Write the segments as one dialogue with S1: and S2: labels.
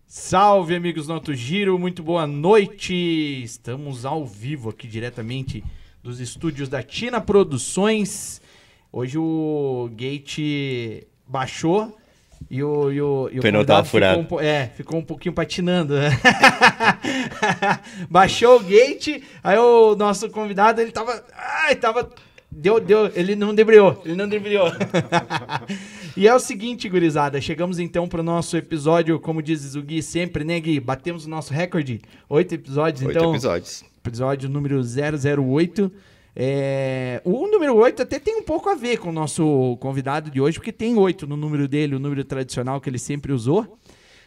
S1: Salve, amigos do Auto Giro, muito boa noite. Estamos ao vivo aqui diretamente dos estúdios da Tina Produções. Hoje o gate baixou e o
S2: pneu tava
S1: convidado
S2: furado.
S1: ficou um pouquinho patinando. Baixou o gate, aí o nosso convidado, ele tava... ele não debriou. E é o seguinte, gurizada, chegamos então pro nosso episódio, como diz o Gui sempre, né, Gui? Batemos o nosso recorde, 8 episódios,
S2: 8
S1: então...
S2: episódios.
S1: Episódio número 008. O número 8 até tem um pouco a ver com o nosso convidado de hoje, porque tem 8 no número dele, o número tradicional que ele sempre usou.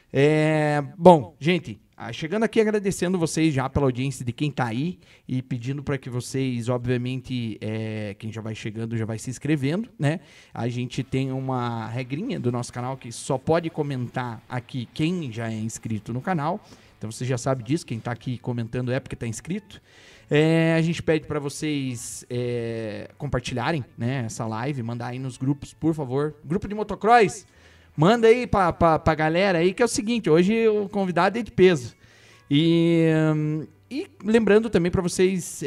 S1: Bom, gente, chegando aqui agradecendo vocês já pela audiência de quem tá aí e pedindo para que vocês, obviamente, quem já vai chegando já vai se inscrevendo, né? A gente tem uma regrinha do nosso canal que só pode comentar aqui quem já é inscrito no canal. Então você já sabe disso, quem tá aqui comentando é porque tá inscrito. A gente pede para vocês compartilharem, né, essa live, mandar aí nos grupos, por favor. Grupo de motocross, manda aí pra galera aí, que é o seguinte, hoje o convidado é de peso. E lembrando também para vocês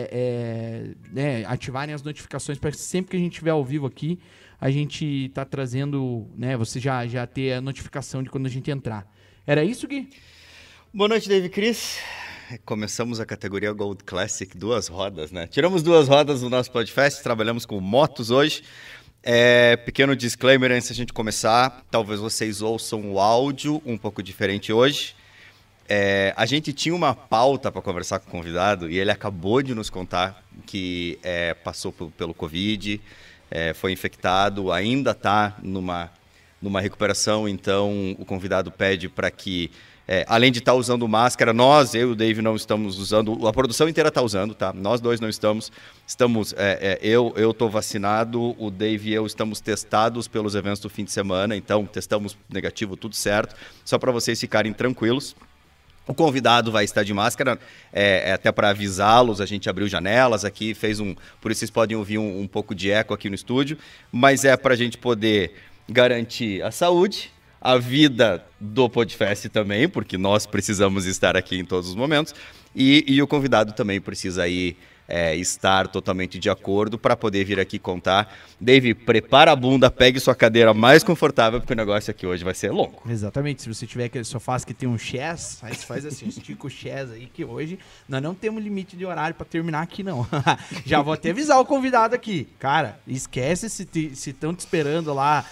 S1: ativarem as notificações para sempre que a gente estiver ao vivo aqui, a gente tá trazendo, né, você já ter a notificação de quando a gente entrar. Era isso, Gui?
S2: Boa noite, Dave e Cris. Começamos a categoria Gold Classic, 2 rodas, né? Tiramos 2 rodas do nosso podcast, trabalhamos com motos hoje. Pequeno disclaimer antes da gente começar, talvez vocês ouçam o áudio um pouco diferente hoje. A gente tinha uma pauta para conversar com o convidado e ele acabou de nos contar que passou pelo Covid, foi infectado, ainda está numa recuperação, então o convidado pede para que, além de estar usando máscara, eu e o Dave não estamos usando, a produção inteira está usando, tá? Nós dois não estamos eu estou vacinado, o Dave e eu estamos testados pelos eventos do fim de semana, então testamos negativo, tudo certo, só para vocês ficarem tranquilos. O convidado vai estar de máscara, até para avisá-los, a gente abriu janelas aqui, por isso vocês podem ouvir um pouco de eco aqui no estúdio, mas é para a gente poder garantir a saúde, a vida do Podfest também, porque nós precisamos estar aqui em todos os momentos, e o convidado também precisa aí estar totalmente de acordo para poder vir aqui contar. Dave, prepara a bunda, pegue sua cadeira mais confortável, porque o negócio aqui hoje vai ser longo.
S1: Exatamente, se você tiver aquele sofá que tem um chess, aí você faz assim, estica o chess aí, que hoje nós não temos limite de horário para terminar aqui não. Já vou até avisar o convidado aqui, cara, esquece se estão te esperando lá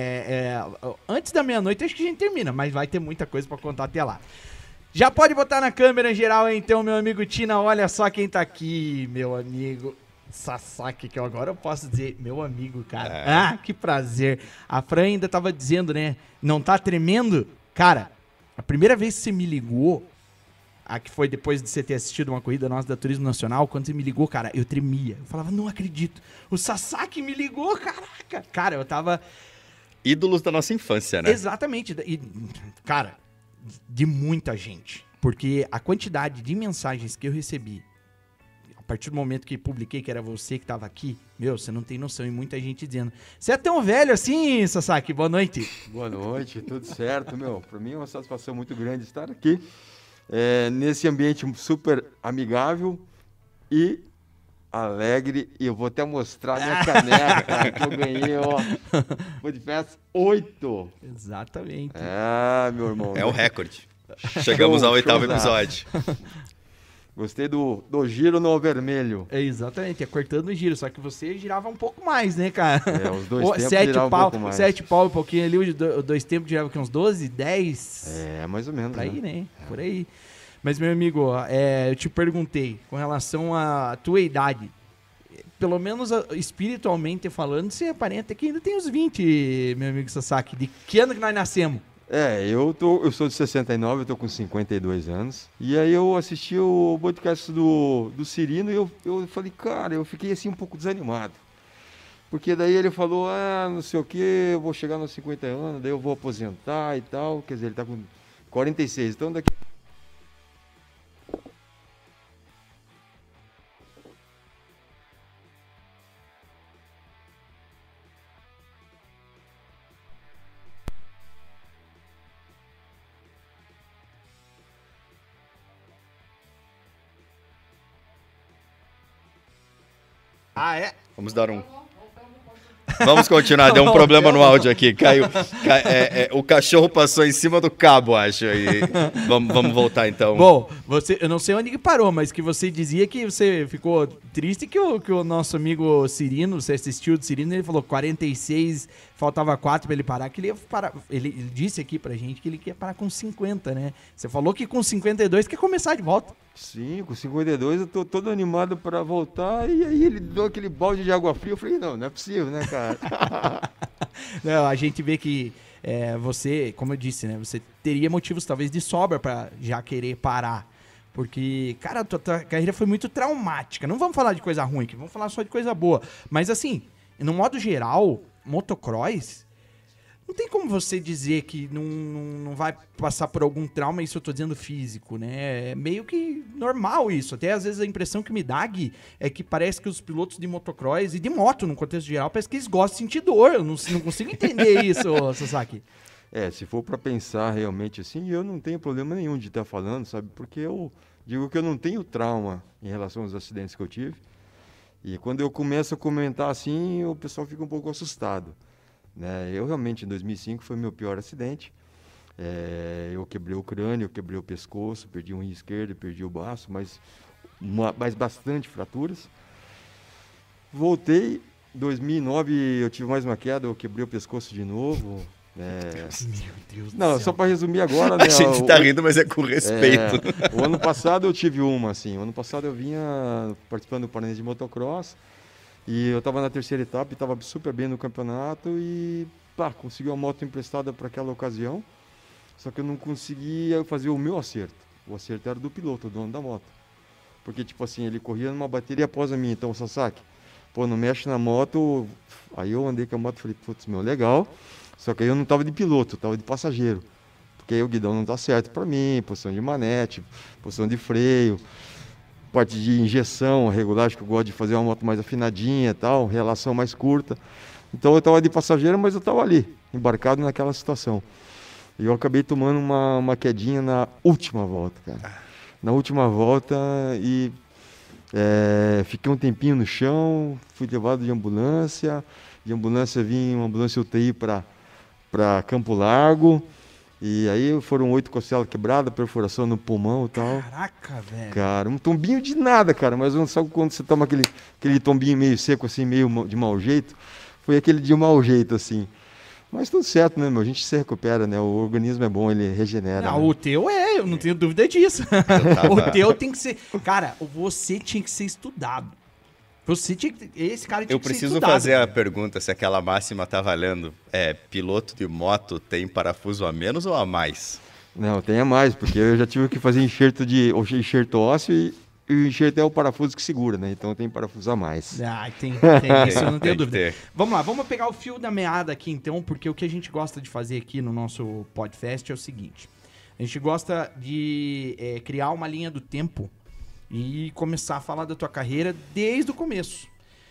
S1: antes da meia-noite, acho que a gente termina, mas vai ter muita coisa para contar até lá. Já pode botar na câmera em geral, então, meu amigo Tina, olha só quem tá aqui, meu amigo Sasaki, que agora eu posso dizer, meu amigo, cara. Que prazer. A Fran ainda tava dizendo, né, não tá tremendo? Cara, a primeira vez que você me ligou, que foi depois de você ter assistido uma corrida nossa da Turismo Nacional, quando você me ligou, cara, eu tremia. Eu falava, não acredito, o Sasaki me ligou, caraca. Cara, eu tava...
S2: Ídolos da nossa infância, né?
S1: Exatamente. E, cara... de muita gente, porque a quantidade de mensagens que eu recebi a partir do momento que publiquei que era você que estava aqui, você não tem noção, e muita gente dizendo, você é tão velho assim, Sasaki, boa noite.
S3: Boa noite, tudo certo, para mim é uma satisfação muito grande estar aqui, nesse ambiente super amigável e alegre, e eu vou até mostrar minha caneca, cara, que eu ganhei, ó, Podfest 8.
S1: Exatamente.
S3: Meu irmão.
S2: É o recorde. Chegamos ao 8º episódio.
S3: Gostei do giro no vermelho.
S1: Exatamente, cortando o giro, só que você girava um pouco mais, né, cara?
S3: Os dois tempos giravam um pouco mais.
S1: 7 pau e um pouquinho ali, os 2 tempos girava aqui uns 12, 10.
S3: Mais ou menos.
S1: Por aí, né? Por aí. Mas, meu amigo, eu te perguntei, com relação à tua idade, pelo menos espiritualmente falando, você aparenta que ainda tem uns 20, meu amigo Sasaki. De que ano que nós nascemos?
S3: Eu sou de 69, eu tô com 52 anos. E aí eu assisti o podcast do Cirino e eu falei, cara, eu fiquei assim um pouco desanimado. Porque daí ele falou, não sei o que, eu vou chegar nos 50 anos, daí eu vou aposentar e tal. Quer dizer, ele tá com 46, então daqui...
S1: Ah, é?
S2: Vamos dar um... Vamos continuar, deu um problema no áudio aqui, caiu. O cachorro passou em cima do cabo, acho. E vamos voltar então.
S1: Bom, eu não sei onde que parou, mas que você dizia que você ficou triste que o nosso amigo Cirino, você assistiu do Cirino, ele falou 46, faltava 4 pra ele parar, que ele ia parar. Ele disse aqui pra gente que ele quer parar com 50, né? Você falou que com 52 quer começar de volta.
S3: Sim, com 52 eu tô todo animado para voltar, e aí ele deu aquele balde de água fria, eu falei, não é possível, né, cara?
S1: Não, a gente vê que você, como eu disse, né, você teria motivos talvez de sobra para já querer parar. Porque, cara, a tua carreira foi muito traumática. Não vamos falar de coisa ruim aqui, vamos falar só de coisa boa. Mas assim, no modo geral, motocross, não tem como você dizer que não vai passar por algum trauma, isso eu tô dizendo físico, né? É meio que normal isso. Até às vezes a impressão que me dá, Gui, é que parece que os pilotos de motocross e de moto, no contexto geral, parece que eles gostam de sentir dor. Eu não consigo entender isso, Sasaki.
S3: Se for para pensar realmente assim, eu não tenho problema nenhum de estar falando, sabe? Porque eu digo que eu não tenho trauma em relação aos acidentes que eu tive. E quando eu começo a comentar assim, o pessoal fica um pouco assustado. Né? Eu realmente, em 2005, foi meu pior acidente. Eu quebrei o crânio, eu quebrei o pescoço, perdi um rim esquerdo, perdi o baço, mas bastante fraturas. Voltei, em 2009 eu tive mais uma queda, eu quebrei o pescoço de novo.
S1: Meu Deus do
S3: Não,
S1: céu.
S3: só para resumir agora, né?
S2: A gente tá rindo, mas é com respeito.
S3: O ano passado eu tive uma, assim. O ano passado eu vinha participando do Paranaense de Motocross. E eu estava na terceira etapa e estava super bem no campeonato e consegui uma moto emprestada para aquela ocasião. Só que eu não conseguia fazer o meu acerto. O acerto era do piloto, o dono da moto. Porque, tipo assim, ele corria numa bateria após a minha. Então, Sasaki, não mexe na moto. Aí eu andei com a moto e falei, putz, legal. Só que aí eu não estava de piloto, eu estava de passageiro. Porque aí o guidão não tá certo para mim, posição de manete, posição de freio, parte de injeção, regulagem, que eu gosto de fazer uma moto mais afinadinha e tal, relação mais curta. Então eu estava de passageiro, mas eu estava ali, embarcado naquela situação. E eu acabei tomando uma quedinha na última volta, cara. Na última volta e fiquei um tempinho no chão, fui levado de ambulância. De ambulância vim uma ambulância UTI para Campo Largo. E aí foram 8 costelas quebradas, perfuração no pulmão e tal.
S1: Caraca, velho.
S3: Cara, um tombinho de nada, cara. Mas não sabe quando você toma aquele tombinho meio seco, assim, meio de mau jeito. Foi aquele de mau jeito, assim. Mas tudo certo, né, meu? A gente se recupera, né? O organismo é bom, ele regenera.
S1: Não,
S3: né?
S1: o teu eu não tenho dúvida disso. O teu tem que ser... Cara, você tinha que ser estudado. Esse cara tinha que ser estudado.
S2: Eu preciso fazer a pergunta se aquela máxima tá valendo. Piloto de moto tem parafuso a menos ou a mais?
S3: Não, tem a mais, porque eu já tive que fazer enxerto ósseo e o enxerto é o parafuso que segura, né? Então tem parafuso a mais.
S1: Tem isso, eu não tenho dúvida. Vamos lá, vamos pegar o fio da meada aqui então, porque o que a gente gosta de fazer aqui no nosso podcast é o seguinte. A gente gosta de criar uma linha do tempo e começar a falar da tua carreira desde o começo.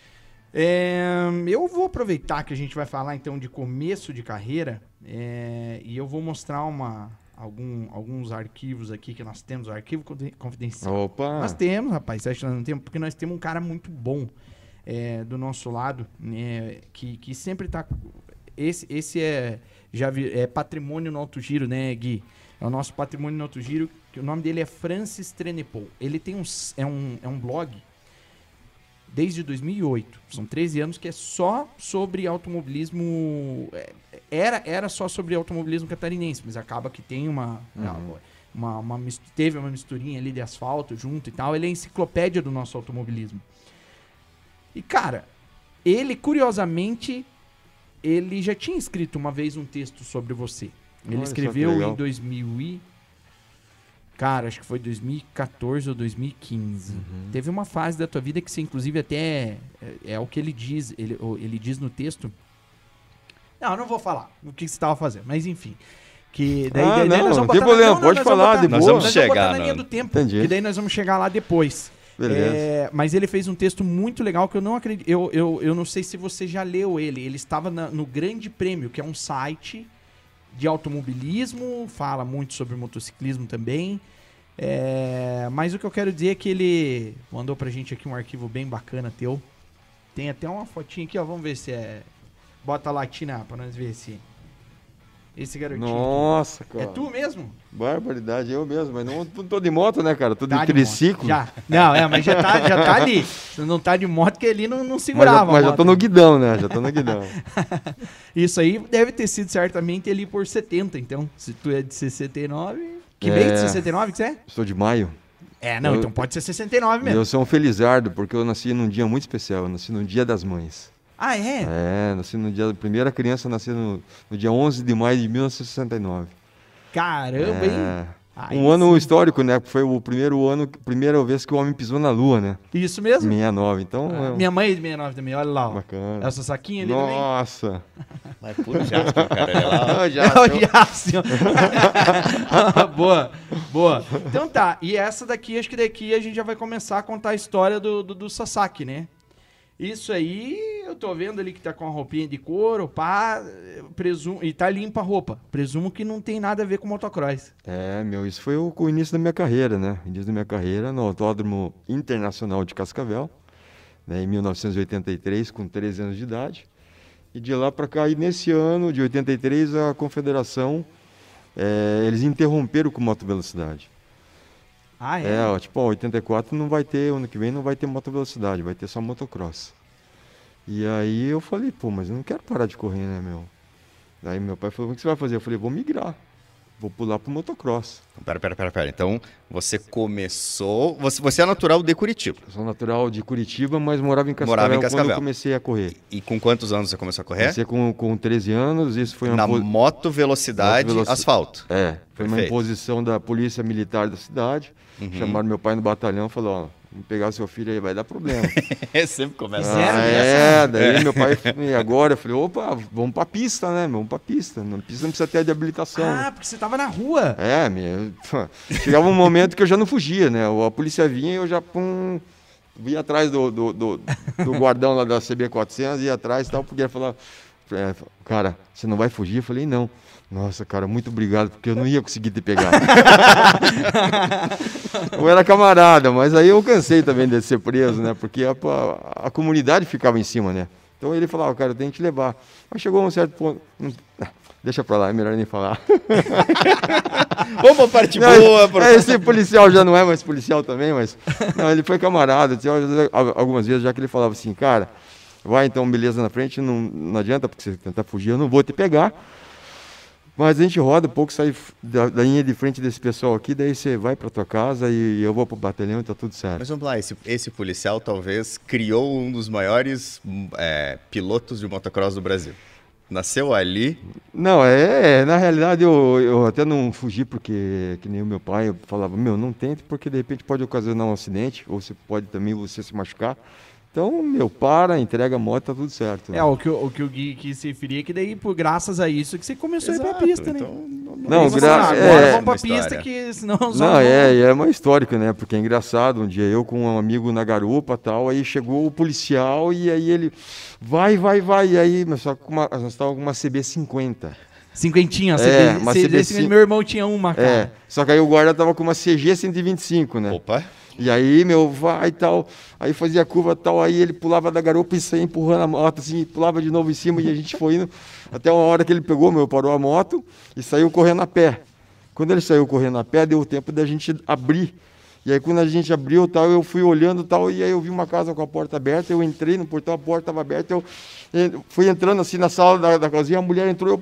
S1: Eu vou aproveitar que a gente vai falar então de começo de carreira e eu vou mostrar alguns arquivos aqui que nós temos, o arquivo confidencial.
S3: Opa!
S1: Nós temos, rapaz, você acha que nós não temos? Porque nós temos um cara muito bom do nosso lado, né, que sempre tá... Esse é patrimônio no Alto Giro, né, Gui? É o nosso patrimônio no Alto Giro, que o nome dele é Francis Trenepol. Ele tem um blog desde 2008. São 13 anos que é só sobre automobilismo... Era só sobre automobilismo catarinense, mas acaba que tem teve uma misturinha ali de asfalto junto e tal. Ele é a enciclopédia do nosso automobilismo. E, cara, ele, curiosamente, ele já tinha escrito uma vez um texto sobre você. Ele escreveu em 2000 e... Cara, acho que foi 2014 ou 2015. Teve uma fase da tua vida que você, inclusive, até... É o que ele diz. Ele diz no texto... Não, eu não vou falar o que você estava fazendo, mas enfim. Que daí nós vamos
S3: tem problema, pode falar depois.
S2: Nós vamos chegar
S1: na linha do tempo.
S3: Entendi.
S1: Que daí nós vamos chegar lá depois.
S3: Beleza.
S1: Mas ele fez um texto muito legal que eu não acredito. Eu não sei se você já leu ele. Ele estava no Grande Prêmio, que é um site de automobilismo, fala muito sobre motociclismo também. Mas o que eu quero dizer é que ele mandou pra gente aqui um arquivo bem bacana teu. Tem até uma fotinha aqui, ó. Vamos ver se é... Bota a latina pra nós ver se... Esse garotinho
S3: Nossa,
S1: aqui.
S3: cara.
S1: É tu mesmo?
S3: Barbaridade, eu mesmo. Mas não tô de moto, né, cara? Tô de
S1: Tá
S3: triciclo.
S1: Já. Não, mas já tá ali. Se não tá de moto, que ali não segurava.
S3: Mas já tô no guidão, né? Já tô no guidão.
S1: Isso aí deve ter sido certamente ali por 70, então. Se tu é de 69... Que mês de 69 que você é?
S3: Sou de maio.
S1: Não, então pode ser 69 mesmo.
S3: Eu sou um felizardo, porque eu nasci num dia muito especial. Eu nasci no Dia das Mães.
S1: Ah, é?
S3: Nasci no dia... A primeira criança nasceu no dia 11 de maio de 1969.
S1: Caramba, hein? Aí
S3: Um ano histórico, né? Foi o primeira vez que o homem pisou na Lua, né?
S1: Isso mesmo?
S3: 69, então...
S1: Minha mãe é de 69 também, olha lá. Ó.
S3: Bacana.
S1: Essa saquinha ali
S3: Nossa!
S2: Mas puro Jasper, cara. Ele é lá.
S1: também. Jácio. Boa. Então tá, e essa daqui, acho que daqui a gente já vai começar a contar a história do Sasaki, né? Isso aí, eu tô vendo ali que tá com a roupinha de couro, pá, presumo, e tá limpa a roupa. Presumo que não tem nada a ver com motocross.
S3: Isso foi o início da minha carreira, né? Início da minha carreira no Autódromo Internacional de Cascavel, né, em 1983, com 13 anos de idade. E de lá para cá, e nesse ano de 83, a Confederação, eles interromperam com motovelocidade.
S1: Ah, é?
S3: 84 não vai ter, ano que vem não vai ter motovelocidade, vai ter só motocross. E aí eu falei, mas eu não quero parar de correr, né, meu? Daí meu pai falou, o que você vai fazer? Eu falei, vou migrar, vou pular pro motocross.
S2: Pera. Então, você começou... Você é natural de Curitiba.
S3: Eu sou natural de Curitiba, mas morava em Cascavel quando eu comecei a correr.
S2: E com quantos anos você começou a correr?
S3: Comecei com 13 anos, isso foi
S2: Na moto velocidade asfalto.
S3: Foi uma imposição da polícia militar da cidade. Chamaram meu pai no batalhão e falou, vamos pegar o seu filho aí, vai dar problema.
S2: Sempre começa
S3: daí meu pai, e agora? Eu falei, opa, vamos pra pista, né? Vamos pra pista. Na pista não precisa ter de habilitação.
S1: Porque você tava na rua.
S3: Chegava um momento que eu já não fugia, né? A polícia vinha e eu já, vinha atrás do guardão lá da CB400, ia atrás e tal, porque ele falava, cara, você não vai fugir? Eu falei, não. Nossa, cara, muito obrigado, porque eu não ia conseguir te pegar. Eu era camarada, mas aí eu cansei também de ser preso, né? Porque a comunidade ficava em cima, né? Então ele falava, cara, eu tenho que te levar. Mas chegou a um certo ponto... Deixa pra lá, é melhor nem falar.
S2: Vamos pra parte boa.
S3: Esse policial já não é mais policial também, mas... Não, ele foi camarada. Algumas vezes já que ele falava assim, cara, vai então, beleza, na frente, não adianta, porque você tentar fugir, eu não vou te pegar. Mas a gente roda um pouco, sai da linha de frente desse pessoal aqui, daí você vai para tua casa e eu vou pro batalhão e tá tudo certo.
S2: Mas vamos lá, esse policial talvez criou um dos maiores pilotos de motocross do Brasil. Nasceu ali?
S3: Não, na realidade eu até não fugi porque, que nem o meu pai, eu falava, não tente porque de repente pode ocasionar um acidente, ou você pode também se machucar. Então, entrega a moto, tá tudo certo. Né?
S1: O que o Gui quis se referir é que daí, graças a isso, que você começou a ir pra pista, né?
S3: Então,
S1: agora vamos pra pista, que senão...
S3: É uma histórica, né? Porque é engraçado, um dia eu com um amigo na garupa e tal, aí chegou o policial e aí ele, vai, e aí, nós estávamos com uma CB50.
S1: Cinquentinha,
S3: uma CB5.
S1: Meu irmão tinha uma, cara.
S3: Só que aí o guarda tava com uma CG 125, né?
S2: Opa!
S3: E aí, vai e tal, aí fazia curva e tal, aí ele pulava da garupa e saía empurrando a moto, assim, pulava de novo em cima e a gente foi indo, até uma hora que ele parou a moto e saiu correndo a pé. Quando ele saiu correndo a pé, deu tempo da gente abrir. E aí quando a gente abriu, tal, eu fui olhando tal, e aí eu vi uma casa com a porta aberta, eu entrei no portão, a porta estava aberta, eu fui entrando assim na sala da cozinha, a mulher entrou, eu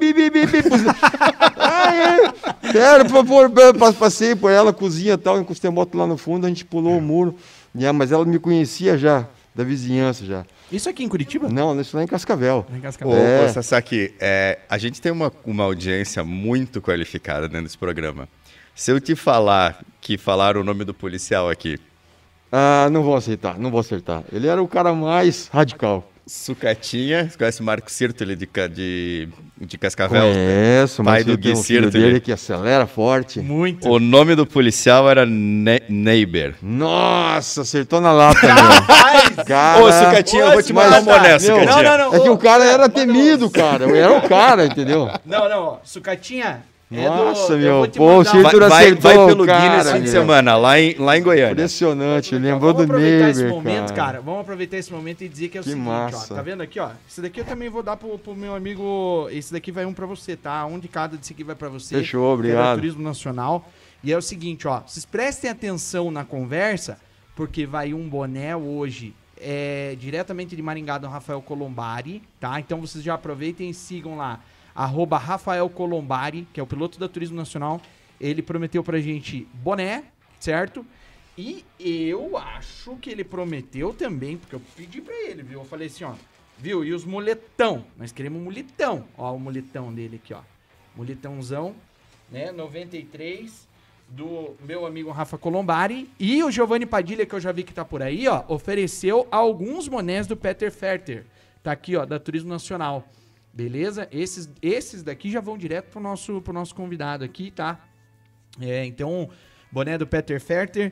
S3: sério, por favor, passei por ela, cozinha e tal, encostei a moto lá no fundo, a gente pulou o muro, mas ela me conhecia já, da vizinhança já.
S1: Isso aqui em Curitiba?
S3: Não, isso lá em Cascavel.
S2: Ô, Sasaki, a gente tem uma audiência muito qualificada dentro desse programa. Se eu te falar que falaram o nome do policial aqui...
S3: não vou aceitar, não vou acertar. Ele era o cara mais radical.
S2: Sucatinha, você conhece o Marco Sirtoli de Cascavel?
S3: Conheço,
S2: pai do Gui Sirtoli.
S3: Dele que acelera forte.
S1: Muito.
S2: O nome do policial era Neiber.
S3: Nossa, acertou na lata, meu. Cara,
S2: ô, Sucatinha, eu vou te mandar uma honesta, Sucatinha.
S1: Não.
S3: É que o cara era temido, cara. Era o cara, entendeu?
S1: Não, Sucatinha,
S3: Nossa,
S1: eu
S3: meu.
S1: vou te
S3: Pô, o
S1: mandar.
S3: Cintura
S2: Vai
S3: acertou,
S2: pelo
S3: cara,
S2: Guinness fim de
S3: meu.
S2: semana, lá em Goiânia.
S3: Impressionante, lembrou
S1: Vamos
S3: do
S1: aproveitar esse
S3: Neighbor,
S1: momento, cara. Vamos aproveitar esse momento e dizer que é o
S3: Que
S1: seguinte,
S3: massa.
S1: ó. Tá vendo aqui, ó? Esse daqui eu também vou dar pro meu amigo. Esse daqui vai um pra você, tá? Um de cada desse aqui vai pra você.
S3: Fechou,
S1: Que é
S3: obrigado.
S1: da Turismo Nacional. E é o seguinte, ó. Vocês prestem atenção na conversa, porque vai um boné hoje diretamente de Maringá do Rafael Colombari, tá? Então vocês já aproveitem e sigam lá. @Rafael Colombari, que é o piloto da Turismo Nacional. Ele prometeu pra gente boné, certo? E eu acho que ele prometeu também, porque eu pedi pra ele, viu? Eu falei assim, ó, viu? E os moletão? Nós queremos moletão. Ó, o moletão dele aqui, ó. Moletãozão, né? 93, do meu amigo Rafa Colombari. E o Giovanni Padilha, que eu já vi que tá por aí, ó, ofereceu alguns bonés do Peter Ferter. Tá aqui, ó, da Turismo Nacional. Beleza? Esses daqui já vão direto pro nosso convidado aqui, tá? Então, boné do Peter Ferter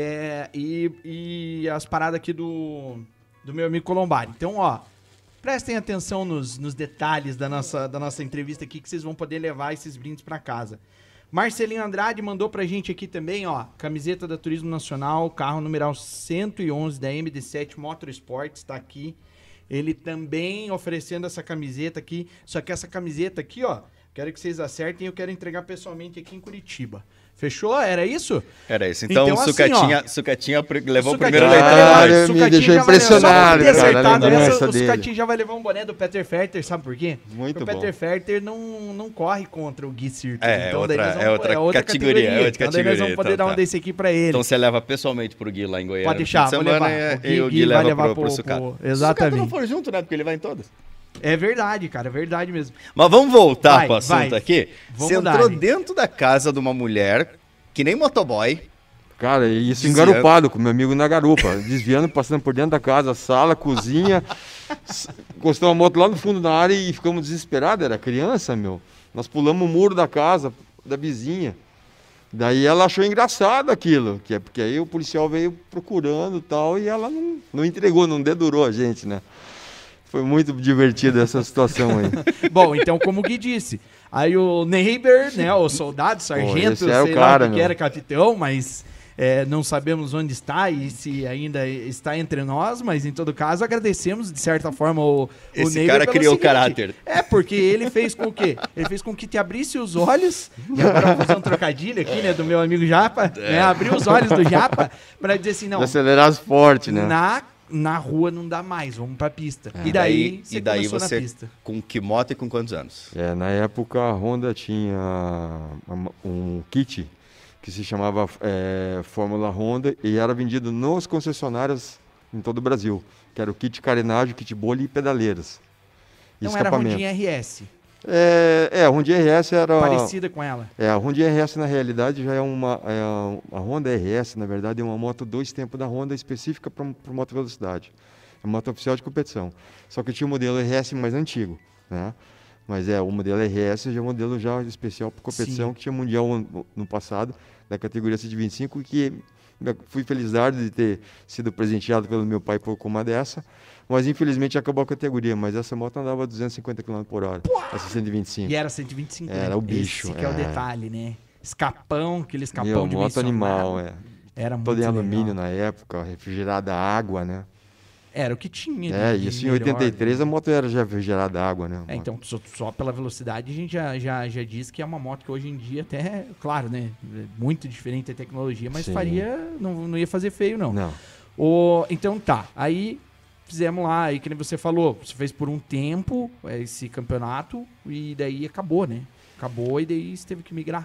S1: e as paradas aqui do meu amigo Colombari. Então, ó, prestem atenção nos detalhes da nossa entrevista aqui, que vocês vão poder levar esses brindes pra casa. Marcelinho Andrade mandou pra gente aqui também, ó, camiseta da Turismo Nacional, carro numeral 111 da MD7 Motorsports, tá aqui. Ele também oferecendo essa camiseta aqui. Só que essa camiseta aqui, ó, quero que vocês acertem e eu quero entregar pessoalmente aqui em Curitiba. Fechou? Era isso?
S2: Era isso. Então,
S1: Então,
S2: Sucatinha levou o
S1: Sucatinha
S2: primeiro
S1: vai
S2: leitão.
S1: levar-
S3: me
S1: Sucatinha
S3: deixou
S1: já vai levar-
S3: impressionado,
S1: só por ter
S3: cara,
S1: acertado
S3: a lembrança
S1: essa, o
S3: dele.
S1: Sucatinha já vai levar um boné do Peter Ferter, sabe por quê?
S3: Muito
S1: Porque o
S3: bom.
S1: Peter Ferter não corre contra o Gui Circus.
S2: É outra
S1: daí nós vamos-
S2: categoria, é outra
S1: Então daí nós
S2: categoria,
S1: vamos poder
S2: então
S1: dar um
S2: tá.
S1: desse aqui pra ele.
S2: Então você leva pessoalmente pro Gui lá em Goiânia.
S1: Pode
S2: no
S1: deixar,
S2: fim de
S1: vou
S2: semana,
S1: levar.
S2: E o Gui
S1: vai
S2: leva
S1: levar
S2: pro Sucata.
S1: Exatamente.
S2: Se o Sucata não for junto, né? Porque ele vai em todas.
S1: É verdade, cara, é verdade mesmo.
S2: Mas vamos voltar
S1: Vai,
S2: pro assunto
S1: vai.
S2: aqui.
S1: Vamos
S2: Você entrou
S1: dar, hein?
S2: dentro da casa de uma mulher, que nem motoboy.
S3: Cara, e isso
S2: Desviando.
S3: engarupado com meu amigo na garupa, desviando, passando por dentro da casa, sala, cozinha, encostou a moto lá no fundo da área e ficamos desesperados, era criança, meu. Nós pulamos o muro da casa, da vizinha. Daí ela achou engraçado aquilo, que é porque aí o policial veio procurando e tal, e ela não entregou, não dedurou a gente, né? Foi muito divertida essa situação aí.
S1: Bom, então, como o Gui disse, aí o Neighbor, né, o soldado, sargento,
S3: esse era o
S1: sei
S3: cara,
S1: lá o que
S3: meu.
S1: era, capitão, mas não sabemos onde está e se ainda está entre nós, mas em todo caso agradecemos, de certa forma, o
S2: Esse
S1: Neighbor
S2: cara
S1: pelo
S2: criou
S1: seguinte,
S2: caráter.
S1: porque ele fez com o quê? Ele fez com que te abrisse os olhos, e agora eu vou fazer um trocadilho aqui, né, do meu amigo Japa, né, abriu os olhos do Japa para dizer assim, não,
S3: Acelerar forte, né?
S1: na rua não dá mais, vamos pra pista. E daí começou na pista.
S2: Com que moto e com quantos anos?
S3: Na época a Honda tinha um kit que se chamava Fórmula Honda e era vendido nos concessionários em todo o Brasil, que era o kit carenagem, kit bolha e pedaleiras. E
S1: Não era
S3: escapamento.
S1: Rondinha RS,
S3: A Honda RS era...
S1: parecida com ela.
S3: A Honda RS na realidade já é a Honda RS, na verdade, é uma moto 2 tempos da Honda específica para moto velocidade. É uma moto oficial de competição. Só que tinha o modelo RS mais antigo, né? Mas o modelo RS já é um modelo já especial para competição,
S1: Sim.
S3: que tinha mundial no passado, da categoria 125, que fui felizardo de ter sido presenteado pelo meu pai com uma dessa. Mas infelizmente acabou a categoria, mas essa moto andava a 250 km por hora, essa 125.
S1: E era 125,
S3: Era
S1: né?
S3: o bicho,
S1: Esse que é o detalhe, né? Escapão, aquele escapão de
S3: moto animal,
S1: Era muito
S3: Todo em
S1: legal.
S3: alumínio na época, refrigerada a água, né?
S1: Era o que tinha.
S3: Isso em 83 a moto era já refrigerada a água, né?
S1: Então, só pela velocidade a gente já diz que é uma moto que hoje em dia até, claro, né? Muito diferente da tecnologia, mas
S3: Sim.
S1: não ia fazer feio, não.
S3: Não.
S1: Então tá, aí fizemos lá, aí que nem você falou, você fez por um tempo esse campeonato e daí acabou, né? Acabou e daí você teve que migrar.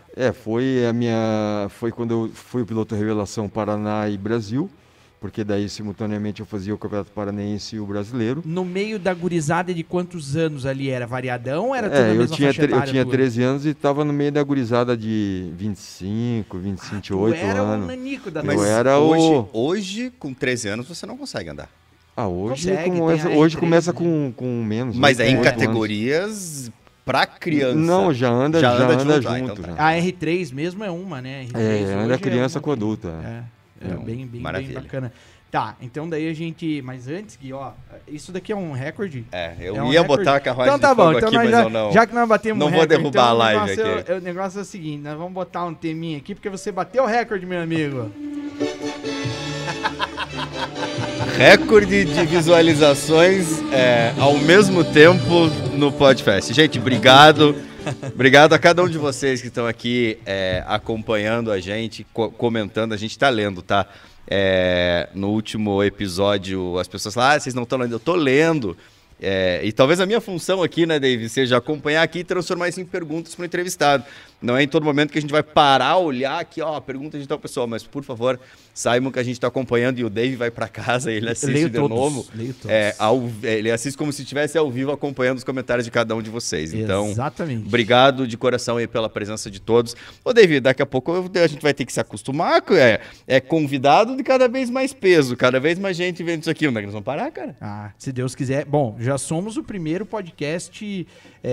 S3: Foi quando eu fui o piloto Revelação Paraná e Brasil, porque daí simultaneamente eu fazia o Campeonato Paranaense e o Brasileiro.
S1: No meio da gurizada de quantos anos ali? Era variadão ou era tudo a mesma faixa
S3: eu
S1: etária
S3: tinha
S1: tua?
S3: 13 anos e estava no meio da gurizada de 25, 28
S1: Tu era o
S3: anos.
S1: nanico da
S3: Eu
S1: turma.
S3: era
S2: hoje, com 13 anos, você não consegue andar.
S3: Hoje,
S1: Consegue, tem a
S3: hoje
S1: R3,
S3: começa
S1: né?
S3: com menos.
S2: Mas aí em
S3: 8 anos.
S2: categorias pra criança.
S3: Não, já anda
S2: junto,
S3: junto.
S2: então tá.
S3: já.
S1: A R3 mesmo é uma, né? R3
S3: anda
S1: hoje
S3: criança
S1: uma
S3: com
S1: que-
S3: adulta.
S1: bem
S2: Maravilha.
S1: bacana. Tá, então daí a gente... Mas antes, Gui, ó, isso daqui é um recorde?
S2: Eu
S1: É um
S2: ia
S1: recorde.
S2: botar a carruagem
S1: Então tá
S2: de
S1: bom,
S2: fogo
S1: então
S2: aqui,
S1: nós
S2: mas eu não...
S1: já que nós batemos
S2: não
S1: um
S2: vou
S1: recorde,
S2: derrubar
S1: então
S2: a live
S1: o
S2: aqui.
S1: negócio é o seguinte, nós vamos botar um teminha aqui, porque você bateu o recorde, meu amigo.
S2: Recorde de visualizações ao mesmo tempo no Podfest. Gente, obrigado. Obrigado a cada um de vocês que estão aqui acompanhando a gente, comentando. A gente está lendo, tá? No último episódio, as pessoas falam, vocês não estão lendo. Eu estou lendo. E talvez a minha função aqui, né, David, seja acompanhar aqui e transformar isso em perguntas para o entrevistado. Não é em todo momento que a gente vai parar, olhar aqui, ó, pergunta de tal pessoa, mas por favor, saibam que a gente está acompanhando e o David vai para casa, ele assiste de novo. Ele assiste como se estivesse ao vivo acompanhando os comentários de cada um de vocês. Então,
S1: exatamente.
S2: Obrigado de coração aí pela presença de todos. Ô, David, daqui a pouco a gente vai ter que se acostumar. Convidado de cada vez mais peso, cada vez mais gente vendo isso aqui. Onde é que nós vamos parar, cara?
S1: Se Deus quiser. Bom, já somos o primeiro podcast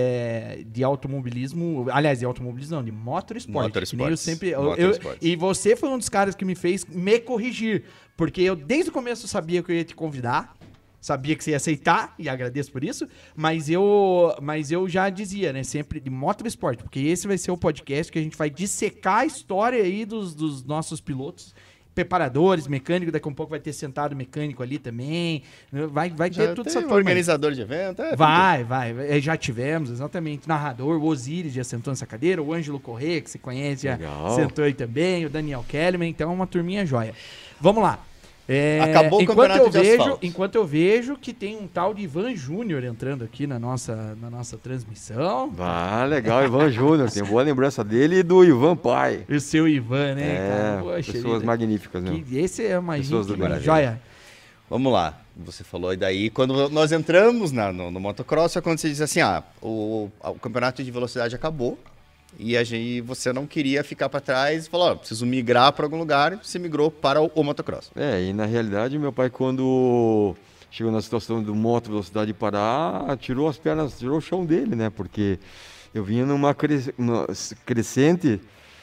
S1: de automobilismo, aliás, de automobilismo não, de motorsport. Que nem eu sempre, e você foi um dos caras que me fez me corrigir, porque eu desde o começo sabia que eu ia te convidar, sabia que você ia aceitar, e agradeço por isso, mas eu já dizia, né, sempre de motorsport, porque esse vai ser o podcast que a gente vai dissecar a história aí dos nossos pilotos, preparadores, mecânico, daqui a um pouco vai ter sentado mecânico ali também, vai ter tudo essa turma.
S2: Organizador de evento.
S1: Vai, já tivemos, exatamente, narrador, o Osiris já sentou nessa cadeira, o Ângelo Corrêa, que você conhece, já sentou aí também, o Daniel Kellerman, então é uma turminha joia. Vamos lá.
S2: Acabou o campeonato de asfalto.
S1: Enquanto eu vejo que tem um tal de Ivan Júnior entrando aqui na nossa transmissão.
S3: Legal, Ivan Júnior. Tenho boa lembrança dele e do Ivan pai.
S1: O seu Ivan, né, cara? Poxa,
S3: pessoas magníficas, né?
S1: Esse é uma
S3: pessoas
S1: gente
S3: do Brasil.
S1: joia.
S2: Vamos lá. Você falou, e daí quando nós entramos no motocross, é quando você diz assim, o campeonato de velocidade acabou. E você não queria ficar para trás e falou, preciso migrar para algum lugar, e você migrou para o motocross.
S3: E na realidade meu pai, quando chegou na situação do moto velocidade parar, tirou as pernas, tirou o chão dele, né? Porque eu vinha numa crescente,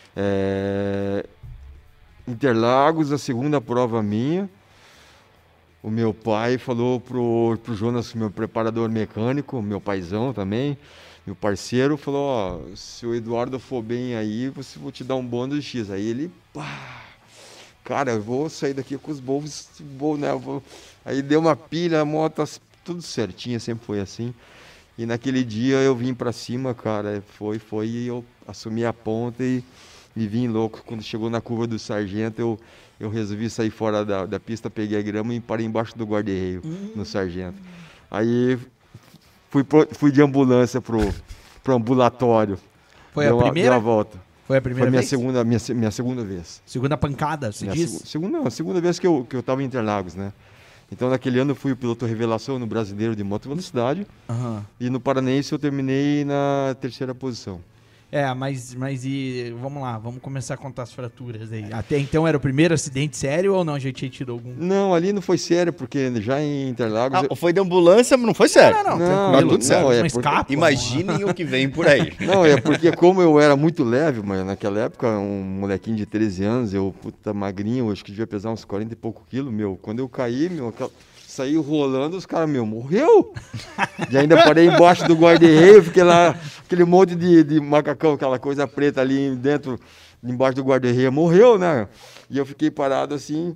S3: Interlagos, a segunda prova minha. O meu pai falou pro Jonas, meu preparador mecânico, meu paizão também, meu parceiro, falou, se o Eduardo for bem aí, vou te dar um bônus de X. Aí ele, cara, eu vou sair daqui com os bolsos, né? Aí deu uma pilha, a moto, tudo certinho, sempre foi assim. E naquele dia eu vim pra cima, cara, foi e eu assumi a ponta e vim louco. Quando chegou na curva do Sargento, eu resolvi sair fora da pista, peguei a grama e parei embaixo do guarda-reio no Sargento. Aí fui de ambulância pro ambulatório.
S1: Foi a primeira?
S3: Deu a volta.
S1: Foi a primeira vez?
S3: Minha segunda vez.
S1: Segunda pancada, se diz?
S3: Segunda vez que eu tava em Interlagos, né? Então naquele ano eu fui o piloto revelação no Brasileiro de Moto Velocidade. E no Paranaense eu terminei na 3ª posição.
S1: Mas vamos lá, vamos começar a contar as fraturas aí. Até então era o primeiro acidente sério ou não? A gente tinha tido algum?
S3: Não, ali não foi sério, porque já em Interlagos...
S2: Foi de ambulância, mas não foi sério.
S1: Não,
S2: tudo certo.
S1: Escapa,
S2: imaginem o que vem por aí.
S3: Não, é porque como eu era muito leve, mas naquela época, um molequinho de 13 anos, eu, magrinho, acho que devia pesar uns 40 e pouco quilos, quando eu caí, saí rolando, os caras, morreu? E ainda parei embaixo do guarda-reio, fiquei lá, aquele monte de macacão, aquela coisa preta ali dentro, embaixo do guarda-reio, morreu, né? E eu fiquei parado assim,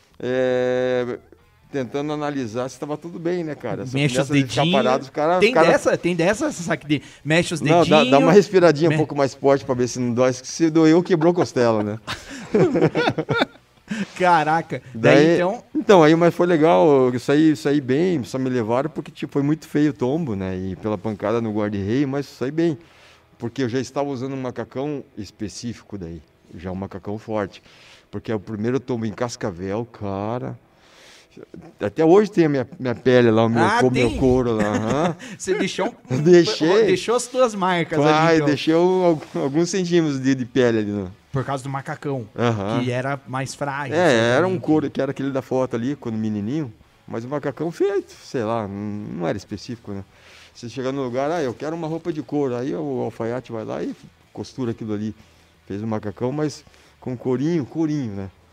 S3: tentando analisar se estava tudo bem, né, cara?
S1: Mexe os dedinhos.
S3: Parados,
S1: tem dessa, sabe que mexe os dedinhos.
S3: Não, dá uma respiradinha um pouco mais forte para ver se não dói, se doeu, quebrou costela, né?
S1: Caraca, daí
S3: então aí, mas foi legal, eu saí bem, só me levaram porque foi muito feio o tombo, né, e pela pancada no guarda-reio, mas saí bem, porque eu já estava usando um macacão específico daí, já um macacão forte, porque é o primeiro tombo em Cascavel, cara, até hoje tem a minha pele lá, meu couro lá.
S1: Você deixou as tuas marcas ali, então.
S3: Deixei alguns centímetros de pele ali, né?
S1: Por causa do macacão, que era mais frágil.
S3: Era um couro, que era aquele da foto ali, quando menininho, mas o macacão feito, sei lá, não era específico, né? Você chega no lugar, eu quero uma roupa de couro, aí o alfaiate vai lá e costura aquilo ali. Fez o macacão, mas com corinho, né?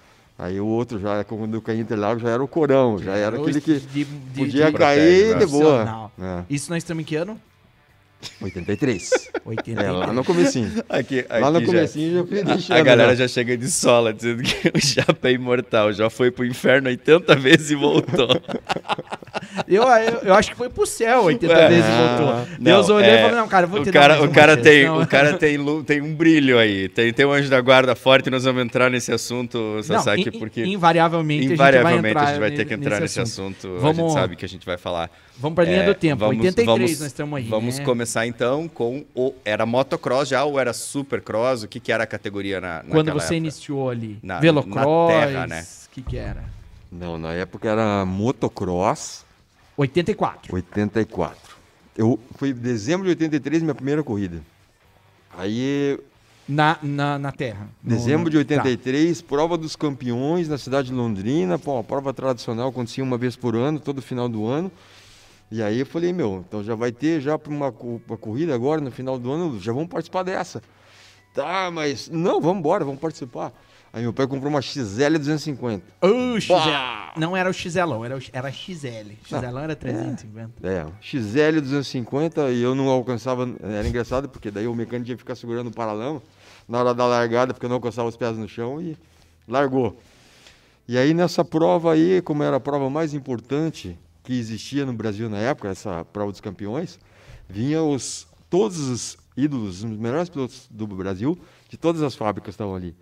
S3: Aí o outro já, quando eu caí em Interlagos, já era o Corão, já era aquele que
S1: de
S3: podia
S2: protege,
S3: cair
S2: né?
S3: de boa.
S1: profissional.
S3: É.
S1: Isso nós estamos em que ano?
S3: 83.
S1: 83.
S3: É, lá no comecinho. Lá no
S2: já-
S3: comecinho já fui deixando.
S2: A galera
S3: já.
S2: já chega de sola, dizendo que o Japa é imortal, já foi pro inferno 80 vezes e voltou.
S1: Eu acho que foi pro céu 80
S2: É.
S1: vezes e voltou.
S2: Não,
S1: Deus olhou e falou, não, cara, eu vou te dar mais
S2: o
S1: uma
S2: cara
S1: chance.
S2: tem,
S1: Não.
S2: o cara tem um brilho aí, tem um anjo da guarda forte, nós vamos entrar nesse assunto, Sasaki,
S1: Não,
S2: porque
S1: invariavelmente
S2: a gente vai ter que entrar nesse
S1: assunto.
S2: assunto, a
S1: Vamos-
S2: gente sabe que a gente vai falar.
S1: Vamos pra linha do tempo.
S2: Vamos-
S1: 83
S2: vamos-
S1: nós estamos aí,
S2: Vamos
S1: né?
S2: começar então com era motocross já ou era supercross? O que era a categoria
S1: Quando
S2: naquela
S1: você
S2: época?
S1: iniciou ali.
S2: Na
S1: Velocross,
S2: terra, né?
S1: O que era?
S3: Não, na época era motocross
S1: 84.
S3: 84. Foi em dezembro de 83 minha primeira corrida. Aí,
S1: Na terra.
S3: dezembro de
S1: Tá.
S3: 83, prova dos campeões na cidade de Londrina. Pô, a prova tradicional acontecia uma vez por ano, todo final do ano. E aí eu falei, então já vai ter já uma corrida agora no final do ano, já vamos participar dessa. Tá, mas não, vamos embora, vamos participar. Aí meu pai comprou uma XL 250.
S1: O XL.
S3: Pá!
S1: Não era o XLão, era XL. XLão era 350.
S3: XL 250 e eu não alcançava, era engraçado porque daí o mecânico tinha que ficar segurando o paralama na hora da largada porque eu não alcançava os pés no chão e largou. E aí nessa prova aí, como era a prova mais importante que existia no Brasil na época, essa prova dos campeões, vinha todos os ídolos, os melhores pilotos do Brasil, de todas as fábricas estavam ali.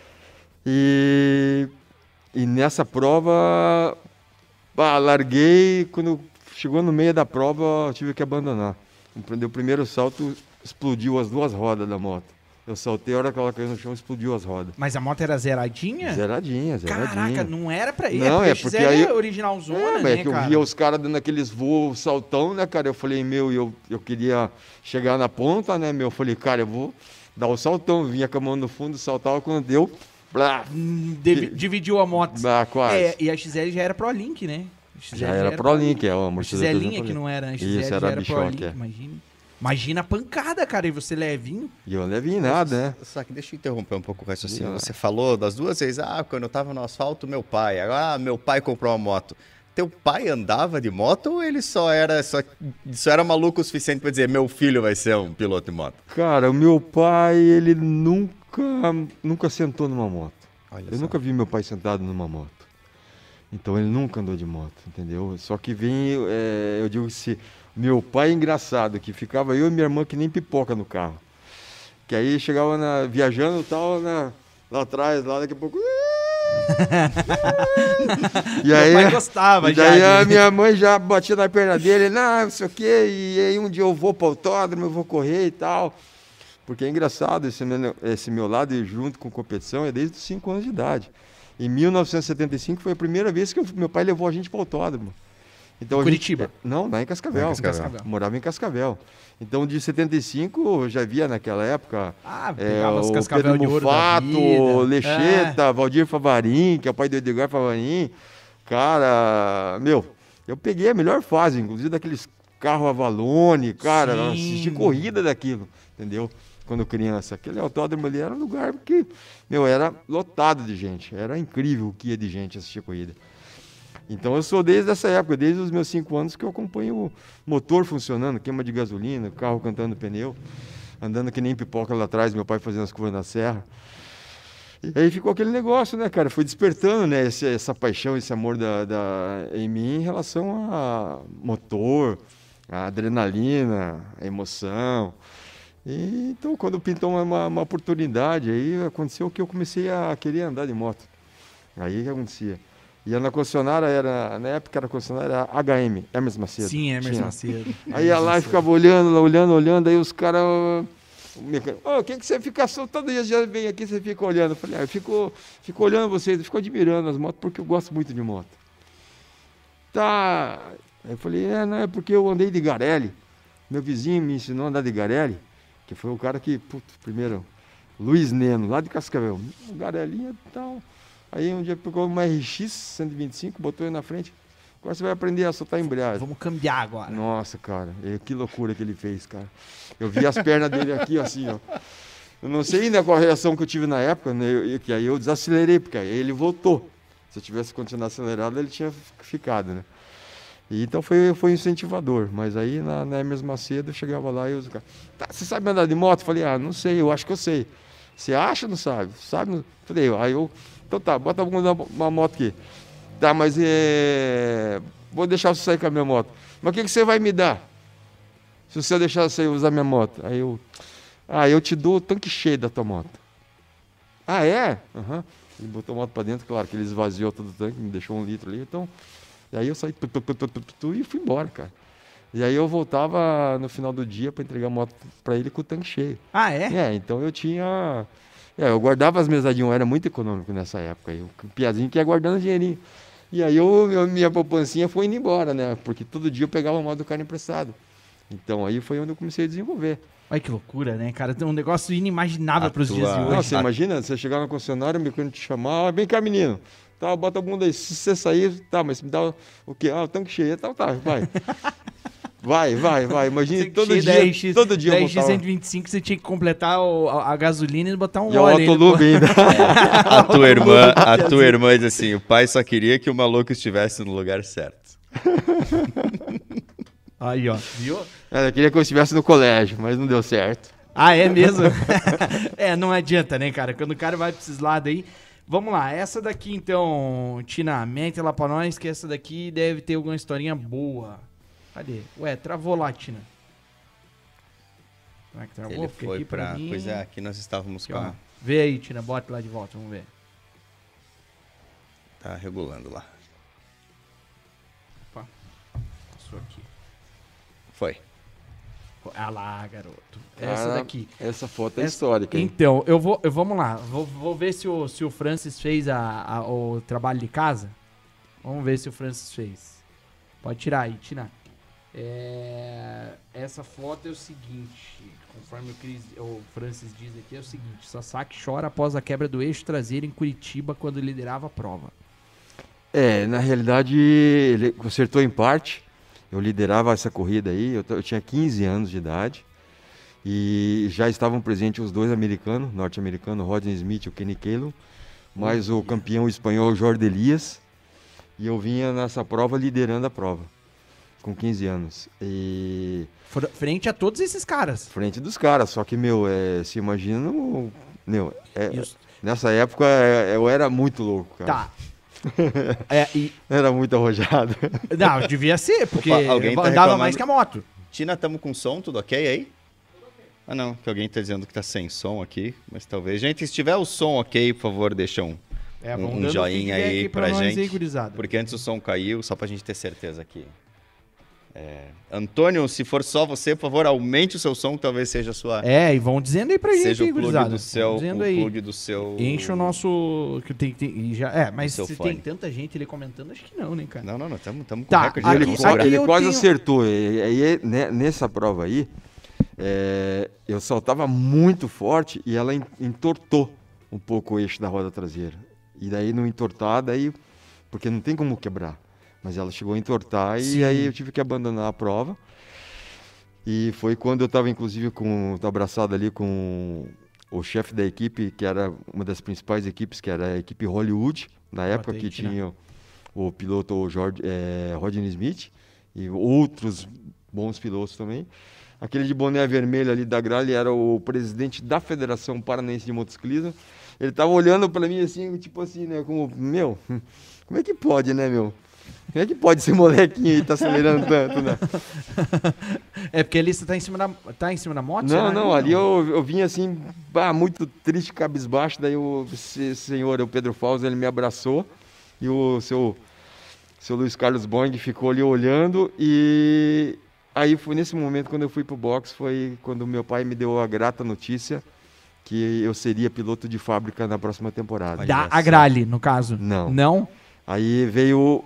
S3: E nessa prova, larguei, quando chegou no meio da prova, eu tive que abandonar. O primeiro salto, explodiu as duas rodas da moto. Eu saltei, a hora que ela caiu no chão, explodiu as rodas.
S1: Mas a moto era zeradinha?
S3: Zeradinha.
S1: Caraca, não era pra ir.
S3: Não,
S1: é
S3: porque
S1: XL
S3: aí-
S1: é original zona,
S3: mas
S1: né,
S3: é que eu
S1: cara?
S3: via os caras dando aqueles voos saltão, né, cara? Eu falei, eu queria chegar na ponta, né, Eu falei, cara, eu vou dar o saltão. Vinha com a mão no fundo, saltava, quando deu, blá,
S1: Dividiu a moto.
S3: quase.
S1: É, e a XL já era ProLink, né? A XL
S3: Já era ProLink, é o
S1: A
S3: amortecedor.
S1: XLinha que não era, a XL
S3: Isso,
S1: já
S3: era
S1: era
S3: bichoque,
S1: ProLink,
S3: é.
S1: imagina a pancada, cara, e você levinho.
S3: E eu não levei nada, né?
S2: Só que deixa eu interromper um pouco o raciocínio.
S3: Ah.
S2: Você falou das duas vezes, quando eu tava no asfalto, meu pai. Agora, meu pai comprou uma moto. Teu pai andava de moto ou ele só era maluco o suficiente pra dizer, meu filho vai ser um piloto de moto?
S3: Cara, o meu pai, ele nunca sentou numa moto.
S2: Olha
S3: Eu
S2: só.
S3: nunca vi meu pai sentado numa moto. Então ele nunca andou de moto, entendeu? Só que eu digo que meu pai é engraçado, que ficava eu e minha irmã que nem pipoca no carro. Que aí chegava viajando e tal, lá atrás, lá daqui a pouco. E aí,
S1: Meu pai gostava
S3: e daí
S1: já
S3: a
S1: de-
S3: minha mãe já batia na perna dele, não sei o quê, e aí um dia eu vou para o autódromo, eu vou correr e tal. Porque é engraçado esse meu lado e junto com competição é desde os 5 anos de idade. Em 1975 foi a primeira vez que meu pai levou a gente para o autódromo. Então,
S1: Curitiba?
S3: Não, lá em Cascavel.
S2: Lá em Cascavel.
S3: Morava em Cascavel. Então, de 75, eu já via naquela época
S1: Pegava os
S3: o
S1: Cascavel
S3: Pedro
S1: de ouro da
S3: Mufato,
S1: vida.
S3: Lecheta, Valdir Favarin, que é o pai do Edgar Favarin. Cara, eu peguei a melhor fase, inclusive daqueles carros Avalone, cara,
S1: Sim.
S3: assisti corrida daquilo, entendeu? Quando criança. Aquele autódromo ali era um lugar que, era lotado de gente. Era incrível o que ia de gente assistir corrida. Então eu sou desde essa época, desde os meus 5 anos que eu acompanho o motor funcionando, queima de gasolina, carro cantando pneu, andando que nem pipoca lá atrás, meu pai fazendo as curvas na serra. E aí ficou aquele negócio, né, cara? Foi despertando, né, essa paixão, esse amor em mim em relação a motor, a adrenalina, a emoção. E, então, quando pintou uma oportunidade, aí aconteceu que eu comecei a querer andar de moto. Aí o que acontecia? Ia na concessionária, na época era a concessionária HM, Emerson Macedo.
S1: Sim, Emerson
S3: Tinha.
S1: Macedo.
S3: Aí ia lá e ficava olhando, aí os caras... O que você fica só todo dia já vem aqui, você fica olhando. Eu falei, eu fico olhando vocês, eu fico admirando as motos, porque eu gosto muito de moto. Tá. Aí eu falei, não é porque eu andei de Garelli. Meu vizinho me ensinou a andar de Garelli, que foi o cara que, primeiro, Luiz Neno, lá de Cascavel. Garelinha e tal. Aí um dia pegou uma RX 125, botou ele na frente. Agora você vai aprender a soltar a embreagem.
S1: Vamos cambiar agora.
S3: Nossa, cara, que loucura que ele fez, cara. Eu vi as pernas dele aqui, assim, ó. Eu não sei ainda qual a reação que eu tive na época, né? Que aí eu desacelerei, porque aí ele voltou. Se eu tivesse continuado acelerado, ele tinha ficado, né? E então foi um incentivador. Mas aí na Hermes Macedo eu chegava lá e os caras, tá, você sabe andar de moto? Eu falei, não sei, eu acho que eu sei. Você acha ou não sabe? Sabe? Não? Falei, aí eu, então tá, bota uma moto aqui. Tá, mas vou deixar você sair com a minha moto. Mas o que você vai me dar? Se você deixar você usar minha moto? Aí eu te dou o tanque cheio da tua moto. Ah, é? Aham. Ele botou a moto pra dentro, claro que ele esvaziou todo o tanque, me deixou 1 litro ali, então... E aí eu saí e fui embora, cara. E aí eu voltava no final do dia pra entregar a moto pra ele com o tanque cheio.
S1: Ah, é?
S3: Então eu tinha... eu guardava as mesadinhas, eu era muito econômico nessa época. Aí, o piazinho que ia guardando dinheirinho. E aí minha poupancinha foi indo embora, né? Porque todo dia eu pegava a moto do cara emprestado. Então aí foi onde eu comecei a desenvolver.
S1: Olha que loucura, né, cara? Tem um negócio inimaginável para os dias de hoje.
S3: Não, você imagina, você chegar na concessionária, o mecânico te chamar, vem cá, menino. Tá, bota a bunda aí. Se você sair, tá, mas me dá o quê? O tanque cheio. Tá, vai. Vai. Imagina todo dia. Todo dia eu botava.
S1: 125 você tinha que completar a gasolina e botar um
S3: e
S1: óleo.
S3: E o autolube ainda.
S2: A tua irmã diz assim, o pai só queria que o maluco estivesse no lugar certo.
S1: Aí, ó, viu?
S3: Ela queria que eu estivesse no colégio, mas não deu certo.
S1: Ah, é mesmo? Não adianta, né, cara? Quando o cara vai pra esses lados aí... Vamos lá, essa daqui, então, Tina, mente lá pra nós, que essa daqui deve ter alguma historinha boa. Cadê? Ué, travou lá, Tina. Será que travou?
S2: Ele
S1: Porque
S2: foi
S1: aqui pra mim...
S2: Pois é, aqui nós estávamos
S1: aqui,
S2: com
S1: ó. Vê aí, Tina, bota lá de volta, vamos ver.
S2: Tá regulando lá.
S1: Opa, passou aqui.
S2: Foi.
S1: Ah lá, garoto. Essa daqui.
S3: Essa foto é histórica, hein?
S1: Então, vamos lá. Vou ver se o Francis fez o trabalho de casa. Vamos ver se o Francis fez. Pode tirar aí, Tina. Essa foto é o seguinte, conforme o Francis diz aqui, é o seguinte: Sasaki chora após a quebra do eixo traseiro em Curitiba quando liderava a prova.
S3: Na realidade, ele consertou em parte. Eu liderava essa corrida aí, eu tinha 15 anos de idade e já estavam presentes os dois americanos, norte-americano, Rodney Smith e o Kenny Calhoun, mais o campeão espanhol Jorge Elias, e eu vinha nessa prova liderando a prova, com 15 anos.
S1: Frente a todos esses caras.
S3: Frente dos caras, só que, se imagina, nessa época eu era muito louco, cara.
S1: Tá.
S3: Era muito arrojado.
S1: Não, devia ser, porque
S2: alguém tá
S1: andava
S2: reclamando.
S1: mais que a moto.
S2: Tina, estamos com som, tudo ok aí? Ah não, que alguém tá dizendo que tá sem som aqui, mas talvez. Gente, se tiver o som ok, por favor, deixa um joinha aí pra gente.
S1: Aí,
S2: porque antes o som caiu, só pra gente ter certeza aqui. Antônio, se for só você, por favor, aumente o seu som, que talvez seja a sua...
S1: E vão dizendo aí pra gente,
S2: seja
S1: aí,
S2: o plug
S1: gurizada.
S2: do seu...
S1: Dizendo
S2: o
S1: aí.
S2: plug do seu...
S1: Enche o nosso... mas se
S2: fone.
S1: tem tanta gente ali comentando, acho que não, né, cara?
S2: Não, estamos com
S1: Tá,
S2: recorde.
S3: Ele quase acertou. E nessa prova aí, eu saltava muito forte e ela entortou um pouco o eixo da roda traseira. E daí, no entortar, porque não tem como quebrar. Mas ela chegou a entortar.
S1: Sim.
S3: E aí eu tive que abandonar a prova. E foi quando eu estava, inclusive, abraçado ali com o chefe da equipe, que era uma das principais equipes, que era a equipe Hollywood, na época que tinha o piloto Rodney Smith e outros bons pilotos também. Aquele de boné vermelho ali da gralha era o presidente da Federação Paranaense de Motociclismo. Ele estava olhando para mim assim, tipo assim, né, como é que pode, né, meu? Como é que pode esse molequinho aí tá acelerando tanto, né?
S1: Porque ali você tá em cima da moto?
S3: Não, ali eu vinha assim, muito triste, cabisbaixo, daí o senhor, o Pedro Fausto, ele me abraçou e o seu Luiz Carlos Boing ficou ali olhando e aí foi nesse momento quando eu fui pro box, foi quando meu pai me deu a grata notícia que eu seria piloto de fábrica na próxima temporada.
S1: Da Agrale, no caso?
S3: Não.
S1: Não?
S3: Aí veio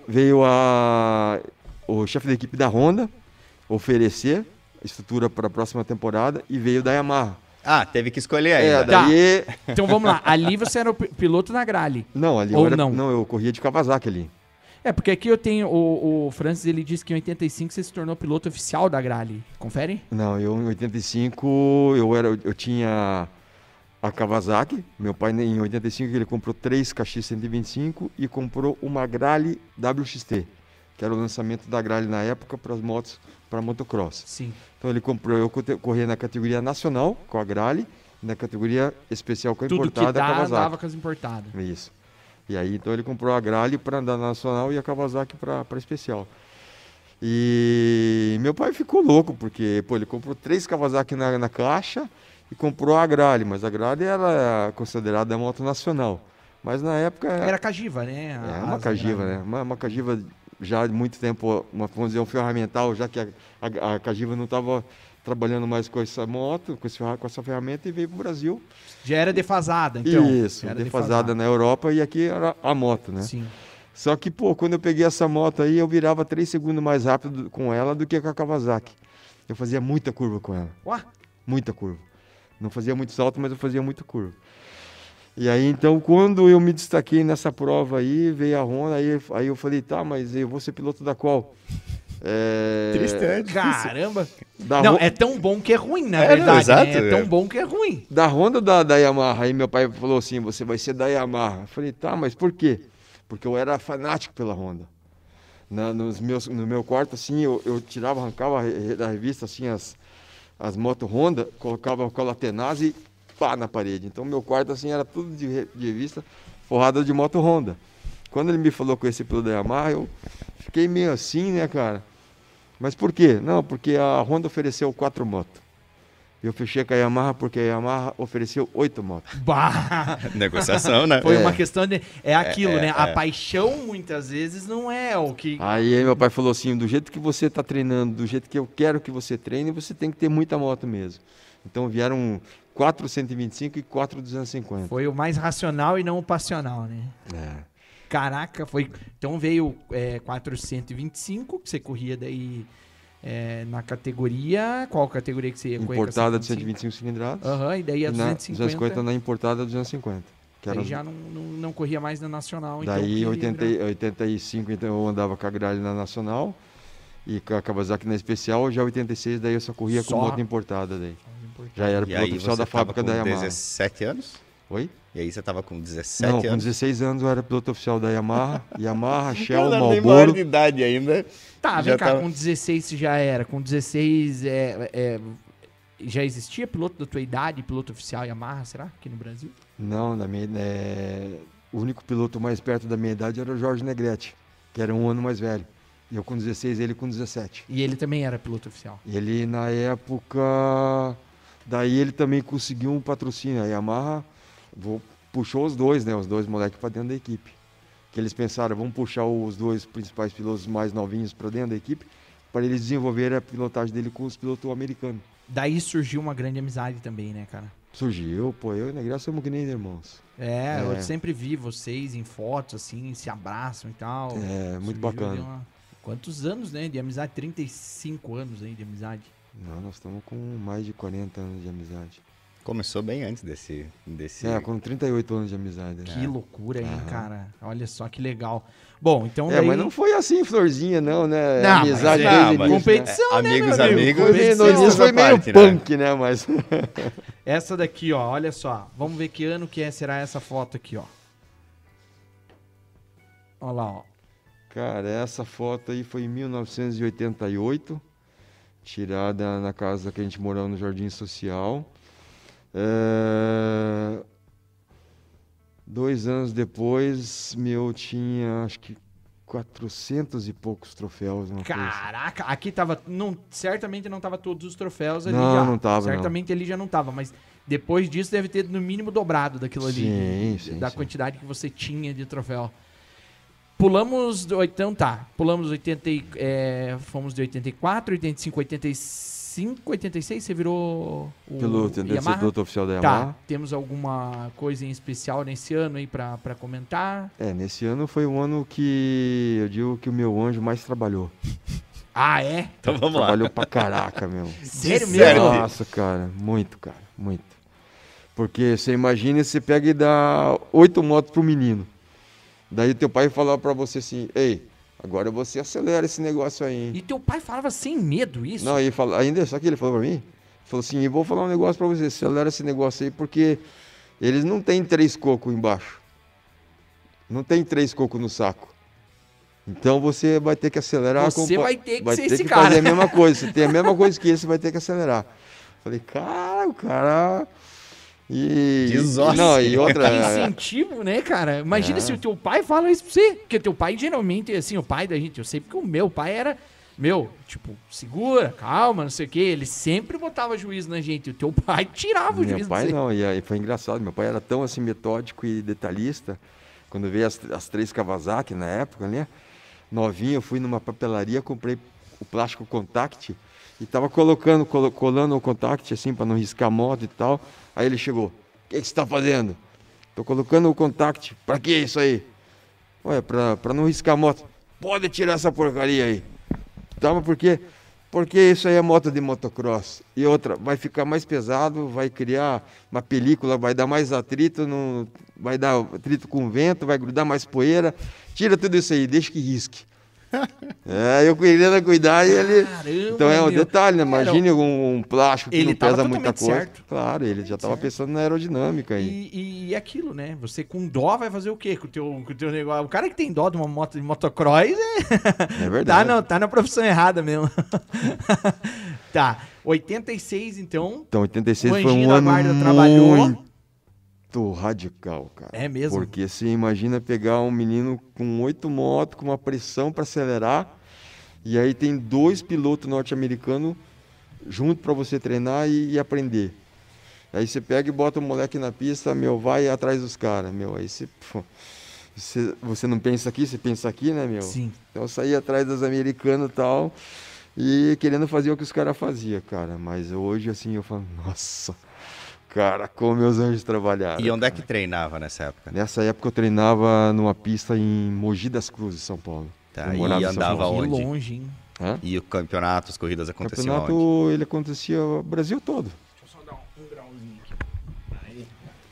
S3: o chefe da equipe da Honda oferecer a estrutura para a próxima temporada e veio da Yamaha.
S2: Ah, teve que escolher ainda.
S3: Daí...
S1: Então vamos lá, ali você era o piloto na Agrale.
S3: Não, ali eu corria de Kawasaki ali.
S1: Porque aqui eu tenho o Francis, ele disse que em 85 você se tornou piloto oficial da Agrale. Confere?
S3: Não, em 85 eu tinha a Kawasaki. Meu pai, em 85, ele comprou 3 KX 125 e comprou uma Grale WXT, que era o lançamento da Grale na época para as motos, para motocross.
S1: Sim.
S3: Então ele comprou, eu corria na categoria nacional com a Grale, na categoria especial com a
S1: Tudo
S3: importada
S1: que dá,
S3: Kawasaki.
S1: dava com as importadas.
S3: Isso. E aí então ele comprou a Grale para andar na nacional e a Kawasaki para especial. E meu pai ficou louco, porque ele comprou 3 Kawasaki na caixa e comprou a Grale, mas a Grale era considerada moto nacional. Mas na época...
S1: Era Cagiva, né?
S3: É uma Cagiva, né? Uma Cagiva já há muito tempo, vamos dizer, um ferramental, já que a Cagiva não estava trabalhando mais com essa moto, com essa ferramenta, e veio para o Brasil.
S1: Já era defasada, então.
S3: Isso,
S1: era
S3: defasada na Europa, e aqui era a moto, né?
S1: Sim.
S3: Só que, quando eu peguei essa moto aí, eu virava 3 segundos mais rápido com ela do que com a Kawasaki. Eu fazia muita curva com ela.
S1: Ué?
S3: Muita curva. Não fazia muito salto, mas eu fazia muita curva. E aí, então, quando eu me destaquei nessa prova aí, veio a Honda, aí eu falei, tá, mas eu vou ser piloto da qual?
S2: Tristante.
S1: Caramba.
S3: Da
S1: Não,
S3: Honda,
S1: é tão bom que é ruim, na verdade.
S2: exato,
S1: Né? É tão bom que é ruim.
S3: da Honda ou da Yamaha? Aí meu pai falou assim, você vai ser da Yamaha. Eu falei, tá, mas por quê? Porque eu era fanático pela Honda. No meu quarto, assim, eu tirava, arrancava da revista, assim, as motos Honda, colocava com a tenaz e pá na parede. Então meu quarto, assim, era tudo de revista, forrada de moto Honda. Quando ele me falou com esse piloto da Yamaha, eu fiquei meio assim, né, cara? Mas por quê? Não, porque a Honda ofereceu 4 motos. Eu fechei com a Yamaha porque a Yamaha ofereceu 8 motos.
S1: Bah!
S2: Negociação, né?
S1: Foi uma questão de... É aquilo, né? A paixão, muitas vezes, não é o que...
S3: Aí meu pai falou assim, do jeito que você está treinando, do jeito que eu quero que você treine, você tem que ter muita moto mesmo. Então vieram 4 125 e 4 250.
S1: Foi o mais racional e não o passional, né?
S3: É.
S1: Caraca, foi... Então veio 425, que você corria daí na categoria... Qual categoria que você ia correr?
S3: Importada de 125 cilindradas.
S1: Aham, e daí a
S3: E na
S1: 250...
S3: 250 na importada 250. Que era
S1: Aí já não corria mais na nacional.
S3: daí
S1: então,
S3: 85 então eu andava com a Grale na nacional e com a Kawasaki na especial. Já 86 daí eu só corria com
S1: Só?
S3: moto importada daí. Já era
S2: E
S3: piloto
S2: aí
S3: oficial
S2: você
S3: da
S2: tava
S3: fábrica
S2: com
S3: da Yamaha.
S2: 17 anos?
S3: Oi?
S2: E aí você tava com 17
S3: Não, com
S2: anos?
S3: 16 anos eu era piloto oficial da Yamaha. Yamaha, Shell,
S2: Não era nem maior
S3: Marlboro.
S2: de idade ainda.
S1: Tá,
S2: Já
S1: vem cá,
S2: tava-
S1: com 16 você já era. Com 16 já existia piloto da tua idade, piloto oficial Yamaha, será? Aqui no Brasil?
S3: Não, o único piloto mais perto da minha idade era o Jorge Negrete, que era um ano mais velho. Eu com 16, ele com 17.
S1: E ele também era piloto oficial.
S3: Ele, na época, daí ele também conseguiu um patrocínio. A Yamaha puxou os dois, né? Os dois moleques para dentro da equipe. Que eles pensaram, vamos puxar os 2 principais pilotos mais novinhos para dentro da equipe, para eles desenvolverem a pilotagem dele com os pilotos americanos.
S1: Daí surgiu uma grande amizade também, né, cara?
S3: Surgiu, eu e o Negrete somos que nem irmãos.
S1: Eu sempre vi vocês em fotos, assim, se abraçam e tal.
S3: É, muito
S1: Surgiu
S3: bacana.
S1: ali Quantos anos, né, de amizade? 35 anos aí de amizade.
S3: Não, nós estamos com mais de 40 anos de amizade.
S2: Começou bem antes desse...
S3: Com 38 anos de amizade. Né?
S1: Que loucura, hein, cara? Olha só que legal. Bom, então daí...
S3: mas não foi assim, florzinha, não, né?
S1: Não,
S3: amizade
S1: mas
S3: desde o
S2: mas-
S3: início,
S1: competição, né,
S2: amigos,
S1: meu amigo?
S2: amigos.
S3: Foi meio, no
S1: Competição.
S3: início foi meio
S2: parte, né?
S3: punk, né? Mas
S1: Essa daqui, ó, olha só. Vamos ver que ano que será essa foto aqui, ó. Olha lá, ó.
S3: cara, essa foto aí foi em 1988, tirada na casa que a gente morava no Jardim Social. 2 anos depois, eu tinha, acho que 400 e poucos troféus. Uma coisa assim.
S1: Caraca, aqui tava. Certamente não tava todos os troféus ali
S3: Não,
S1: já.
S3: não tava,
S1: Certamente ali já não tava, mas depois disso deve ter no mínimo dobrado daquilo ali.
S3: Sim,
S1: da
S3: sim.
S1: quantidade que você tinha de troféu. Pulamos. Então tá. Pulamos 80. Fomos de 84, 85, 85, 86. Você virou o
S3: Piloto,
S1: Yamaha?
S3: piloto oficial da
S1: Tá.
S3: Yamaha.
S1: Temos alguma coisa em especial nesse ano aí pra comentar?
S3: Nesse ano foi um ano que eu digo que o meu anjo mais trabalhou.
S1: Ah, é?
S2: Então vamos lá.
S3: Trabalhou pra caraca, meu.
S1: Sério
S2: Sério?
S1: mesmo?
S3: Nossa, cara, muito. Porque você imagina, você pega e dá 8 motos pro menino. Daí teu pai falava pra você assim, ei, agora você acelera esse negócio aí, hein?
S1: E teu pai falava sem medo isso?
S3: Não, sabe o que ele falou pra mim? Ele falou assim, eu vou falar um negócio pra você, acelera esse negócio aí, porque eles não têm 3 cocos embaixo. Não tem 3 cocos no saco. Então você vai ter que acelerar.
S1: Você vai ter que ser esse
S3: cara. Fazer
S1: cara.
S3: a mesma coisa. Você tem a mesma coisa que esse, vai ter que acelerar. Falei, cara, o cara...
S2: Desócio.
S3: E outra...
S1: Que incentivo, né, cara? Imagina se o teu pai fala isso pra você. Porque teu pai, geralmente, assim, o pai da gente, eu sei porque o meu pai era... tipo, segura, calma, não sei o quê. Ele sempre botava juízo na gente. O teu pai tirava o juízo.
S3: Meu pai não, e aí foi engraçado. Meu pai era tão assim metódico e detalhista. Quando veio as 3 Kawasaki na época, né? Novinho, eu fui numa papelaria, comprei o plástico contact e tava colando o contact assim para não riscar a moto e tal. Aí ele chegou: "O que você tá fazendo?" "Tô colocando o contact." "Pra que isso aí?" "Ué, pra não riscar a moto." "Pode tirar essa porcaria aí." "Tá, mas por quê?" "Porque isso aí é moto de motocross. E outra, vai ficar mais pesado, vai criar uma película, vai dar mais atrito, vai dar atrito com o vento, vai grudar mais poeira. Tira tudo isso aí, deixa que risque." Eu querendo cuidar e ele...
S1: Caramba,
S3: Então é um detalhe, né? Imagine um plástico que
S1: ele
S3: não pesa
S1: tava
S3: muita
S1: totalmente
S3: coisa.
S1: certo.
S3: Claro, ele já estava pensando na aerodinâmica aí.
S1: E aquilo, né? Você com dó vai fazer o quê com o teu negócio? O cara que tem dó de uma moto de motocross
S3: É verdade.
S1: tá na profissão errada mesmo. Tá. 86, então.
S3: Então, 86
S1: o
S3: foi
S1: Anjinho
S3: um
S1: da
S3: ano
S1: Guarda trabalhou.
S3: muito radical, cara.
S1: É mesmo?
S3: Porque você imagina pegar um menino com 8 motos, com uma pressão para acelerar, e aí tem 2 pilotos norte-americanos junto para você treinar e aprender. Aí você pega e bota o moleque na pista, vai atrás dos caras, aí você não pensa aqui, você pensa aqui, né,
S1: Sim.
S3: Então eu saí atrás dos americanos e tal, e querendo fazer o que os caras faziam, cara. Mas hoje, assim, eu falo, nossa... Cara, como meus anjos trabalharam.
S2: E onde é que treinava nessa época?
S3: Nessa época eu treinava numa pista em Mogi das Cruzes, São Paulo.
S2: Tá,
S3: Eu morava
S2: e
S3: em São
S2: andava
S3: Paulo.
S1: Que
S2: onde?
S1: longe, hein?
S3: Hã?
S2: E o campeonato, as corridas
S3: O
S2: aconteciam onde?
S3: campeonato, ele acontecia o Brasil todo.
S1: Deixa eu só dar um grauzinho aqui. Aí.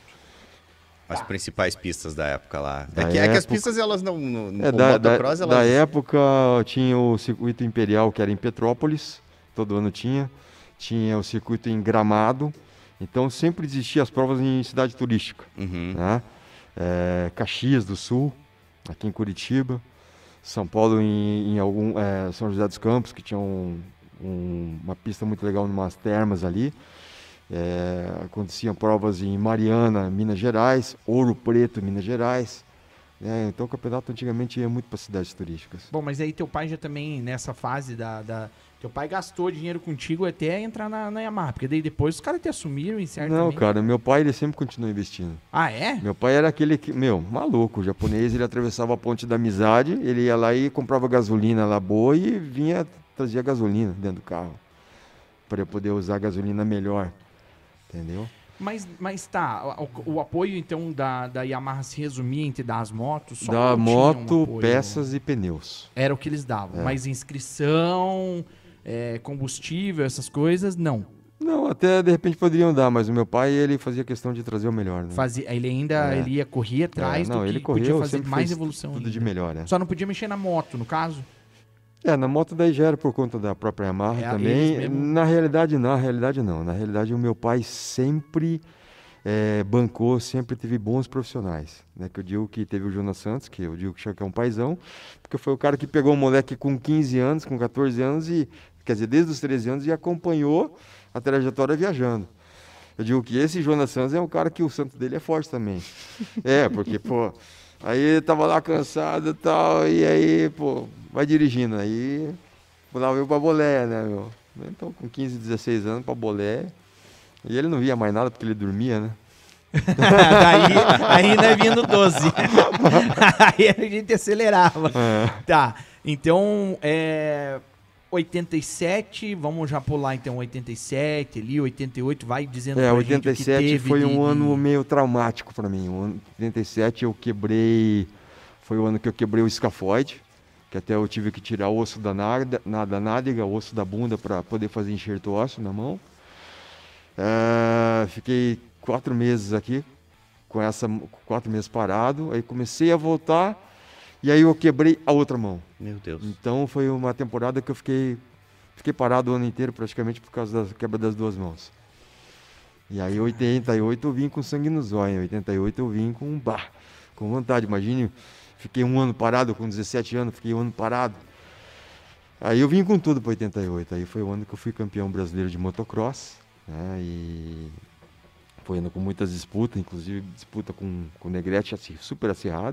S2: As principais pistas da época lá.
S3: Da
S2: É que as
S3: época-
S2: pistas, elas não... No
S3: Da
S2: motocross, elas...
S3: época tinha o circuito Imperial, que era em Petrópolis, todo ano tinha. Tinha o circuito em Gramado. Então sempre existiam as provas em cidade turística.
S2: Uhum.
S3: Né? Caxias do Sul, aqui em Curitiba. São Paulo em São José dos Campos, que tinha uma pista muito legal, umas termas ali. Aconteciam provas em Mariana, Minas Gerais, Ouro Preto, Minas Gerais. Então o campeonato antigamente ia muito para cidades turísticas.
S1: Bom, mas aí teu pai já também, nessa fase teu pai gastou dinheiro contigo até entrar na Yamaha, porque daí depois os caras te assumiram em certo
S3: Não, cara, meu pai ele sempre continuou investindo.
S1: Ah, é?
S3: Meu pai era aquele que, maluco, o japonês, ele atravessava a ponte da amizade, ele ia lá e comprava gasolina lá boa e trazia gasolina dentro do carro, para eu poder usar a gasolina melhor, entendeu?
S1: Mas tá, o apoio então da Yamaha se resumia entre dar as motos? Só
S3: Da
S1: ou tinha um
S3: moto,
S1: apoio?
S3: peças e pneus.
S1: Era o que eles davam, mas inscrição, combustível, essas coisas, não.
S3: Não, até de repente poderiam dar, mas o meu pai, ele fazia questão de trazer o melhor, né?
S1: Ele ainda ele ia correr atrás do
S3: ele
S1: que podia fazer
S3: sempre
S1: mais
S3: fez
S1: evolução
S3: tudo
S1: ainda.
S3: de melhor, né?
S1: Só não podia mexer na moto, no caso?
S3: Na moto daí já era por conta da própria Yamaha
S1: Eles
S3: também.
S1: mesmo-
S3: Na realidade não. Na realidade o meu pai sempre bancou, sempre teve bons profissionais. Né? Que eu digo que teve o Jonas Santos, que eu digo que é um paizão, porque foi o cara que pegou um moleque com 15 anos, com 14 anos, quer dizer, desde os 13 anos, e acompanhou a trajetória viajando. Eu digo que esse Jonas Santos é um cara que o santo dele é forte também. Porque, aí ele tava lá cansado e tal, e aí, vai dirigindo. Aí, lá veio pra boleia, né, meu? Então, com 15, 16 anos, pra boleia. E ele não via mais nada porque ele dormia, né?
S1: Aí né, vindo 12. Aí a gente acelerava. Tá, então, 87, vamos já pular então 87 ali, 88, vai dizendo pra gente o que
S3: 87
S1: teve
S3: foi um ano meio traumático para mim. O ano 87 foi o ano que eu quebrei o escafoide, que até eu tive que tirar o osso da nádega, o osso da bunda para poder fazer enxerto ósseo na mão. Fiquei 4 meses aqui, 4 meses parado, aí comecei a voltar e aí eu quebrei a outra mão.
S2: Meu Deus.
S3: Então foi uma temporada que eu fiquei parado o ano inteiro praticamente por causa da quebra das 2 mãos. E aí, em 88, eu vim com sangue nos olhos. Em 88, eu vim com vontade. Imagine, fiquei um ano parado, com 17 anos, fiquei um ano parado. Aí eu vim com tudo para 88. Aí foi o ano que eu fui campeão brasileiro de motocross, né? E foi ano com muitas disputas, inclusive disputa com o Negrete super acirrado.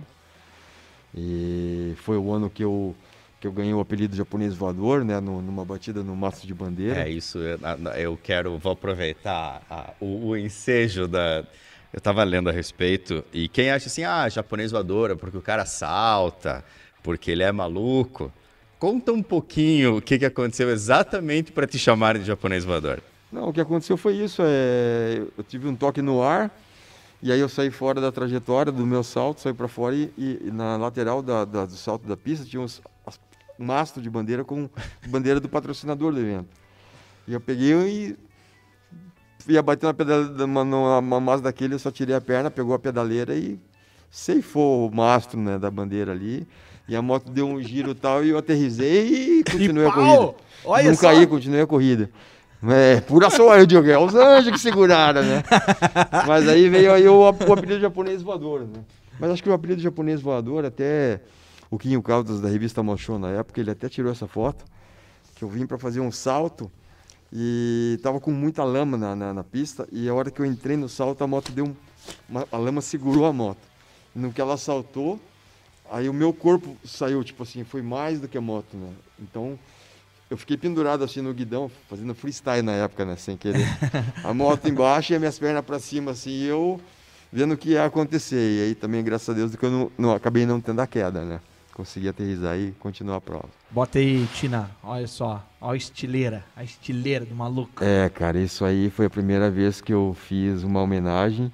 S3: E foi o ano que eu ganhei o apelido japonês voador, né? Numa batida no mastro de bandeira.
S2: Isso, vou aproveitar o ensejo da... Eu estava lendo a respeito, e quem acha assim, japonês voador é porque o cara salta, porque ele é maluco. Conta um pouquinho o que aconteceu exatamente para te chamarem de japonês voador.
S3: Não, o que aconteceu foi isso, eu tive um toque no ar, e aí eu saí fora da trajetória do meu salto, saí para fora e na lateral do salto da pista tinha um mastro de bandeira com bandeira do patrocinador do evento. E eu peguei e ia bater numa massa daquele, eu só tirei a perna, pegou a pedaleira e ceifou o mastro, né, da bandeira ali. E a moto deu um giro e tal, e eu aterrisei e continuei a corrida.
S1: Olha
S3: Não
S1: só.
S3: caí, continuei a corrida. Pura sorte, eu digo, é os anjos que seguraram, né? Mas aí veio aí o apelido japonês voador, né? Mas acho que o apelido japonês voador, até o Quinho Caldas da revista Moshon na época, ele até tirou essa foto, que eu vim para fazer um salto e tava com muita lama na pista, e a hora que eu entrei no salto, a moto deu a lama segurou a moto. E no que ela saltou, aí o meu corpo saiu, tipo assim, foi mais do que a moto, né? Então, eu fiquei pendurado assim no guidão, fazendo freestyle na época, né? Sem querer. A moto embaixo e as minhas pernas pra cima, assim, e eu vendo o que ia acontecer. E aí também, graças a Deus, que eu acabei não tendo a queda, né? Consegui aterrissar e continuar a prova.
S1: Bota aí, Tina, olha só, olha a estileira do maluco.
S3: Cara, isso aí foi a primeira vez que eu fiz uma homenagem.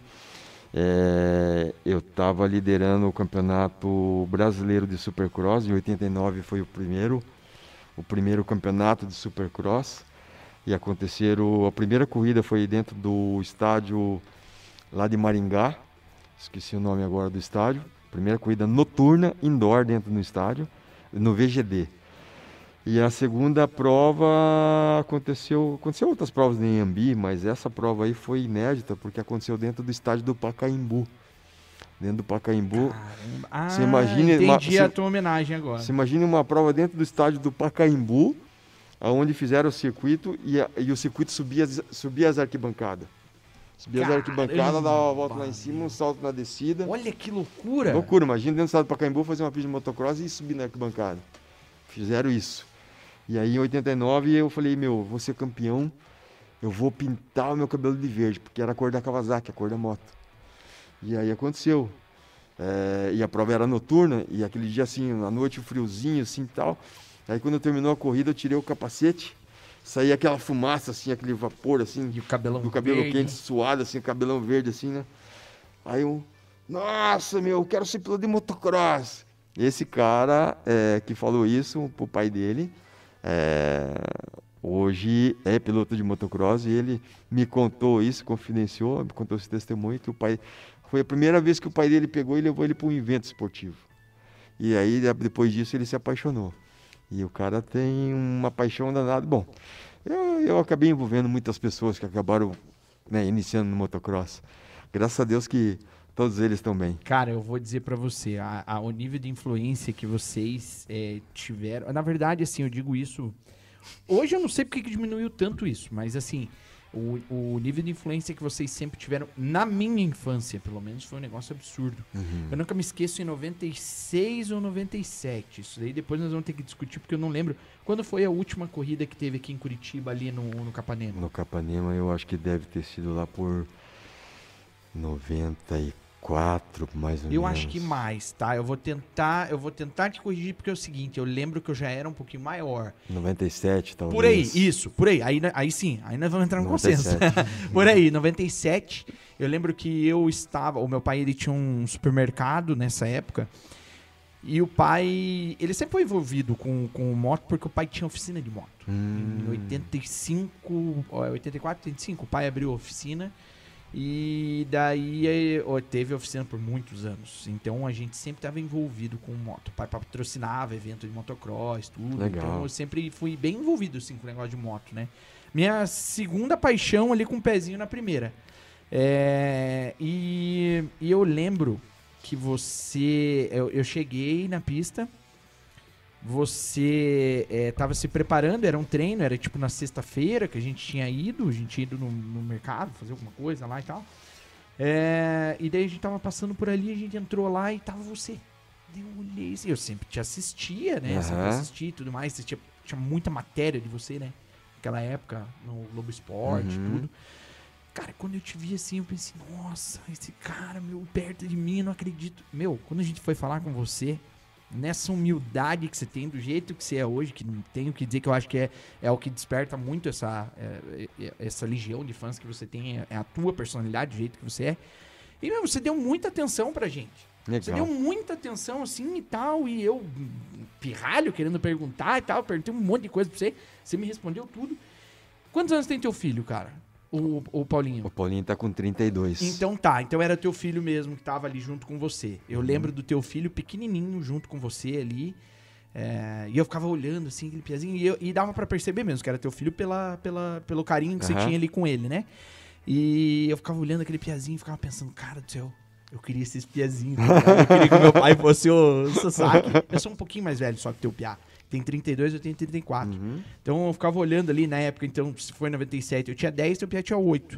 S3: Eu estava liderando o campeonato brasileiro de Supercross, em 89 foi o primeiro campeonato de Supercross, e a primeira corrida foi dentro do estádio lá de Maringá, esqueci o nome agora do estádio, primeira corrida noturna, indoor dentro do estádio, no VGD. E a segunda prova aconteceu outras provas em Anhembi, mas essa prova aí foi inédita porque aconteceu dentro do estádio do Pacaembu. Dentro do Pacaembu.
S1: Caramba.
S3: Você imagina
S1: entendi a tua homenagem agora.
S3: Você imagina uma prova dentro do estádio do Pacaembu, onde fizeram o circuito e o circuito subia as arquibancadas. Subia as arquibancadas, dava uma volta lá em cima, um salto na descida.
S1: Olha que loucura!
S3: Loucura, imagina dentro do estádio do Pacaembu fazer uma pista de motocross e subir na arquibancada. Fizeram isso. E aí em 89 eu falei, vou ser campeão, eu vou pintar o meu cabelo de verde, porque era a cor da Kawasaki, a cor da moto. E aí aconteceu. E a prova era noturna, e aquele dia assim, à noite, o friozinho assim e tal. Aí quando terminou a corrida, eu tirei o capacete, saía aquela fumaça assim, aquele vapor assim,
S1: E o cabelão
S3: do cabelo
S1: verde.
S3: quente, suado assim, cabelão verde assim, né? Aí eu, nossa, eu quero ser piloto de motocross. Esse cara que falou isso pro pai dele, hoje é piloto de motocross, e ele me contou isso, confidenciou, me contou esse testemunho, que o pai... Foi a primeira vez que o pai dele pegou e levou ele para um evento esportivo. E aí, depois disso, ele se apaixonou. E o cara tem uma paixão danada. Bom, eu acabei envolvendo muitas pessoas que acabaram, né, iniciando no motocross. Graças a Deus que todos eles estão bem.
S1: Cara, eu vou dizer pra você, o nível de influência que vocês tiveram... Na verdade, assim, eu digo isso... Hoje eu não sei porque que diminuiu tanto isso, mas assim... O nível de influência que vocês sempre tiveram, na minha infância, pelo menos, foi um negócio absurdo.
S3: Uhum.
S1: Eu nunca me esqueço em 96 ou 97. Isso daí depois nós vamos ter que discutir, porque eu não lembro. Quando foi a última corrida que teve aqui em Curitiba, ali no Capanema?
S3: No Capanema, eu acho que deve ter sido lá por 94, mais ou menos.
S1: Eu acho que mais, tá? Eu vou tentar te corrigir, porque é o seguinte, eu lembro que eu já era um pouquinho maior.
S3: 97, talvez.
S1: Por aí, isso, por aí. Aí sim, aí nós vamos entrar no consenso. Por aí, 97, eu lembro que o meu pai, ele tinha um supermercado nessa época, e o pai, ele sempre foi envolvido com moto, porque o pai tinha oficina de moto. Em 84, 85, o pai abriu a oficina, E daí teve oficina por muitos anos. Então a gente sempre estava envolvido com moto. O pai patrocinava evento de motocross, tudo.
S3: Legal.
S1: Então eu sempre fui bem envolvido assim, com o negócio de moto, né? Minha segunda paixão ali com o pezinho na primeira. E eu lembro que eu cheguei na pista, você tava se preparando, era um treino, era tipo na sexta-feira que a gente tinha ido no mercado fazer alguma coisa lá e tal. E daí a gente tava passando por ali, a gente entrou lá e tava você. Daí eu olhei assim, eu sempre te assistia, né? Sempre assisti e tudo mais, tinha muita matéria de você, né? Naquela época, no Globo Esporte e tudo. Cara, quando eu te vi assim, eu pensei, nossa, esse cara, meu, perto de mim, eu não acredito. Meu, quando a gente foi falar com você, nessa humildade que você tem, do jeito que você é hoje, que não tenho que dizer que eu acho que é o que desperta muito essa legião de fãs que você tem, é a tua personalidade, do jeito que você é. E, meu, você deu muita atenção pra gente.
S3: Legal.
S1: Você deu muita atenção, assim, e tal, e eu, pirralho, querendo perguntar e tal, perguntei um monte de coisa pra você, você me respondeu tudo. Quantos anos tem teu filho, cara? O Paulinho?
S3: O Paulinho tá com 32.
S1: Então então era teu filho mesmo que tava ali junto com você. Eu lembro do teu filho pequenininho junto com você ali, e eu ficava olhando assim, aquele piazinho, e dava pra perceber mesmo que era teu filho pelo carinho que você tinha ali com ele, né? E eu ficava olhando aquele piazinho e ficava pensando, cara do céu, eu queria esses piazinhos, tá? Eu queria que meu pai fosse o Sasaki. Eu sou um pouquinho mais velho só que teu piá. Tem 32, eu tenho 34. Então eu ficava olhando ali na época, então se foi em 97, eu tinha 10, teu piá tinha 8.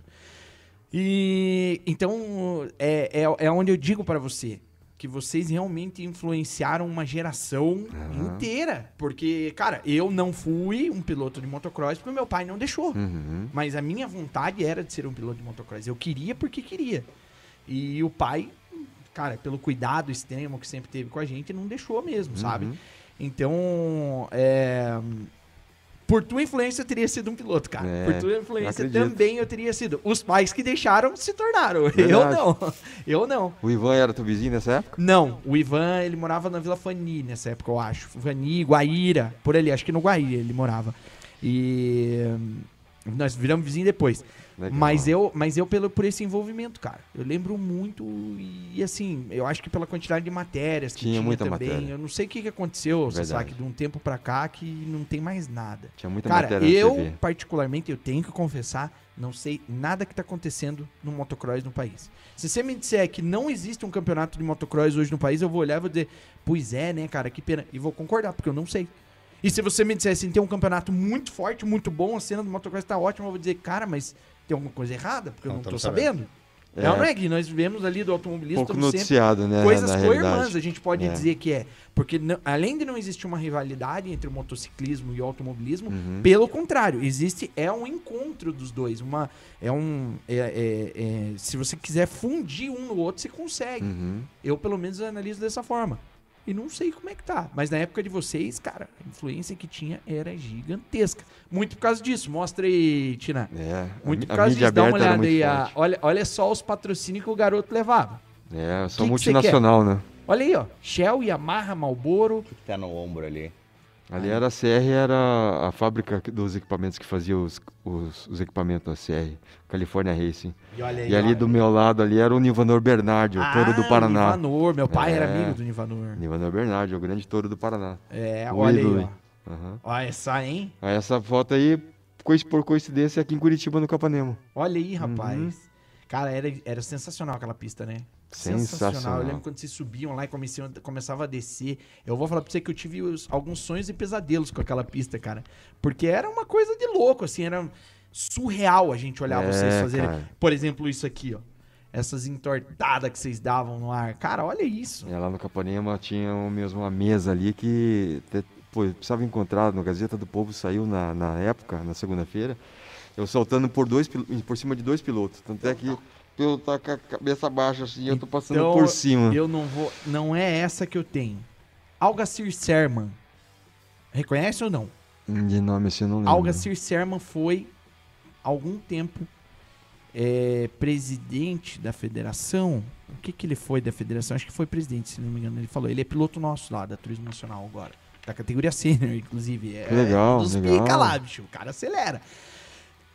S1: E então é onde eu digo pra você que vocês realmente influenciaram uma geração inteira. Porque, cara, eu não fui um piloto de motocross porque meu pai não deixou. Mas a minha vontade era de ser um piloto de motocross. Eu queria porque queria. E o pai, cara, pelo cuidado extremo que sempre teve com a gente, não deixou mesmo, sabe? Então, por tua influência eu teria sido um piloto, cara. Por tua influência também eu teria sido. Os pais que deixaram se tornaram. Eu não.
S3: O Ivan era teu vizinho nessa época?
S1: Não, o Ivan, ele morava na Vila Fani nessa época, eu acho. Fani, Guaíra, por ali, acho que no Guaíra ele morava. E nós viramos vizinho depois.
S3: Legal.
S1: Mas eu por esse envolvimento, cara. Eu lembro muito e assim, eu acho que pela quantidade de matérias que tinha
S3: muita
S1: também.
S3: matéria.
S1: Eu não sei o que aconteceu, você sabe, de um tempo pra cá que não tem mais nada.
S3: Tinha muita
S1: cara,
S3: matéria na
S1: eu
S3: TV.
S1: particularmente, eu tenho que confessar, não sei nada que tá acontecendo no motocross no país. Se você me disser que não existe um campeonato de motocross hoje no país, eu vou olhar e vou dizer, pois é, né, cara, que pena. E vou concordar, porque eu não sei. E se você me disser assim, tem um campeonato muito forte, muito bom, a cena do motocross tá ótima, eu vou dizer, cara, mas tem alguma coisa errada, porque eu não tô sabendo. Não é que nós vivemos ali do automobilismo,
S3: pouco noticiado, né?
S1: Coisas
S3: na
S1: co-irmãs,
S3: realidade.
S1: a gente pode dizer que é. Porque além de não existir uma rivalidade entre o motociclismo e o automobilismo, pelo contrário, existe um encontro dos dois. Se você quiser fundir um no outro, você consegue. Eu, pelo menos, analiso dessa forma. E não sei como é que tá. Mas na época de vocês, cara, a influência que tinha era gigantesca. Muito por causa disso. Mostra aí, Tina. Muito por causa disso. Dá uma olhada aí. Olha só os patrocínios que o garoto levava.
S3: Eu sou multinacional, né?
S1: Olha aí, ó. Shell, Yamaha, Marlboro.
S2: O que tá no ombro ali?
S3: Ali era a CR, era a fábrica dos equipamentos que fazia os equipamentos da CR, California Racing. E ali do meu lado ali era o Nivanor Bernardi, o touro do Paraná.
S1: Nivanor, meu pai era amigo do Nivanor.
S3: Nivanor Bernardi, o grande touro do Paraná.
S1: Olha aí, ó. Olha essa, hein?
S3: Essa foto aí, por coincidência, aqui em Curitiba, no Capanema.
S1: Olha aí, rapaz. Cara, era sensacional aquela pista, né? Sensacional. Eu lembro quando vocês subiam lá e começava a descer. Eu vou falar pra você que eu tive alguns sonhos e pesadelos com aquela pista, cara. Porque era uma coisa de louco, assim, era surreal a gente olhar vocês fazerem. Cara. Por exemplo, isso aqui, ó. Essas entortadas que vocês davam no ar. Cara, olha isso.
S3: Lá no Capanema tinha mesmo uma mesa ali que precisava encontrar no Gazeta do Povo, saiu na época, na segunda-feira. Eu saltando por cima de 2 pilotos. Tanto é que eu tô com a cabeça baixa assim, eu tô passando por cima.
S1: Eu não vou. Não é essa que eu tenho. Algacir Serman. Reconhece ou não?
S3: De nome assim eu não lembro.
S1: Algacir Serman foi, algum tempo, presidente da federação. O que ele foi da federação? Acho que foi presidente, se não me engano. Ele falou. Ele é piloto nosso lá, da Turismo Nacional agora. Da categoria sênior, inclusive.
S3: Legal,
S1: dos
S3: legal.
S1: pica lá, bicho. O cara acelera.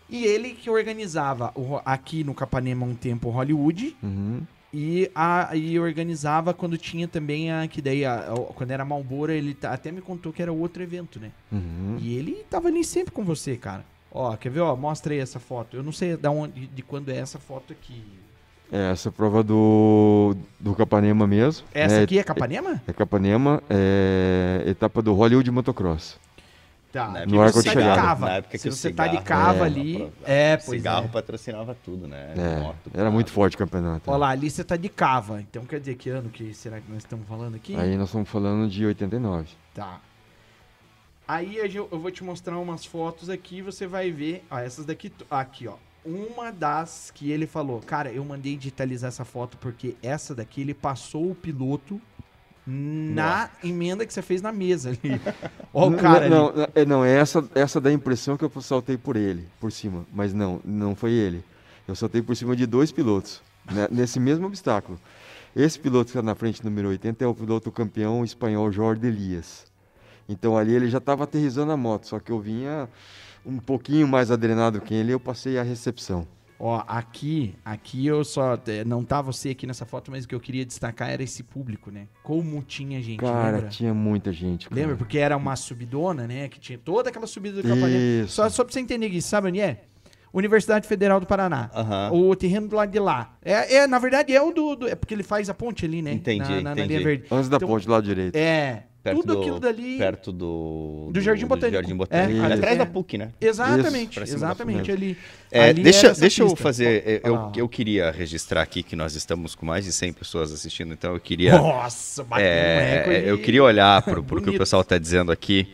S1: E ele que organizava aqui no Capanema um tempo o Hollywood
S3: Uhum.
S1: e organizava quando tinha também quando era Marlboro, ele até me contou que era outro evento, né?
S3: Uhum.
S1: E ele tava ali sempre com você, cara. Ó, quer ver? Ó, mostra aí essa foto. Eu não sei de quando é essa foto aqui.
S3: Essa prova do Capanema mesmo.
S1: Essa
S3: né?
S1: aqui é Capanema?
S3: É Capanema, etapa do Hollywood Motocross.
S1: Tá.
S2: Na
S3: No ar
S1: Se
S3: quando
S1: você tá de
S3: chegava.
S1: cava,
S2: Na época que
S1: se
S2: o
S1: você tá de
S2: cigarro-
S1: cava
S3: É.
S1: ali... pois
S2: Cigarro
S1: é.
S2: patrocinava tudo, né?
S3: É,
S2: Moto,
S3: era muito forte o campeonato.
S1: Ó lá, ali você tá de cava. Então quer dizer, que ano que será que nós estamos falando aqui?
S3: Aí nós estamos falando de 89.
S1: Tá. Aí eu vou te mostrar umas fotos aqui, você vai ver. Ó, essas daqui. Aqui, ó. Uma das que ele falou, cara, eu mandei digitalizar essa foto porque essa daqui ele passou o piloto na emenda que você fez na mesa ali. Ó o cara ali.
S3: Não, essa dá a impressão que eu saltei por ele, por cima. Mas não foi ele. Eu saltei por cima de 2 pilotos, né, nesse mesmo obstáculo. Esse piloto que está na frente, número 80, é o piloto campeão espanhol Jorge Elias. Então ali ele já estava aterrissando a moto, só que eu vinha um pouquinho mais adrenado que ele, eu passei a recepção.
S1: Ó, aqui eu só... Não tá você aqui nessa foto, mas o que eu queria destacar era esse público, né? Como tinha gente,
S3: Cara,
S1: lembra?
S3: tinha muita gente. Cara.
S1: Lembra? Porque era uma subidona, né? Que tinha toda aquela subida do Capanema.
S3: Isso.
S1: Só pra você entender isso, sabe onde é? Universidade Federal do Paraná.
S2: Aham.
S1: O terreno do lado de lá. Na verdade, é o é porque ele faz a ponte ali, né?
S2: Entendi,
S1: Na
S2: entendi.
S1: linha verde.
S3: Antes da
S1: Então,
S3: ponte do lado direito.
S1: Tudo aquilo dali...
S2: Perto do
S1: Jardim Botânico.
S2: Jardim Botânico.
S1: É,
S2: Atrás
S1: é.
S2: da PUC, né?
S1: Exatamente,
S2: Pra cima da
S1: exatamente. Ali
S2: Deixa
S1: era essa
S2: eu
S1: pista.
S2: fazer.
S1: Ó lá, ó.
S2: Eu queria registrar aqui que nós estamos com mais de 100 pessoas assistindo, então eu queria.
S1: Nossa, bateu um recorde.
S2: Eu queria olhar pro que o
S1: Bonito.
S2: pessoal está dizendo aqui.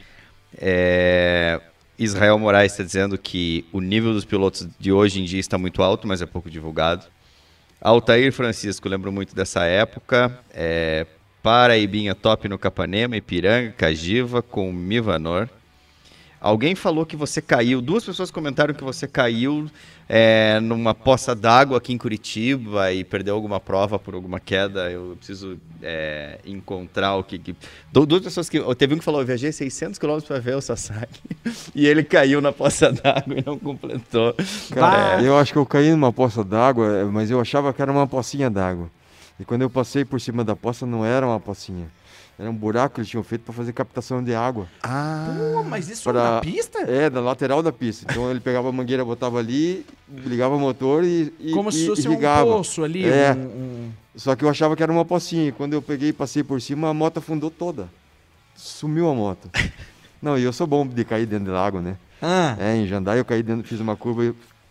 S2: Israel Moraes está dizendo que o nível dos pilotos de hoje em dia está muito alto, mas é pouco divulgado. Altair Francisco, lembro muito dessa época. Paraibinha top no Capanema, Ipiranga, Cagiva com Mivanor. Alguém falou que você caiu, 2 pessoas comentaram que você caiu numa poça d'água aqui em Curitiba e perdeu alguma prova por alguma queda. Eu preciso encontrar o que... 2 pessoas que... Teve um que falou, eu viajei 600 km para ver o Sasaki e ele caiu na poça d'água e não completou.
S3: Cara, eu acho que eu caí numa poça d'água, mas eu achava que era uma pocinha d'água. E quando eu passei por cima da poça, não era uma pocinha. Era um buraco que eles tinham feito para fazer captação de água.
S1: Pô, mas isso na pista?
S3: Da lateral da pista. Então ele pegava a mangueira, botava ali, ligava o motor e
S1: Como se fosse
S3: irrigava.
S1: um poço ali.
S3: Só que eu achava que era uma pocinha. E quando eu peguei e passei por cima, a moto afundou toda. Sumiu a moto. Não, e eu sou bom de cair dentro do lago, né? Em Jandai eu caí dentro, fiz uma curva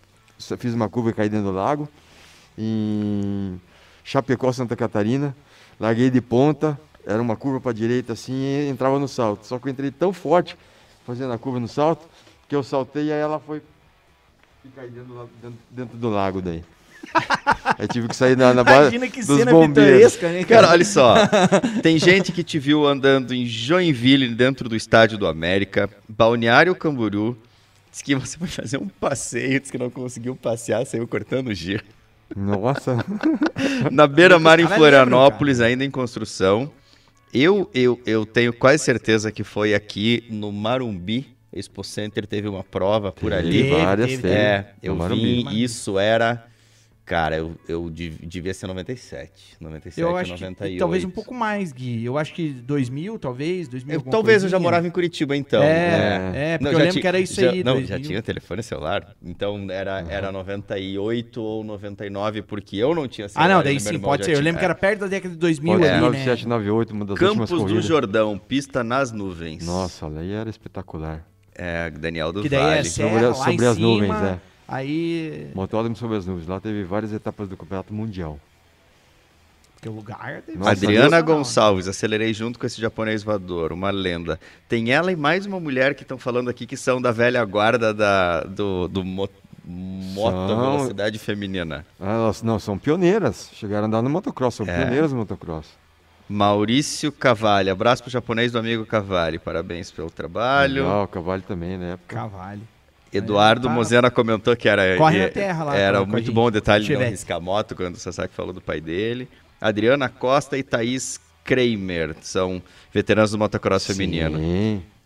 S3: e caí dentro do lago. Em Chapecó, Santa Catarina, larguei de ponta. Era uma curva para a direita assim e entrava no salto. Só que eu entrei tão forte fazendo a curva no salto que eu saltei e aí ela foi e caí dentro do lago daí. Aí tive que sair na base
S1: Imagina que
S3: dos
S1: cena
S3: bombeiros.
S1: pitoresca, né,
S2: Cara, olha só. Tem gente que te viu andando em Joinville, dentro do Estádio do América, Balneário Camboriú. Diz que você foi fazer um passeio, diz que não conseguiu passear, saiu cortando o giro.
S3: Nossa.
S2: Na beira-mar em
S1: Cara,
S2: Florianópolis, ainda em construção. Eu tenho quase certeza que foi aqui no Marumbi, Expo Center, teve uma prova por ali.
S1: Teve.
S2: Eu
S3: No
S2: vim,
S1: Marumbi.
S2: isso era... Cara, eu devia ser 97, 97,
S1: Eu acho
S2: 98.
S1: que talvez um pouco mais, Gui. Eu acho que 2000, talvez, 2000 alguma
S2: Talvez eu já
S1: coisinha.
S2: morava em Curitiba, então.
S1: Porque eu lembro que era isso aí.
S2: Não,
S1: 2000.
S2: já tinha telefone celular. Então era 98 ou 99, porque eu não tinha celular.
S1: Não, daí
S2: meu
S1: sim,
S2: irmão
S1: pode
S2: já
S1: ser. Eu
S2: tinha.
S1: lembro que era perto da década de 2000
S3: Pode
S1: ali,
S3: ser
S1: né?
S3: 97, 98, uma das
S2: Campos
S3: últimas
S2: do
S3: corridas.
S2: Jordão, pista nas nuvens.
S3: Nossa, ali era espetacular.
S2: Daniel do
S1: Que daí
S2: Vale.
S1: é serra, lá
S3: sobre
S1: em
S3: as
S1: cima,
S3: nuvens,
S1: Aí...
S3: Motódromo sobre as nuvens. Lá teve várias etapas do Campeonato Mundial.
S1: Porque o lugar... deve
S3: Nossa,
S1: ser
S2: Adriana
S1: sensacional.
S2: Gonçalves, acelerei junto com esse japonês voador, uma lenda. Tem ela e mais uma mulher que estão falando aqui que são da velha guarda do moto velocidade feminina.
S3: Elas não, são pioneiras. Chegaram a andar no motocross, são pioneiras no motocross.
S2: Maurício Cavalli, abraço pro japonês do amigo Cavalli, parabéns pelo trabalho.
S3: Legal, Cavalli também, na época.
S1: Cavalho.
S2: Eduardo
S1: Tá.
S2: Mozena comentou que era
S1: Corre na terra lá,
S2: era
S1: com a
S2: muito
S1: gente.
S2: bom o detalhe de não
S1: Chevette.
S2: riscar moto quando o Sasaki falou do pai dele. Adriana Costa e Thaís Kramer são veteranos do motocross feminino.
S3: Sim.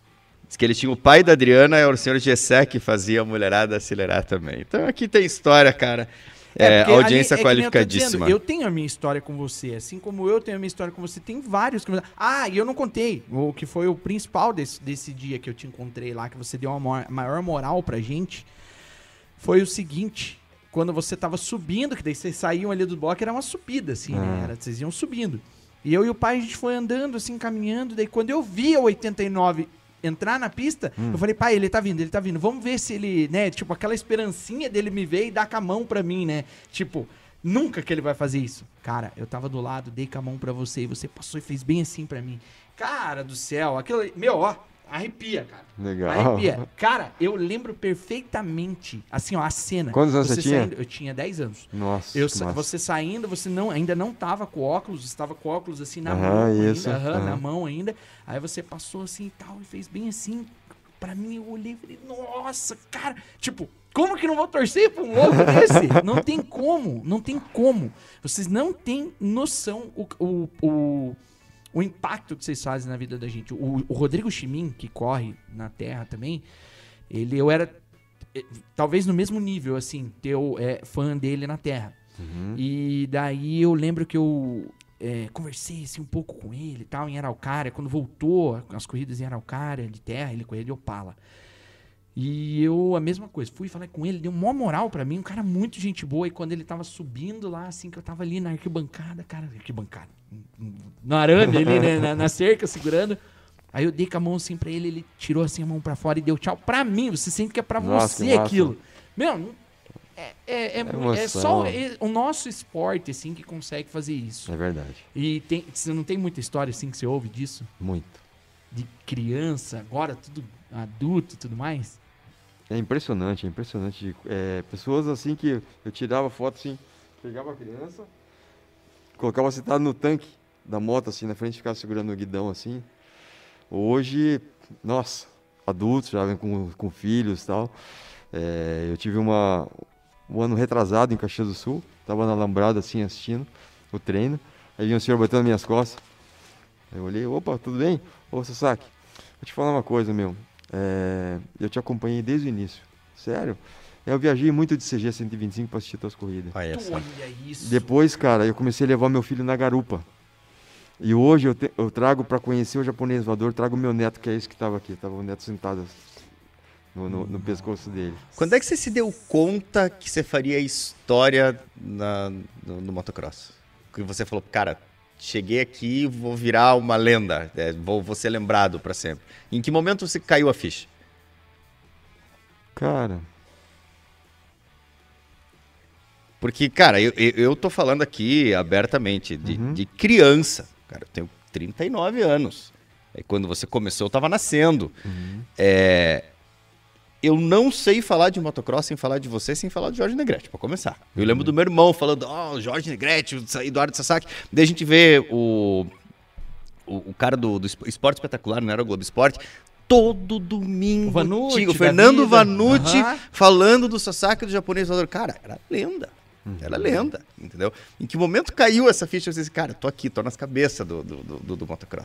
S2: Diz que ele tinha o pai da Adriana, era o senhor Gessé que fazia a mulherada acelerar também. Então aqui tem história, cara.
S1: Porque
S2: Audiência
S1: ali,
S2: qualificadíssima.
S1: Eu tenho a minha história com você, assim como eu tenho a minha história com você, tem vários. E eu não contei o que foi o principal desse dia que eu te encontrei lá, que você deu uma maior moral pra gente. Foi o seguinte, quando você tava subindo, que daí vocês saíam ali do bloco, era uma subida, assim, né? Vocês iam subindo. E eu e o pai, a gente foi andando, assim, caminhando, daí quando eu vi a 89 entrar na pista, eu falei, pai, ele tá vindo, vamos ver se ele, né, tipo, aquela esperancinha dele me ver e dar com a mão pra mim, né, tipo, nunca que ele vai fazer isso. Cara, eu tava do lado, dei com a mão pra você e você passou e fez bem assim pra mim. Cara do céu, aquilo, arrepia, cara.
S3: Legal.
S1: Arrepia. Cara, eu lembro perfeitamente, assim, ó, a cena.
S3: Quantos anos você tinha?
S1: Eu tinha 10 anos.
S3: Nossa,
S1: Você saindo, você ainda não tava com óculos, estava com óculos assim na mão
S3: isso.
S1: ainda, na mão ainda. Aí você passou assim e tal, e fez bem assim. Pra mim, eu olhei e falei, nossa, cara, tipo, como que não vou torcer pra um louco desse? Não tem como. Vocês não têm noção o impacto que vocês fazem na vida da gente. O Rodrigo Chimin, que corre na terra também, eu era talvez no mesmo nível, assim, fã dele na terra. E daí eu lembro que eu conversei assim, um pouco com ele e tal, em Araucária, quando voltou as corridas em Araucária, de terra, ele corria de Opala. E eu, a mesma coisa, fui falar com ele, deu maior moral pra mim, um cara muito gente boa, e quando ele tava subindo lá, assim, que eu tava ali na arquibancada, no arame ali, né, na cerca, segurando, aí eu dei com a mão assim pra ele tirou assim a mão pra fora e deu tchau pra mim, você sente que é pra você aquilo. Meu, é só o nosso esporte, assim, que consegue fazer isso.
S3: É verdade.
S1: E você não tem muita história, assim, que você ouve disso?
S3: Muito.
S1: De criança, agora tudo adulto e tudo mais?
S3: É impressionante. Pessoas assim que eu tirava foto assim, pegava a criança, colocava sentado no tanque da moto assim na frente, ficava segurando o guidão assim. Hoje, nossa, adultos já vêm com filhos e tal. Eu tive um ano retrasado em Caxias do Sul, tava na Alambrada assim assistindo o treino, aí vinha um senhor batendo nas minhas costas. Eu olhei, opa, tudo bem? Ô, Sasaki, vou te falar uma coisa, meu. Eu te acompanhei desde o início. Sério? Eu viajei muito de CG 125 para assistir tuas corridas.
S1: Olha isso.
S3: Depois, cara, eu comecei a levar meu filho na garupa. E hoje eu trago para conhecer o japonês voador, trago meu neto, que é esse que estava aqui. Tava o neto sentado no pescoço dele.
S2: Quando é que você se deu conta que você faria história no motocross? Que você falou, cara, cheguei aqui, vou virar uma lenda, vou ser lembrado para sempre. Em que momento você caiu a ficha?
S3: Cara...
S2: Porque, cara, eu tô falando aqui abertamente de criança. Cara, eu tenho 39 anos. Quando você começou, eu tava nascendo. Eu não sei falar de motocross sem falar de você, sem falar de Jorge Negrete, para começar. Eu lembro do meu irmão falando, Jorge Negrete, Eduardo Sasaki. Daí a gente vê o cara do Esporte Espetacular, não era o Globo Esporte, todo domingo. O Fernando Vanucci falando do Sasaki, do japonês voador. Cara, era lenda. Era lenda, entendeu? Em que momento caiu essa ficha? Você disse, cara, tô aqui, tô nas cabeças do motocross.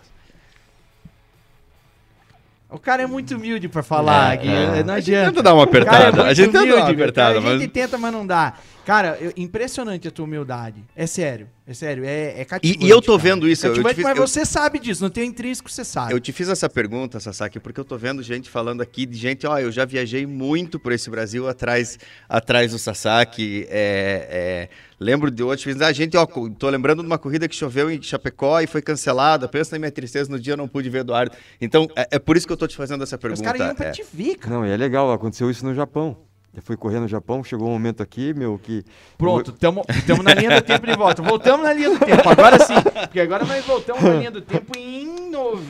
S1: O cara é muito humilde pra falar, Gui. Não adianta.
S2: A gente tenta dar uma apertada.
S1: A gente tenta, mas não dá. Cara, impressionante a tua humildade. É sério. É cativante.
S2: E eu tô vendo isso.
S1: Mas você sabe disso, não tem intrínseco, você sabe.
S2: Eu te fiz essa pergunta, Sasaki, porque eu tô vendo gente falando aqui, de gente, eu já viajei muito por esse Brasil atrás do Sasaki. Lembro de outros, tô lembrando de uma corrida que choveu em Chapecó e foi cancelada. Pensa na minha tristeza, no dia eu não pude ver Eduardo. Então, é por isso que eu tô te fazendo essa pergunta.
S1: Os caras iam pra te ver, cara.
S3: Não, e é legal, aconteceu isso no Japão. Eu fui correr no Japão, chegou um momento aqui, meu, que...
S1: Pronto, tamo na linha do tempo de volta. Voltamos na linha do tempo, agora sim. Porque agora nós voltamos na linha do tempo em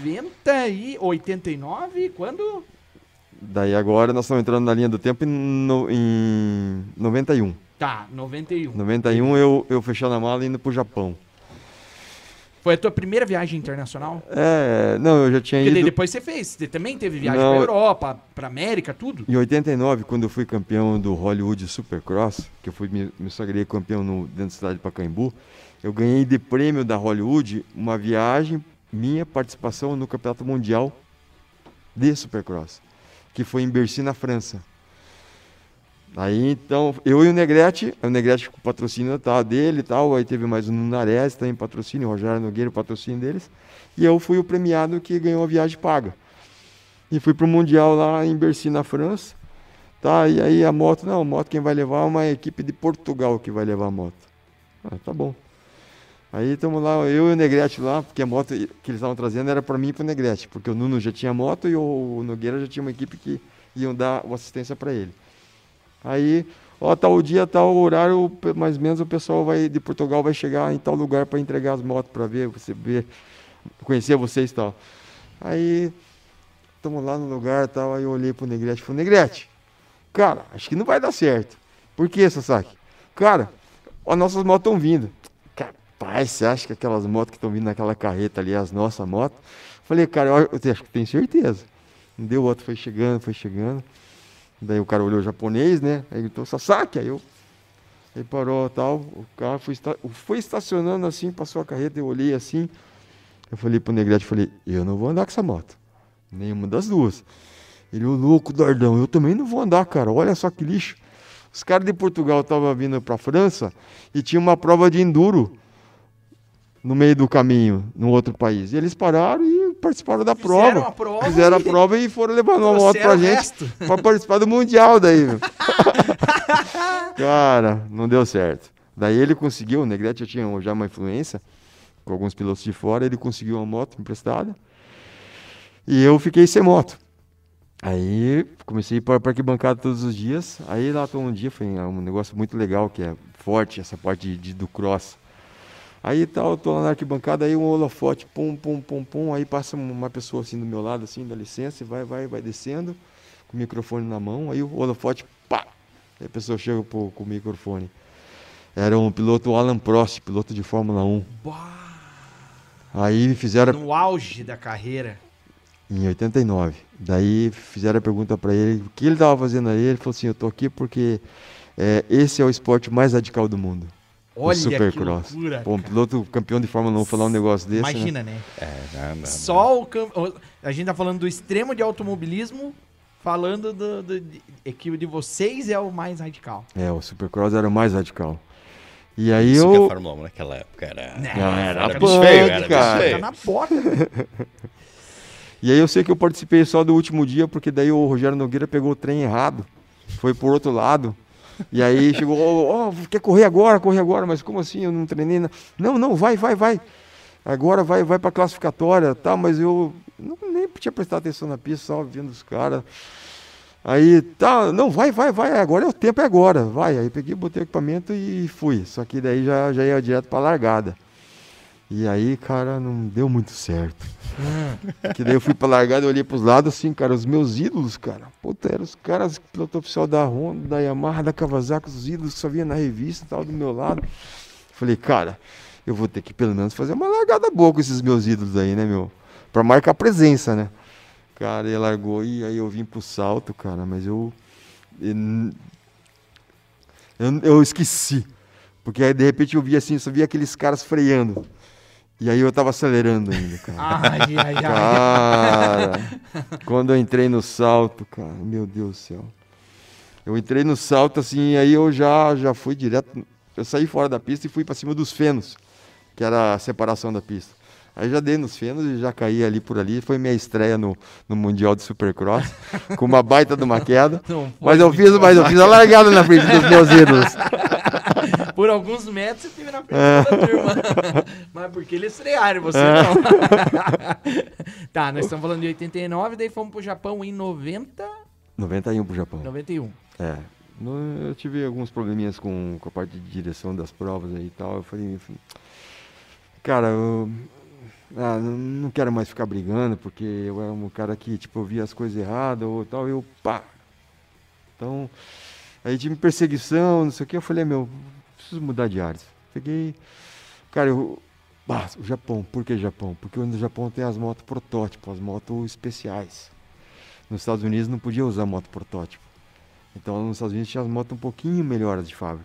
S1: 89, quando?
S3: Daí agora nós estamos entrando na linha do tempo em 91.
S1: Tá, 91.
S3: 91 eu fechando a mala e indo pro Japão.
S1: Foi a tua primeira viagem internacional?
S3: Não, eu já tinha ido...
S1: Depois você também teve viagem pra Europa, pra América, tudo?
S3: Em 89, quando eu fui campeão do Hollywood Supercross, que eu me sagrei campeão dentro da cidade de Pacaembu, eu ganhei de prêmio da Hollywood uma viagem, minha participação no Campeonato Mundial de Supercross, que foi em Bercy, na França. Aí, então, eu e o Negrete com o patrocínio dele e tal, aí teve mais o Nunares também patrocínio, o Rogério Nogueira, o patrocínio deles, e eu fui o premiado que ganhou a viagem paga. E fui pro Mundial lá em Bercy, na França, tá, e aí a moto quem vai levar é uma equipe de Portugal que vai levar a moto. Ah, tá bom. Aí estamos lá, eu e o Negrete lá, porque a moto que eles estavam trazendo era para mim e pro Negrete, porque o Nuno já tinha moto e o Nogueira já tinha uma equipe que iam dar assistência para ele. Aí, tal dia, tal horário, mais ou menos o pessoal de Portugal vai chegar em tal lugar para entregar as motos, para conhecer vocês e tal. Aí, estamos lá no lugar tal, aí eu olhei pro Negrete e falei, Negrete, cara, acho que não vai dar certo. Por que, Sasaki? Cara, as nossas motos estão vindo. Capaz, você acha que aquelas motos que estão vindo naquela carreta ali, as nossas motos? Falei, cara, eu acho que tenho certeza. Não deu outro, foi chegando. Daí o cara olhou japonês, né? Aí gritou, Sasaki, aí parou tal, o carro foi estacionando assim, passou a carreta, eu olhei assim, eu falei pro Negrete, eu não vou andar com essa moto, nenhuma das duas. Ele, ô louco, Dardão, eu também não vou andar, cara, olha só que lixo. Os caras de Portugal estavam vindo pra França e tinha uma prova de enduro no meio do caminho, no outro país. E eles pararam e participaram da prova. Fizeram a prova e foram levando uma moto pra gente para participar do Mundial daí. Cara, não deu certo. Daí ele conseguiu, o Negrete já tinha já uma influência com alguns pilotos de fora, ele conseguiu uma moto emprestada e eu fiquei sem moto. Aí comecei a ir para a arquibancada todos os dias. Aí lá todo um dia foi um negócio muito legal, que é forte, essa parte do cross. Aí tal, tô lá na arquibancada, aí um holofote, pum, aí passa uma pessoa assim do meu lado, assim, dá licença, e vai descendo, com o microfone na mão, aí o holofote, pá! Aí a pessoa chega com o microfone. Era um piloto Alan Prost, piloto de Fórmula 1.
S1: Bah.
S3: Aí fizeram...
S1: No auge da carreira.
S3: Em 89. Daí fizeram a pergunta para ele, o que ele estava fazendo aí, ele falou assim, eu tô aqui porque esse é o esporte mais radical do mundo.
S1: Olha
S3: Supercross.
S1: que loucura.
S3: Pô, um piloto campeão de Fórmula 1 falar um negócio desse.
S1: Imagina, né?
S2: Não.
S1: Só a gente tá falando do extremo de automobilismo, falando que de vocês é o mais radical.
S3: O Supercross era o mais radical. E aí
S2: Isso que a Fórmula 1 naquela época era...
S3: Não, era
S2: bicho feio, era
S3: cara.
S2: bicho feio.
S1: Na bota.
S3: E aí eu sei que eu participei só do último dia, porque daí o Rogério Nogueira pegou o trem errado, foi por outro lado. E aí chegou, quer correr agora, mas como assim? Eu não treinei. Não, vai. Agora vai pra classificatória, tá? Mas eu nem tinha prestado atenção na pista, só vendo os caras. Aí, tá, não, vai, agora é o tempo, é agora, vai. Aí peguei, botei o equipamento e fui. Só que daí já ia direto pra largada. E aí, cara, não deu muito certo. Que daí eu fui pra largada, eu olhei pros lados, assim, cara, os meus ídolos, cara. Puta, eram os caras, piloto oficial da Honda, da Yamaha, da Kawasaki, os ídolos que só via na revista e tal, do meu lado. Falei, cara, eu vou ter que pelo menos fazer uma largada boa com esses meus ídolos aí, né, meu? Pra marcar presença, né? Cara, ele largou e aí eu vim pro salto, cara, mas eu esqueci. Porque aí, de repente, eu vi assim, só vi aqueles caras freando. E aí eu tava acelerando ainda, cara.
S1: Ai.
S3: Cara, quando eu entrei no salto, cara, meu Deus do céu. Eu entrei no salto assim, e aí eu já fui direto. Eu saí fora da pista e fui pra cima dos fenos, que era a separação da pista. Aí já dei nos fenos e já caí ali por ali. Foi minha estreia no Mundial de Supercross, com uma baita de uma queda. Mas eu fiz a largada na frente dos meus ídolos.
S1: Por alguns metros você teve na frente da turma. Mas porque eles estrearam, você não. Tá, nós estamos falando de 89, daí fomos pro Japão em 90...
S3: 91 pro Japão.
S1: 91.
S3: Eu tive alguns probleminhas com a parte de direção das provas aí e tal. Eu falei, enfim, cara, eu não quero mais ficar brigando, porque eu era um cara que, tipo, eu via as coisas erradas ou tal, Então, aí tive perseguição, não sei o que, eu falei, preciso mudar de áreas. Peguei, cara, o Japão, por que Japão? Porque no Japão tem as motos protótipo, as motos especiais. Nos Estados Unidos não podia usar moto protótipo. Então nos Estados Unidos tinha as motos um pouquinho melhores de fábrica.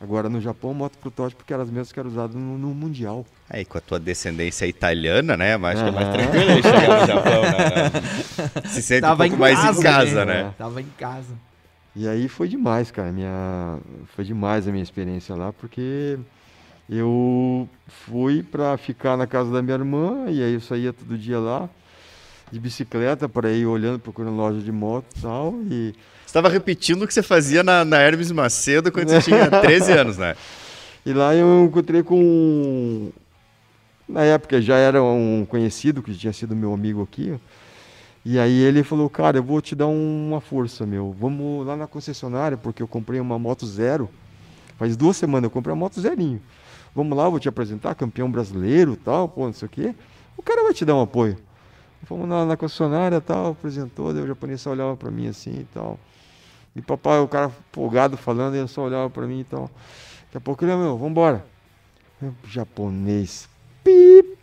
S3: Agora, no Japão, moto protótipo que eram as mesmas que eram usadas no Mundial.
S2: Aí, com a tua descendência italiana, né? Mas acho que é mais tranquilo aí chegar no Japão, né? Se sente
S1: Tava
S2: um pouco mais em
S1: casa,
S2: casa, né?
S1: Tava em casa.
S3: E aí foi demais, cara. Foi demais a minha experiência lá, porque eu fui pra ficar na casa da minha irmã, e aí eu saía todo dia lá, de bicicleta, para ir olhando, procurando loja de moto e tal, e...
S2: Você estava repetindo o que você fazia na Hermes Macedo quando você tinha 13 anos, né?
S3: E lá eu encontrei com... Na época já era um conhecido, que tinha sido meu amigo aqui. E aí ele falou, cara, eu vou te dar uma força, meu. Vamos lá na concessionária, porque eu comprei uma moto zero. Faz 2 semanas eu comprei uma moto zerinho. Vamos lá, eu vou te apresentar, campeão brasileiro e tal, pô, não sei o quê. O cara vai te dar um apoio. Fomos na concessionária e tal, apresentou, daí o japonês só olhava pra mim assim e tal. E papai, o cara folgado falando, ele só olhava pra mim e tal. Daqui a pouco ele, meu, vambora. Japonês. Pip.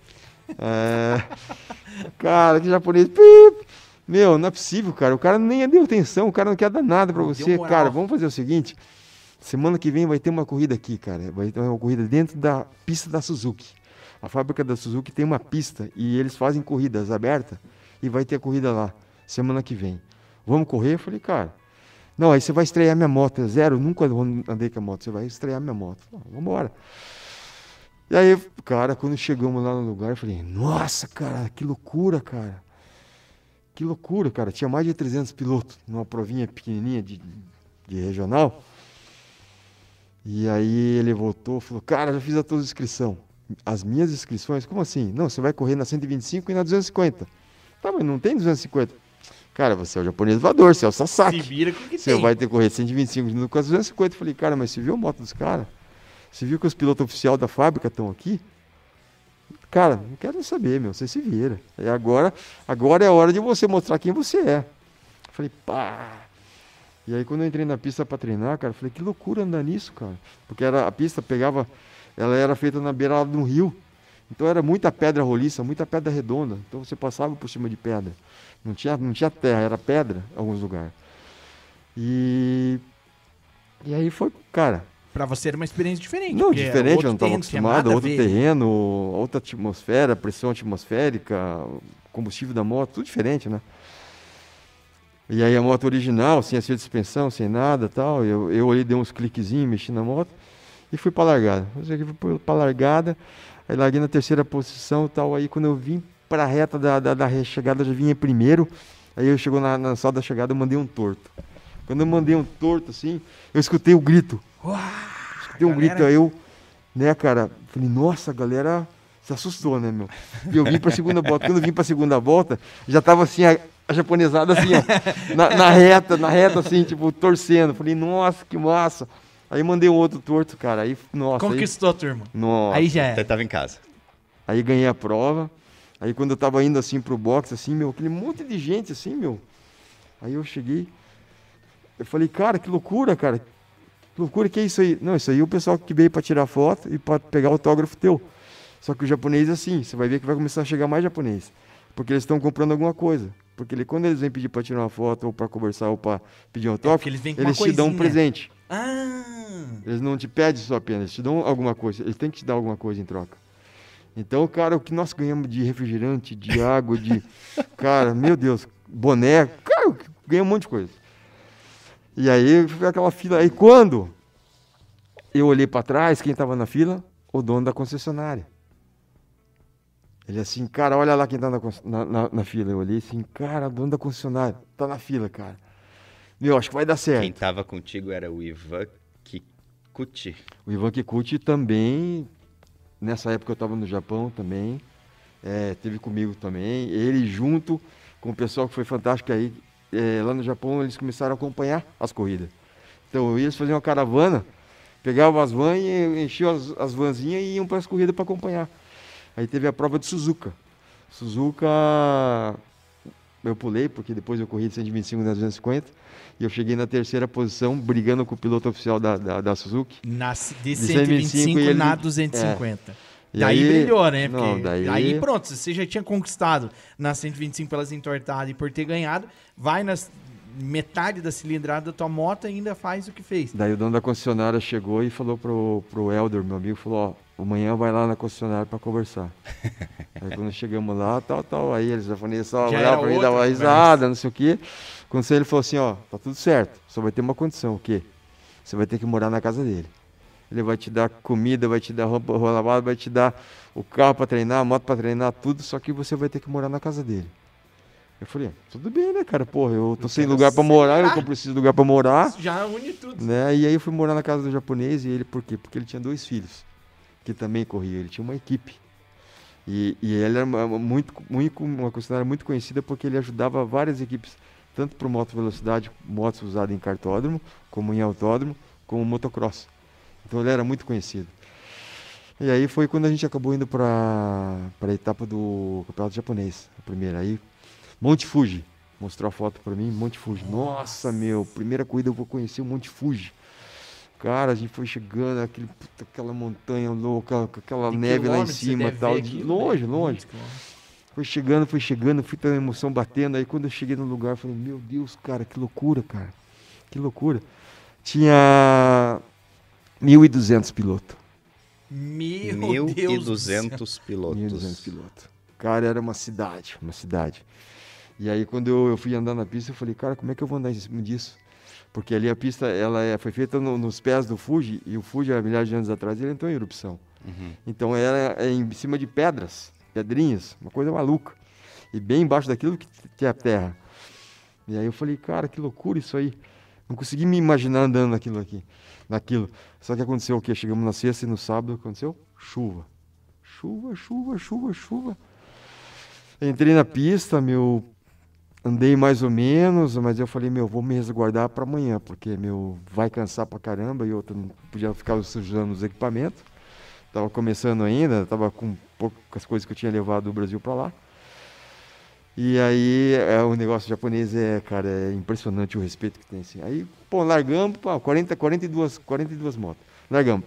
S3: Cara, que japonês. Pip. Meu, não é possível, cara. O cara nem deu atenção, o cara não quer dar nada pra você. Cara, vamos fazer o seguinte. Semana que vem vai ter uma corrida aqui, cara. Vai ter uma corrida dentro da pista da Suzuki. A fábrica da Suzuki tem uma pista e eles fazem corridas abertas e vai ter a corrida lá, semana que vem. Vamos correr? Eu falei, cara... Não, aí você vai estrear minha moto, zero, nunca andei com a moto, você vai estrear minha moto. Vamos embora. E aí, cara, quando chegamos lá no lugar, eu falei, nossa, cara, que loucura, cara. Que loucura, cara. Tinha mais de 300 pilotos numa provinha pequenininha de regional. E aí ele voltou e falou, cara, já fiz a tua inscrição. As minhas inscrições? Como assim? Não, você vai correr na 125 e na 250. Tá, mas não tem 250. Cara, você é o japonês voador, você é o Sasaki.
S1: Se vira com o que
S3: você
S1: tem.
S3: vai ter que correr 125 com as 250. Eu falei, cara, mas você viu a moto dos caras? Você viu que os pilotos oficiais da fábrica estão aqui? Cara, não quero nem saber, meu, você se vira. E agora é a hora de você mostrar quem você é. Eu falei, pá. E aí quando eu entrei na pista para treinar, cara, eu falei, que loucura andar nisso, cara. Porque a pista ela era feita na beira de um rio. Então era muita pedra roliça, muita pedra redonda. Então você passava por cima de pedra. Não tinha terra, era pedra em alguns lugares. E aí foi, cara...
S1: Pra você era uma experiência diferente.
S3: Não, diferente, eu não estava
S1: terreno,
S3: acostumado, outro terreno, outra atmosfera, pressão atmosférica, combustível da moto, tudo diferente, né? E aí a moto original, sem assistência de suspensão, sem nada tal, eu olhei, dei uns cliquezinhos, mexi na moto e fui pra largada. Fui pra largada, aí larguei na 3ª posição e tal, aí quando eu vim pra reta da chegada, eu já vinha primeiro, aí eu chegou na sala da chegada, eu mandei um torto. Quando eu mandei um torto assim, eu escutei o grito. Escutei um grito, aí eu, né, cara, falei, nossa, a galera se assustou, né, meu? E eu vim pra segunda volta. Quando eu vim pra segunda volta, já tava assim, a japonesada assim, ó, na reta, assim, tipo, torcendo. Falei, nossa, que massa. Aí mandei um outro torto, cara, aí, nossa.
S1: Conquistou a turma.
S3: Nossa.
S1: Aí já é.
S2: Você tava em casa.
S3: Aí ganhei a prova. Aí quando eu tava indo assim pro box, assim, meu, aquele monte de gente, assim, meu. Aí eu cheguei, eu falei, cara, que loucura, cara. Que loucura, que é isso aí? Não, isso aí é o pessoal que veio pra tirar foto e pra pegar autógrafo teu. Só que o japonês é assim, você vai ver que vai começar a chegar mais japonês. Porque eles estão comprando alguma coisa. Porque quando eles vêm pedir pra tirar uma foto, ou pra conversar, ou pra pedir um autógrafo,
S1: eles
S3: te dão um presente.
S1: Ah!
S3: Eles não te pedem só apenas, eles te dão alguma coisa. Eles têm que te dar alguma coisa em troca. Então, cara, o que nós ganhamos de refrigerante, de água, de... Cara, meu Deus, boné, cara, ganhamos um monte de coisa. E aí, foi aquela fila. Aí, quando eu olhei para trás, quem estava na fila? O dono da concessionária. Ele assim, cara, olha lá quem tá na fila. Eu olhei assim, cara, o dono da concessionária tá na fila, cara. Meu, acho que vai dar certo.
S2: Quem tava contigo era o Ivan Kikuchi.
S3: O Ivan Kikuchi também... Nessa época eu estava no Japão também, teve comigo também, ele junto com o pessoal que foi fantástico aí, lá no Japão eles começaram a acompanhar as corridas. Então eles faziam uma caravana, pegavam as vans e enchiam as vanzinhas e iam para as corridas para acompanhar. Aí teve a prova de Suzuka. Suzuka eu pulei, porque depois eu corri de 125 na 250, e eu cheguei na 3ª posição, brigando com o piloto oficial da Suzuki.
S1: De 125
S3: e
S1: na 250.
S3: E
S1: daí
S3: aí,
S1: brilhou, né? Porque
S3: não, daí...
S1: aí pronto, você já tinha conquistado na 125 pelas entortadas e por ter ganhado, vai metade da cilindrada da tua moto ainda faz o que fez.
S3: Daí o dono da concessionária chegou e falou pro Helder, meu amigo, falou, ó, amanhã vai lá na concessionária para conversar. Aí quando chegamos lá, tal, aí eles japoneses só olhavam pra mim, davam uma risada, não sei o quê. Quando ele falou assim, ó, tá tudo certo, só vai ter uma condição, o quê? Você vai ter que morar na casa dele. Ele vai te dar comida, vai te dar roupa lavada, vai te dar o carro para treinar, a moto para treinar, tudo, só que você vai ter que morar na casa dele. Eu falei, tudo bem, né, cara? Porra, eu tô sem lugar para morar, eu preciso de lugar para morar.
S1: Já une tudo.
S3: Né? E aí eu fui morar na casa do japonês e ele, por quê? Porque ele tinha 2 filhos que também corriam, ele tinha uma equipe. E ele era uma concessionária muito conhecida porque ele ajudava várias equipes, tanto para moto velocidade, motos usadas em kartódromo, como em autódromo, como motocross. Então ele era muito conhecido. E aí foi quando a gente acabou indo para a etapa do campeonato japonês, a primeira. Aí, Monte Fuji, mostrou a foto para mim, Monte Fuji. Nossa, meu, primeira corrida eu vou conhecer o Monte Fuji. Cara, a gente foi chegando, aquela montanha louca, aquela neve lá em cima e tal. Longe. Foi chegando, fui tendo a emoção batendo. Aí quando eu cheguei no lugar, eu falei, meu Deus, cara, que loucura, cara. Que loucura. Tinha 1.200 pilotos.
S2: 1.200 pilotos.
S3: 1.200 pilotos. Cara, era uma cidade. E aí quando eu fui andar na pista, eu falei, cara, como é que eu vou andar em cima disso? Porque ali a pista foi feita nos pés do Fuji, e o Fuji, há milhares de anos atrás, ele entrou em erupção.
S2: Uhum.
S3: Então era em cima de pedrinhas, uma coisa maluca. E bem embaixo daquilo que tinha a terra. E aí eu falei, cara, que loucura isso aí. Não consegui me imaginar andando naquilo. Só que aconteceu o quê? Chegamos na sexta e no sábado aconteceu chuva. Chuva. Entrei na pista, andei mais ou menos, mas eu falei, vou me resguardar para amanhã, porque, vai cansar pra caramba e eu não podia ficar sujando os equipamentos. Tava começando ainda, tava com poucas coisas que eu tinha levado do Brasil para lá. E aí, o negócio japonês cara, é impressionante o respeito que tem, assim. Aí, largamos, 42 motos. Largamos,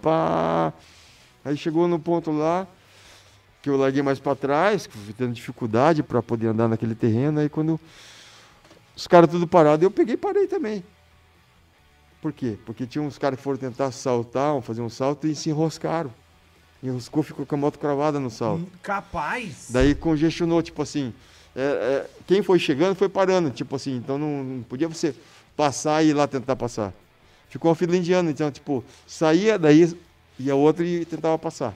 S3: Aí chegou no ponto lá, que eu larguei mais para trás, que fui tendo dificuldade para poder andar naquele terreno. Aí quando os caras tudo parados, eu peguei e parei também. Por quê? Porque tinha uns caras que foram tentar fazer um salto e se enroscaram. Enroscou, ficou com a moto cravada no salto.
S1: Capaz!
S3: Daí congestionou, tipo assim, quem foi chegando foi parando, tipo assim, então não podia você passar e ir lá tentar passar. Ficou uma fila indiana, então, tipo, saía, daí ia outro e tentava passar.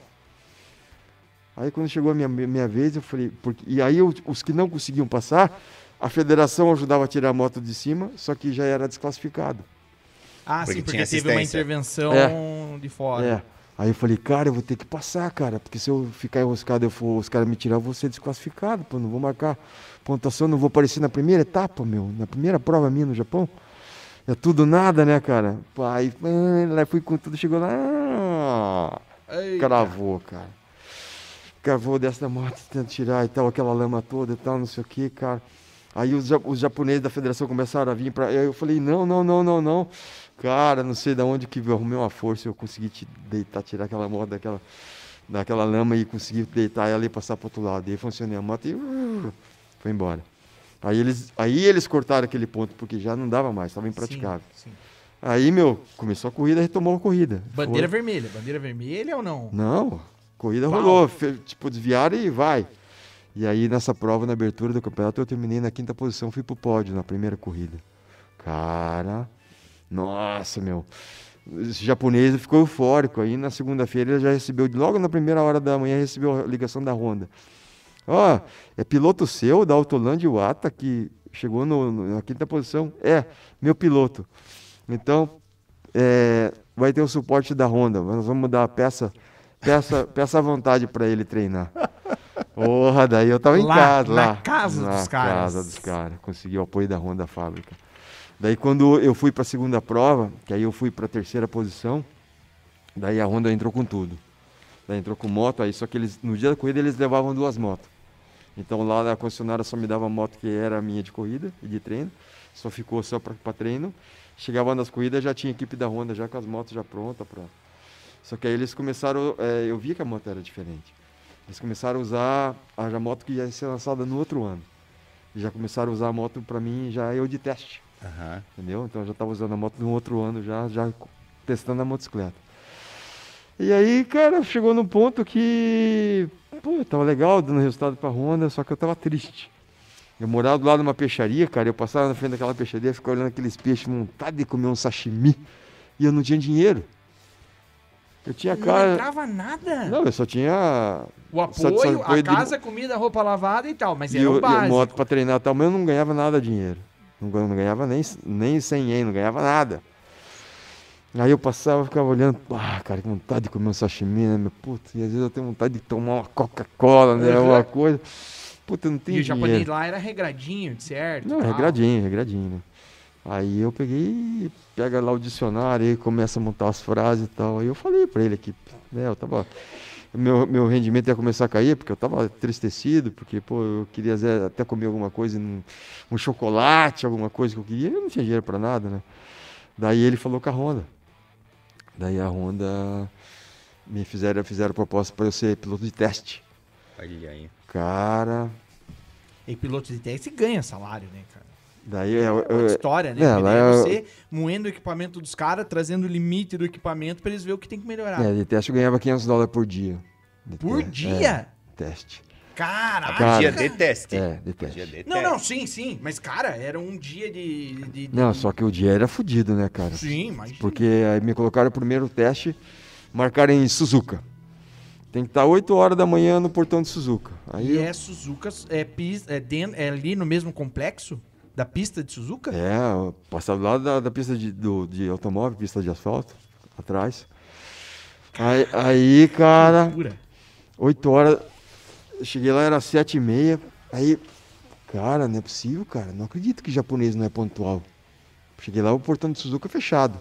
S3: Aí quando chegou a minha vez, eu falei, e aí os que não conseguiam passar, a federação ajudava a tirar a moto de cima, só que já era desclassificado.
S1: Sim, porque teve uma intervenção de fora.
S3: Aí eu falei, cara, eu vou ter que passar, cara, porque se eu ficar enroscado e os caras me tirar, eu vou ser desclassificado, não vou marcar pontuação, não vou aparecer na primeira etapa, na primeira prova minha no Japão. É tudo nada, né, cara? Aí fui com tudo, chegou lá, cravou, cara. Cravou dessa da moto, tentando tirar e tal, aquela lama toda e tal, não sei o que, cara. Aí os japoneses da federação começaram a vir aí eu falei, não. Cara, não sei de onde que eu arrumei uma força, eu consegui tirar aquela moto daquela lama e consegui deitar ela e passar para outro lado. E aí funcionei a moto e foi embora. Aí eles cortaram aquele ponto, porque já não dava mais, estava impraticável.
S1: Sim.
S3: Aí, começou a corrida, retomou a corrida.
S1: Bandeira vermelha ou não?
S3: Não, corrida rolou, desviaram e vai. E aí nessa prova, na abertura do campeonato, eu terminei na 5ª posição, fui pro pódio na primeira corrida. Cara, nossa, esse japonês ficou eufórico. Aí na segunda-feira ele já recebeu, logo na primeira hora da manhã, recebeu a ligação da Honda. É piloto seu, da Autoland Iwata, que chegou na 5ª posição. Meu piloto. Então, vai ter o suporte da Honda. Nós vamos dar a peça à vontade para ele treinar. Porra, daí eu tava em casa, lá.
S1: Na casa dos
S3: caras. Consegui o apoio da Honda fábrica. Daí quando eu fui para a segunda prova, que aí eu fui para a 3ª posição, daí a Honda entrou com tudo. Daí entrou com moto, aí só que no dia da corrida eles levavam 2 motos. Então lá na concessionária só me dava a moto que era a minha de corrida e de treino, só ficou só para treino. Chegava nas corridas, já tinha equipe da Honda já com as motos já prontas. Só que aí eles começaram, eu vi que a moto era diferente. Eles começaram a usar a moto que ia ser lançada no outro ano. E já começaram a usar a moto para mim, já eu de teste.
S2: Aham.
S3: Entendeu? Então eu já estava usando a moto no outro ano, já testando a motocicleta. E aí, cara, chegou num ponto que, pô, tava legal, dando resultado pra Honda, só que eu tava triste. Eu morava do lado de uma peixaria, cara, eu passava na frente daquela peixaria, ficava olhando aqueles peixes, vontade de comer um sashimi, e eu não tinha dinheiro. Eu tinha
S1: Não
S3: cara...
S1: entrava nada.
S3: Não, eu só tinha...
S1: O apoio,
S3: só
S1: a
S3: apoio de-
S1: casa, comida, roupa lavada e tal, mas
S3: E
S1: era o
S3: a
S1: básico.
S3: moto pra treinar e tal, mas eu não ganhava nada de dinheiro. Não ganhava nem 100 ien, não ganhava nada. Aí eu passava, ficava olhando, cara, que vontade de comer um sashimi, né, meu? Puta, e às vezes eu tenho vontade de tomar uma Coca-Cola, né,
S1: Uhum.
S3: alguma coisa. Puta, eu não
S1: E
S3: tenho
S1: o
S3: dinheiro.
S1: japonês lá era regradinho, certo?
S3: Não,
S1: tal.
S3: regradinho, né? Aí eu peguei, pega lá o dicionário e começa a montar as frases e tal. Aí eu falei pra ele aqui, né, eu tava... Meu rendimento ia começar a cair, porque eu tava entristecido, porque, pô, eu queria até comer alguma coisa, um chocolate, alguma coisa que eu queria, eu não tinha dinheiro pra nada, né? Daí ele falou com a Honda. Daí a Honda fizeram proposta para eu ser piloto de teste.
S2: Olha aí.
S3: Cara,
S1: E piloto de teste ganha salário, né, cara?
S3: daí
S1: É outra história, né?
S3: é,
S1: Porque
S3: lá
S1: daí é
S3: é-
S1: você moendo o equipamento dos caras, trazendo o limite do equipamento pra eles verem o que tem que melhorar.
S3: de teste eu ganhava $500 por dia. De
S1: Por dia?
S3: Teste.
S1: Caraca!
S3: Cara,
S2: Dia de teste.
S3: De teste.
S2: Dia de
S1: Não,
S2: teste.
S1: sim, mas, cara, era um dia de...
S3: Não, só que o dia era fodido, né, cara?
S1: Sim, mas...
S3: Porque aí me colocaram o primeiro teste, marcaram em Suzuka. Tem que estar 8 horas da manhã no portão de Suzuka. Aí
S1: E Suzuka, é ali no mesmo complexo da pista de Suzuka?
S3: eu passava do lado da pista de automóvel, pista de asfalto, atrás. Aí, cara,
S1: Loucura.
S3: 8 horas, eu cheguei lá, era 7h30. Aí, cara, não é possível, cara. Não acredito que japonês não é pontual. Cheguei lá, o portão de Suzuka fechado.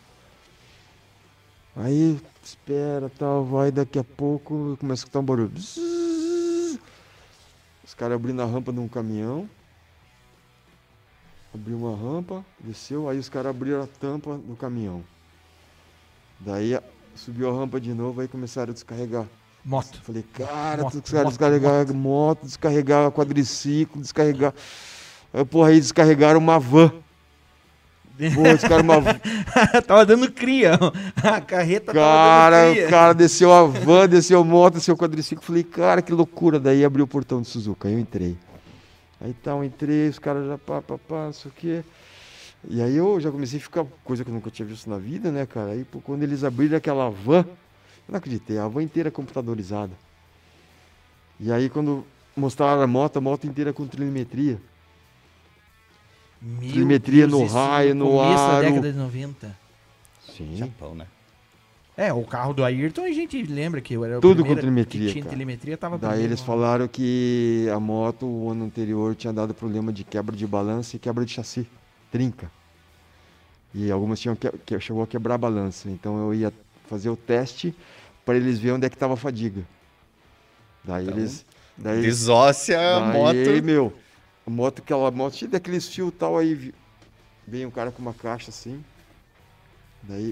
S3: Aí, espera, tal, vai, daqui a pouco começa a escutar um barulho. Bzzz. Os caras abrindo a rampa de um caminhão. Abriu uma rampa, desceu, aí os caras abriram a tampa do caminhão. Daí subiu a rampa de novo, aí começaram a descarregar.
S1: Moto.
S3: Falei, cara,
S1: Moto,
S3: os caras
S1: moto,
S3: descarregaram moto, descarregaram quadriciclo, descarregaram. Aí, porra, aí descarregaram uma van. Porra, descarregaram uma van.
S1: Tava dando cria. A carreta tava
S3: Cara,
S1: dando cria.
S3: o cara desceu a van, desceu a moto, desceu o quadriciclo. Falei, cara, que loucura. Daí abriu o portão de Suzuka, aí eu entrei. Aí eu entrei, os caras já pá, não sei o quê. E aí eu já comecei a ficar, coisa que eu nunca tinha visto na vida, né, cara? Aí pô, quando eles abriram aquela van, eu não acreditei, a van inteira computadorizada. E aí quando mostraram a moto inteira com trimetria.
S1: Meu
S3: Telemetria no
S1: isso
S3: raio, no
S1: começo da
S3: aro.
S1: década de 90.
S3: Sim.
S2: Japão, né?
S1: O carro do Ayrton, a gente lembra que era o
S3: Tudo
S1: primeiro
S3: com telemetria,
S1: que tinha
S3: cara.
S1: telemetria, tava
S3: Daí
S1: primeiro
S3: eles
S1: lá.
S3: falaram que a moto, o ano anterior, tinha dado problema de quebra de balança e quebra de chassi, trinca. E algumas chegou a quebrar a balança. Então eu ia fazer o teste para eles verem onde é que estava a fadiga. Daí
S2: Então,
S3: eles...
S2: Desócia a moto.
S3: meu, aquela moto cheia daqueles fios e tal, aí veio um cara com uma caixa assim. Daí...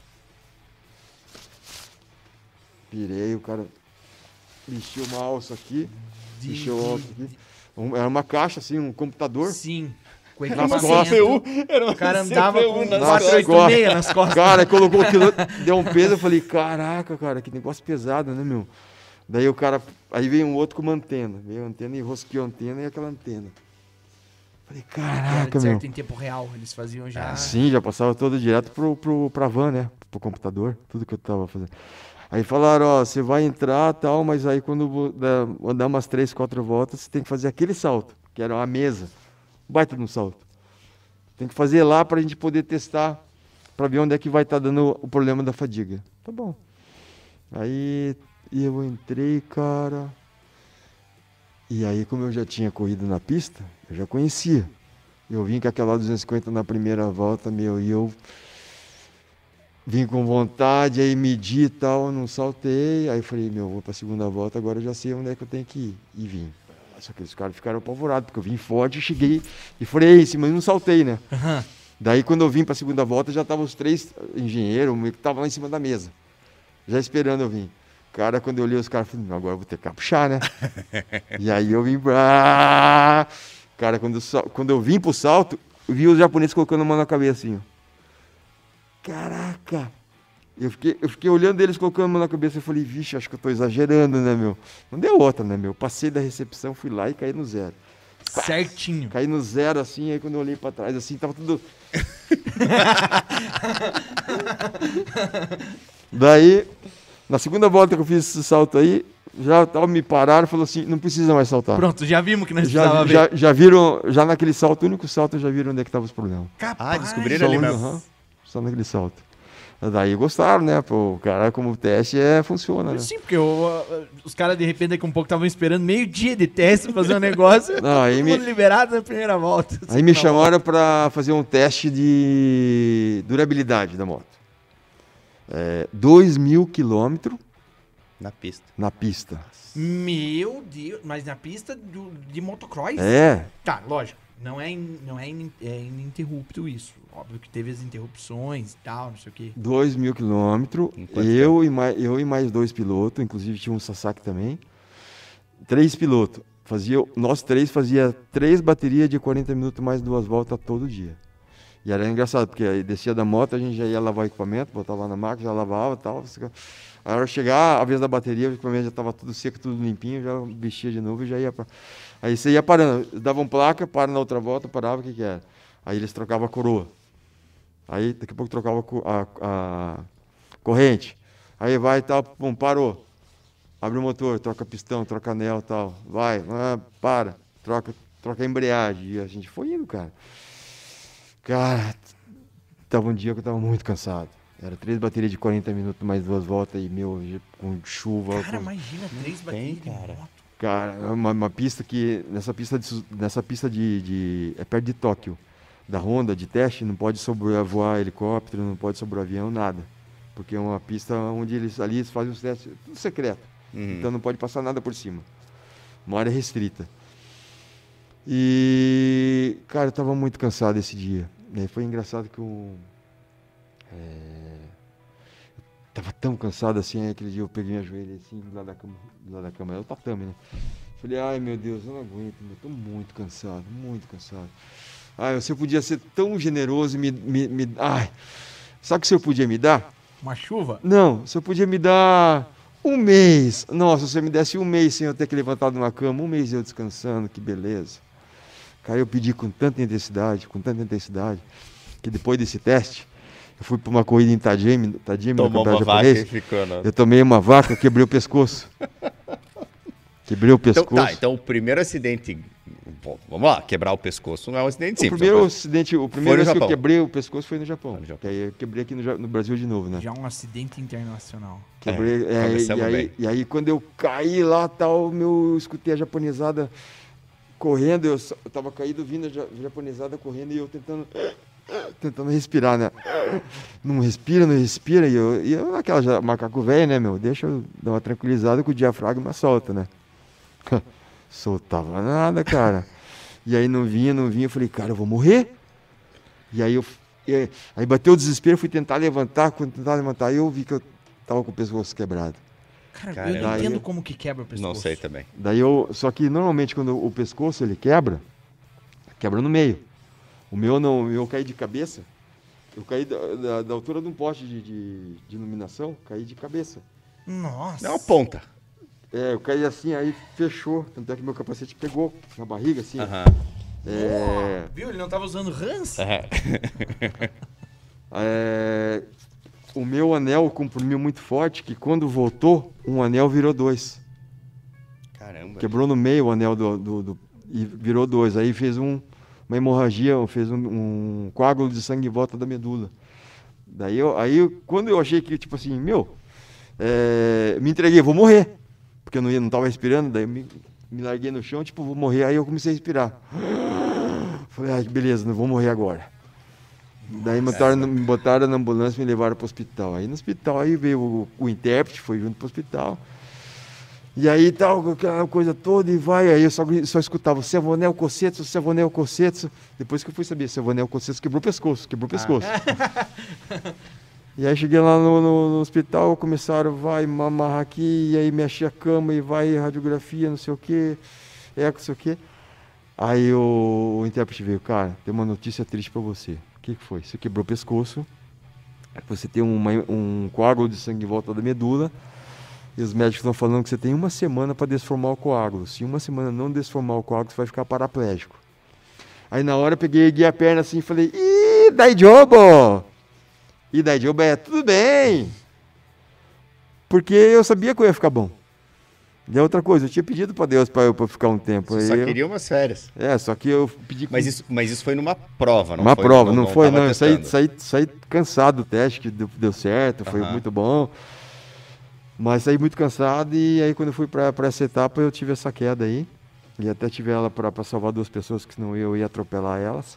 S3: Pirei, o cara mexeu uma alça aqui, mexeu a alça aqui. Era uma caixa assim, um computador.
S1: Sim. Com
S3: Nas
S1: equipamento.
S3: costas.
S2: Era uma
S1: O cara andava
S2: CPU
S1: com
S2: nas
S3: Nas
S1: 486 nas costas.
S3: Cara, colocou aquilo, deu um peso, eu falei, caraca, cara, que negócio pesado, né, meu? Daí o cara, aí veio um outro com uma antena, veio a antena e rosqueou a antena e aquela antena. Falei,
S1: Era
S3: caraca,
S1: de
S3: meu.
S1: certo em tempo real, eles faziam já.
S3: Sim, já passava todo direto pra van, né? Pro computador, tudo que eu tava fazendo. Aí falaram, ó, você vai entrar e tal, mas aí quando andar umas 3, 4 voltas, você tem que fazer aquele salto, que era uma mesa. Baita de um salto. Tem que fazer lá pra gente poder testar, pra ver onde é que vai estar dando o problema da fadiga. Tá bom. Aí eu entrei, cara. E aí, como eu já tinha corrido na pista, eu já conhecia. Eu vim com aquela 250 na primeira volta, meu, e eu vim com vontade, aí medi e tal, não saltei. Aí falei, meu, vou pra segunda volta, agora eu já sei onde é que eu tenho que ir. E vim. Só que os caras ficaram apavorados, porque eu vim forte, cheguei e freei em cima e não saltei, né?
S1: Aham.
S3: Daí quando eu vim pra segunda volta, já estavam os 3 engenheiros, que estavam lá em cima da mesa. Já esperando eu vir. Cara, quando eu olhei os caras, falei, agora eu vou ter que capuchar, né? E aí eu vim... Cara, quando eu vim pro salto, vi os japoneses colocando a mão na cabeça assim, ó. Caraca! Eu fiquei olhando eles colocando a mão na cabeça e falei, vixe, acho que eu tô exagerando, né, meu? Não deu outra, né, meu? Passei da recepção, fui lá e caí no zero.
S1: Certinho.
S3: Caí no zero, assim, aí quando eu olhei pra trás, assim, tava tudo... Daí, na segunda volta que eu fiz esse salto aí, já me pararam e falou assim, não precisa mais saltar.
S1: Pronto, já vimos que nós precisávamos ver.
S3: Já viram, já naquele salto, o único salto, já viram onde é que tava os problemas.
S2: Ah, descobriram ali mesmo.
S3: Só naquele salto. Daí gostaram, né? Pô, o cara, como teste, funciona, né?
S1: Sim, porque os caras, de repente, daqui um pouco estavam esperando meio dia de teste pra fazer um negócio.
S3: Não, aí
S1: todo mundo liberado na primeira volta.
S3: Aí me chamaram para fazer um teste de durabilidade da moto. 2.000 quilômetros
S2: Na pista.
S3: na pista.
S1: Meu Deus, mas na pista de motocross?
S3: É.
S1: Tá, lógico. Não é ininterrupto isso. Óbvio que teve as interrupções e tal, não sei o quê.
S3: 2.000 quilômetros. Eu e mais 2 pilotos, inclusive tinha um Sasaki também. 3 pilotos. Nós 3 fazia 3 baterias de 40 minutos mais 2 voltas todo dia. E era engraçado, porque aí descia da moto, a gente já ia lavar o equipamento, botava lá na máquina, já lavava e tal. A hora de chegar, a vez da bateria, o equipamento já estava tudo seco, tudo limpinho, já vestia de novo e já ia pra... Aí você ia parando, davam placa, para na outra volta, parava, o que era? Aí eles trocavam a coroa. Aí daqui a pouco trocava a corrente. Aí vai e tal, pum, parou. Abre o motor, troca pistão, troca anel e tal. Vai, para, troca a embreagem. E a gente foi indo, cara. Cara, tava um dia que eu tava muito cansado. Era 3 baterias de 40 minutos, mais 2 voltas e, meu, com chuva.
S1: Cara, imagina, 3 baterias de moto.
S3: Cara, é uma pista que, nessa pista de é perto de Tóquio, da Honda, de teste, não pode sobrevoar helicóptero, não pode sobrevoar avião, nada. Porque é uma pista onde eles fazem os testes, tudo secreto. Então não pode passar nada por cima. Uma área restrita. E, cara, eu tava muito cansado esse dia. Foi engraçado que eu tava tão cansado assim, aquele dia eu peguei minha joelha assim, do lado da cama, é o tatame, né? Falei, ai meu Deus, eu não aguento, eu tô muito cansado, muito cansado. Ai, se eu podia ser tão generoso e ai, sabe o que o senhor podia me dar?
S1: Uma chuva?
S3: Não, o senhor podia me dar um mês. Nossa, se você me desse um mês sem eu ter que levantar de uma cama, um mês eu descansando, que beleza. Cara, eu pedi com tanta intensidade, que depois desse teste, eu fui para uma corrida em Tajimi no campeonato japonês. Eu tomei uma vaca, quebrei o pescoço. Quebrei o pescoço.
S2: Então o primeiro acidente... Bom, vamos lá, quebrar o pescoço não é um acidente simples.
S3: O primeiro vez que eu quebrei o pescoço foi no Japão. Que aí eu quebrei aqui no Brasil de novo, né?
S1: Já um acidente internacional.
S3: Quebrei, e aí quando eu caí lá, tal, eu escutei a japonesada correndo, eu tava caído, vindo a japonesada correndo e eu tentando respirar, né? Não respira, e eu naquela macaco velho, né, meu? Deixa eu dar uma tranquilizada que o diafragma solta, né? Soltava nada, cara. E aí não vinha, eu falei, cara, eu vou morrer. E aí aí bateu o desespero, fui tentar levantar, aí eu vi que eu tava com o pescoço quebrado.
S1: Cara, eu não entendo como que quebra o pescoço.
S2: Não sei também.
S3: Só que normalmente quando o pescoço ele quebra no meio. O meu não, eu caí de cabeça. Eu caí da altura de um poste de iluminação, caí de cabeça.
S1: Nossa.
S2: É uma ponta.
S3: Eu caí assim, aí fechou. Tanto é que meu capacete pegou na barriga, assim.
S1: Viu? Ele não tava usando Hans?
S3: O meu anel comprimiu muito forte, que quando voltou, um anel virou 2.
S2: Caramba.
S3: Quebrou no meio o anel e virou 2. Aí fez uma hemorragia, fez um coágulo de sangue em volta da medula. Daí quando eu achei que, tipo assim, me entreguei, vou morrer. Porque eu não tava respirando, daí eu me larguei no chão, tipo, vou morrer. Aí eu comecei a respirar. Falei, ai, beleza, não vou morrer agora. Daí me botaram na ambulância e me levaram para o hospital. Aí no hospital aí veio o intérprete, foi junto para o hospital. E aí tal, aquela coisa toda, e vai. Aí eu só escutava Sevonel Kossetsu. Depois que eu fui saber, Sevonel Kossetsu quebrou o pescoço. E aí cheguei lá no hospital, começaram, vai, amarrar aqui, e aí mexer a cama, e vai, radiografia, não sei o quê, não sei o quê. Aí o intérprete veio, cara, tem uma notícia triste pra você. O que foi? Você quebrou o pescoço, você tem um coágulo de sangue em volta da medula, e os médicos estão falando que você tem 1 semana para desformar o coágulo. Se 1 semana não desformar o coágulo, você vai ficar paraplégico. Aí na hora eu peguei, ergui a perna assim e falei, ih, dai jobo! E dai jobo tudo bem! Porque eu sabia que eu ia ficar bom. E outra coisa, eu tinha pedido para Deus para eu ficar um tempo.
S2: Você só queria umas férias.
S3: Só que eu pedi...
S2: Mas isso foi numa prova, não
S3: uma
S2: foi?
S3: Uma prova, não foi, não. Eu
S2: testando.
S3: saí cansado do teste, que deu certo, foi muito bom. Mas saí muito cansado e aí quando eu fui para essa etapa eu tive essa queda aí. E até tive ela para salvar 2 pessoas, que senão eu ia atropelar elas.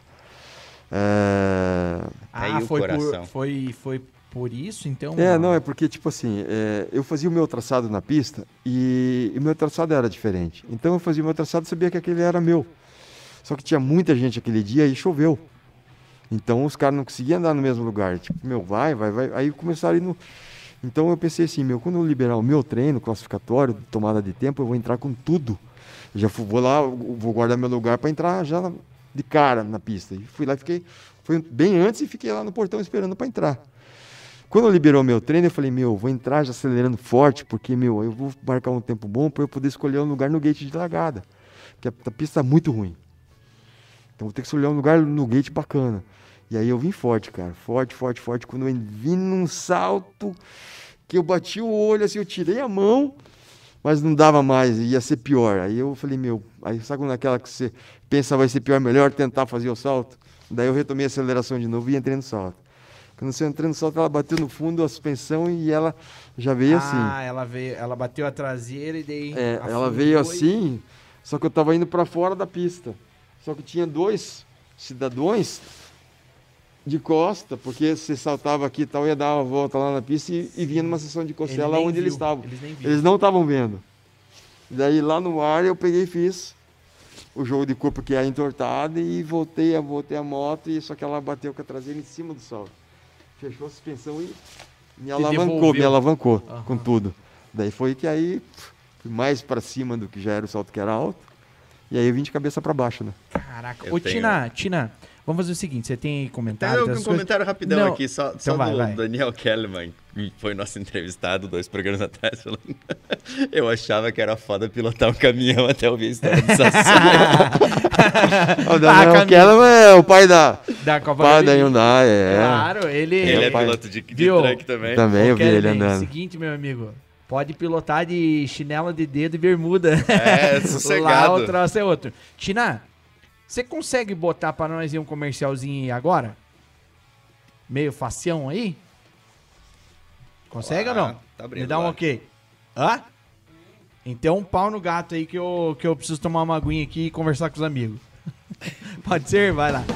S2: Aí o coração.
S1: Foi por isso, então?
S3: Não, é porque, tipo assim, eu fazia o meu traçado na pista e o meu traçado era diferente. Então eu fazia o meu traçado e sabia que aquele era meu. Só que tinha muita gente aquele dia e choveu. Então os caras não conseguiam andar no mesmo lugar. Tipo, vai. Aí começaram a ir no... Então eu pensei assim, quando eu liberar o meu treino classificatório, tomada de tempo, eu vou entrar com tudo. Eu já vou lá, vou guardar meu lugar para entrar já de cara na pista. E fui lá e fui bem antes e fiquei lá no portão esperando para entrar. Quando liberou meu treino, eu falei, vou entrar já acelerando forte, porque, eu vou marcar um tempo bom para eu poder escolher um lugar no gate de largada. Porque a pista tá muito ruim. Então vou ter que escolher um lugar no gate bacana. E aí eu vim forte, cara. Forte. Quando eu vim num salto, que eu bati o olho, assim, eu tirei a mão, mas não dava mais, ia ser pior. Aí eu falei, aí sabe naquela que você pensa vai ser pior, melhor tentar fazer o salto? Daí eu retomei a aceleração de novo e entrei no salto. Quando você entrou no salto, ela bateu no fundo, a suspensão, e ela já veio assim.
S1: Ela bateu a traseira e daí...
S3: ela veio assim, só que eu tava indo para fora da pista. Só que tinha 2 cidadãos de costa, porque você saltava aqui e tal, ia dar uma volta lá na pista e vinha numa sessão de costela onde eles estavam. Eles não estavam vendo. Daí lá no ar eu peguei e fiz o jogo de corpo que é entortado e voltei a moto, e só que ela bateu com a traseira em cima do salto. Fechou a suspensão e me alavancou com tudo. Daí foi que aí fui mais para cima do que já era o salto que era alto. E aí eu vim de cabeça para baixo, né?
S1: Caraca. Ô, Tina, vamos fazer o seguinte, você tem comentário?
S2: Tem um comentário rapidão aqui, só
S1: então
S2: do Daniel Kellerman, que foi nosso entrevistado 2 programas atrás, falando, eu achava que era foda pilotar um caminhão até ouvir a história do Sassou.
S3: O Daniel Kellerman é o pai da
S1: Copa
S3: da Hyundai,
S1: Claro, ele
S2: é piloto de truck também.
S3: Também eu vi ele andando.
S1: Seguinte, meu amigo, pode pilotar de chinela de dedo e bermuda.
S2: Sossegado.
S1: Lá o troço é outro. Tina, você consegue botar pra nós um comercialzinho aí agora? Meio facião aí? Consegue ou não?
S2: Tá abrindo.
S1: Me dá um ok. Hã? Então, pau no gato aí que eu preciso tomar uma aguinha aqui e conversar com os amigos. Pode ser? Vai lá.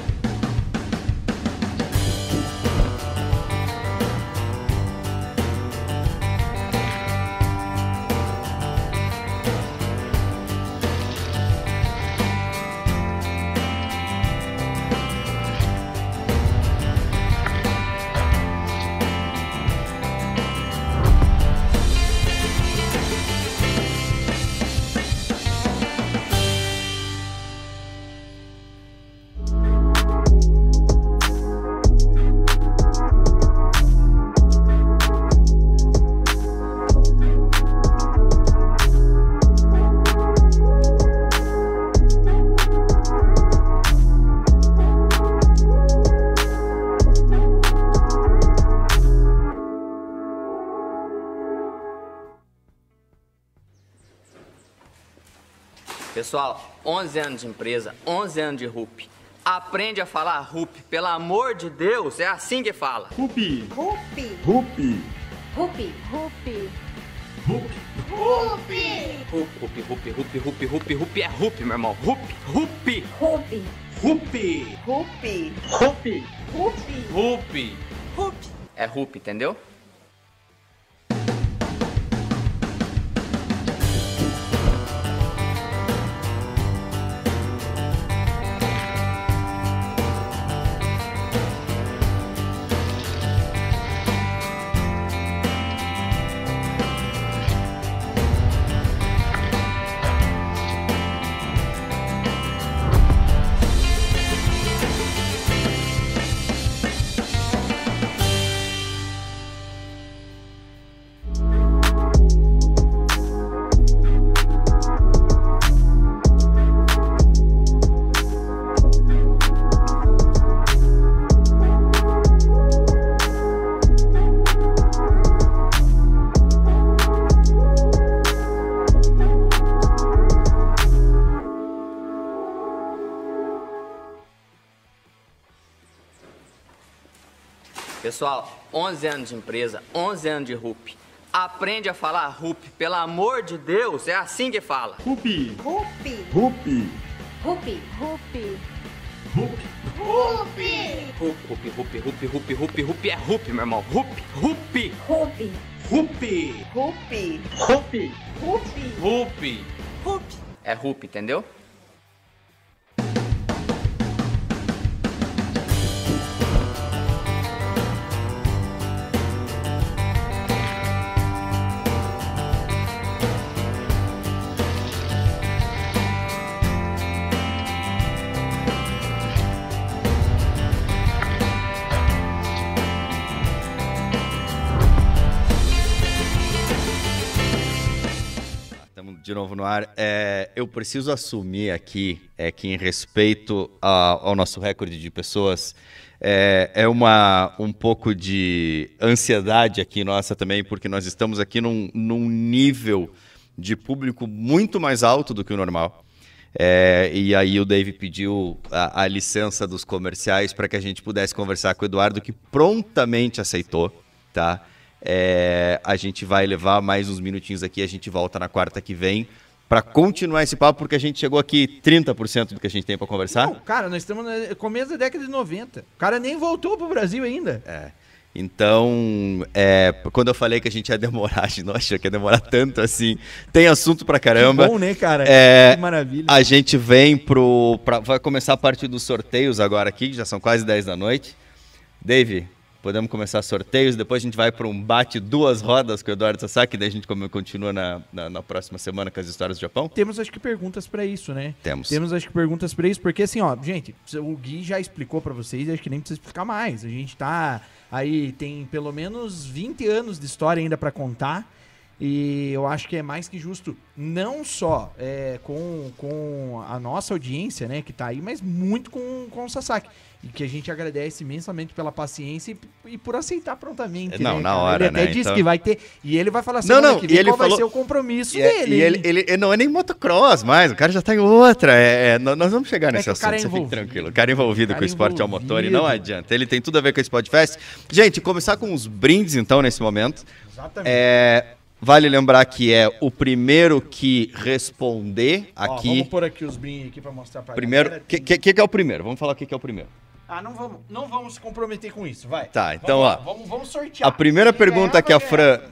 S4: Pessoal, 11 anos de empresa, 11 anos de RUP. Aprende a falar RUP, pelo amor de Deus, é assim que fala.
S5: RUP.
S6: RUP.
S5: RUP.
S6: RUP. RUP.
S4: RUP é RUP, meu irmão. RUP.
S6: RUP.
S5: RUP.
S6: RUP.
S5: RUP.
S4: RUP. RUP. É RUP, entendeu? Pessoal, 11 anos de empresa, 11 anos de RUP. Aprende a falar RUP, pelo amor de Deus, é assim que fala.
S6: Rupi.
S5: Rupi.
S6: Rupi.
S5: Rupi. Rupi.
S4: RUP é RUP, meu irmão. RUP.
S5: Rupi.
S6: Rupi.
S5: Rupi.
S6: Rupi.
S5: Rupi.
S4: É RUP, entendeu?
S2: De novo no ar, eu preciso assumir aqui que em respeito ao nosso recorde de pessoas, um pouco de ansiedade aqui nossa também, porque nós estamos aqui num nível de público muito mais alto do que o normal. E aí o Dave pediu a licença dos comerciais para que a gente pudesse conversar com o Eduardo, que prontamente aceitou, tá? A gente vai levar mais uns minutinhos aqui, a gente volta na quarta que vem para continuar esse papo, porque a gente chegou aqui 30% do que a gente tem para conversar.
S1: Não, cara, nós estamos no começo da década de 90. O cara nem voltou pro Brasil ainda.
S2: Então, quando eu falei que a gente ia demorar, a gente não achou que ia demorar tanto assim. Tem assunto pra caramba.
S1: Que bom, né, cara? Que maravilha.
S2: A gente vem vai começar a parte dos sorteios agora aqui, que já são quase 10 da noite. Dave, podemos começar sorteios, depois a gente vai para um bate 2 rodas com o Eduardo Sasaki, daí a gente continua na próxima semana com as histórias do Japão.
S1: Temos, acho que, perguntas para isso, né?
S2: Temos,
S1: acho que, perguntas para isso, porque assim, ó, gente, o Gui já explicou para vocês, acho que nem precisa explicar mais. A gente tá aí, tem pelo menos 20 anos de história ainda para contar, e eu acho que é mais que justo, não só com a nossa audiência, né, que tá aí, mas muito com o Sasaki. E que a gente agradece imensamente pela paciência e por aceitar prontamente.
S2: Não,
S1: né,
S2: na hora,
S1: ele até
S2: né?
S1: disse
S2: Então...
S1: que vai ter. E ele vai falar semana que vem qual vai ser o compromisso dele.
S2: E ele não é nem motocross mais, o cara já tá em outra. Nós vamos chegar nesse assunto, você fique tranquilo. O cara envolvido com o esporte ao motor e não adianta. Ele tem tudo a ver com esse podcast. Gente, começar com os brindes então nesse momento.
S1: Exatamente.
S2: Vale lembrar que é o primeiro que responder aqui.
S1: Vamos pôr aqui os brindes aqui pra mostrar pra
S2: primeiro,
S1: galera.
S2: O que é o primeiro? Vamos falar o que é o primeiro.
S1: Não vamos se comprometer com isso, vai.
S2: Tá, então
S1: vamos sortear.
S2: A primeira pergunta que a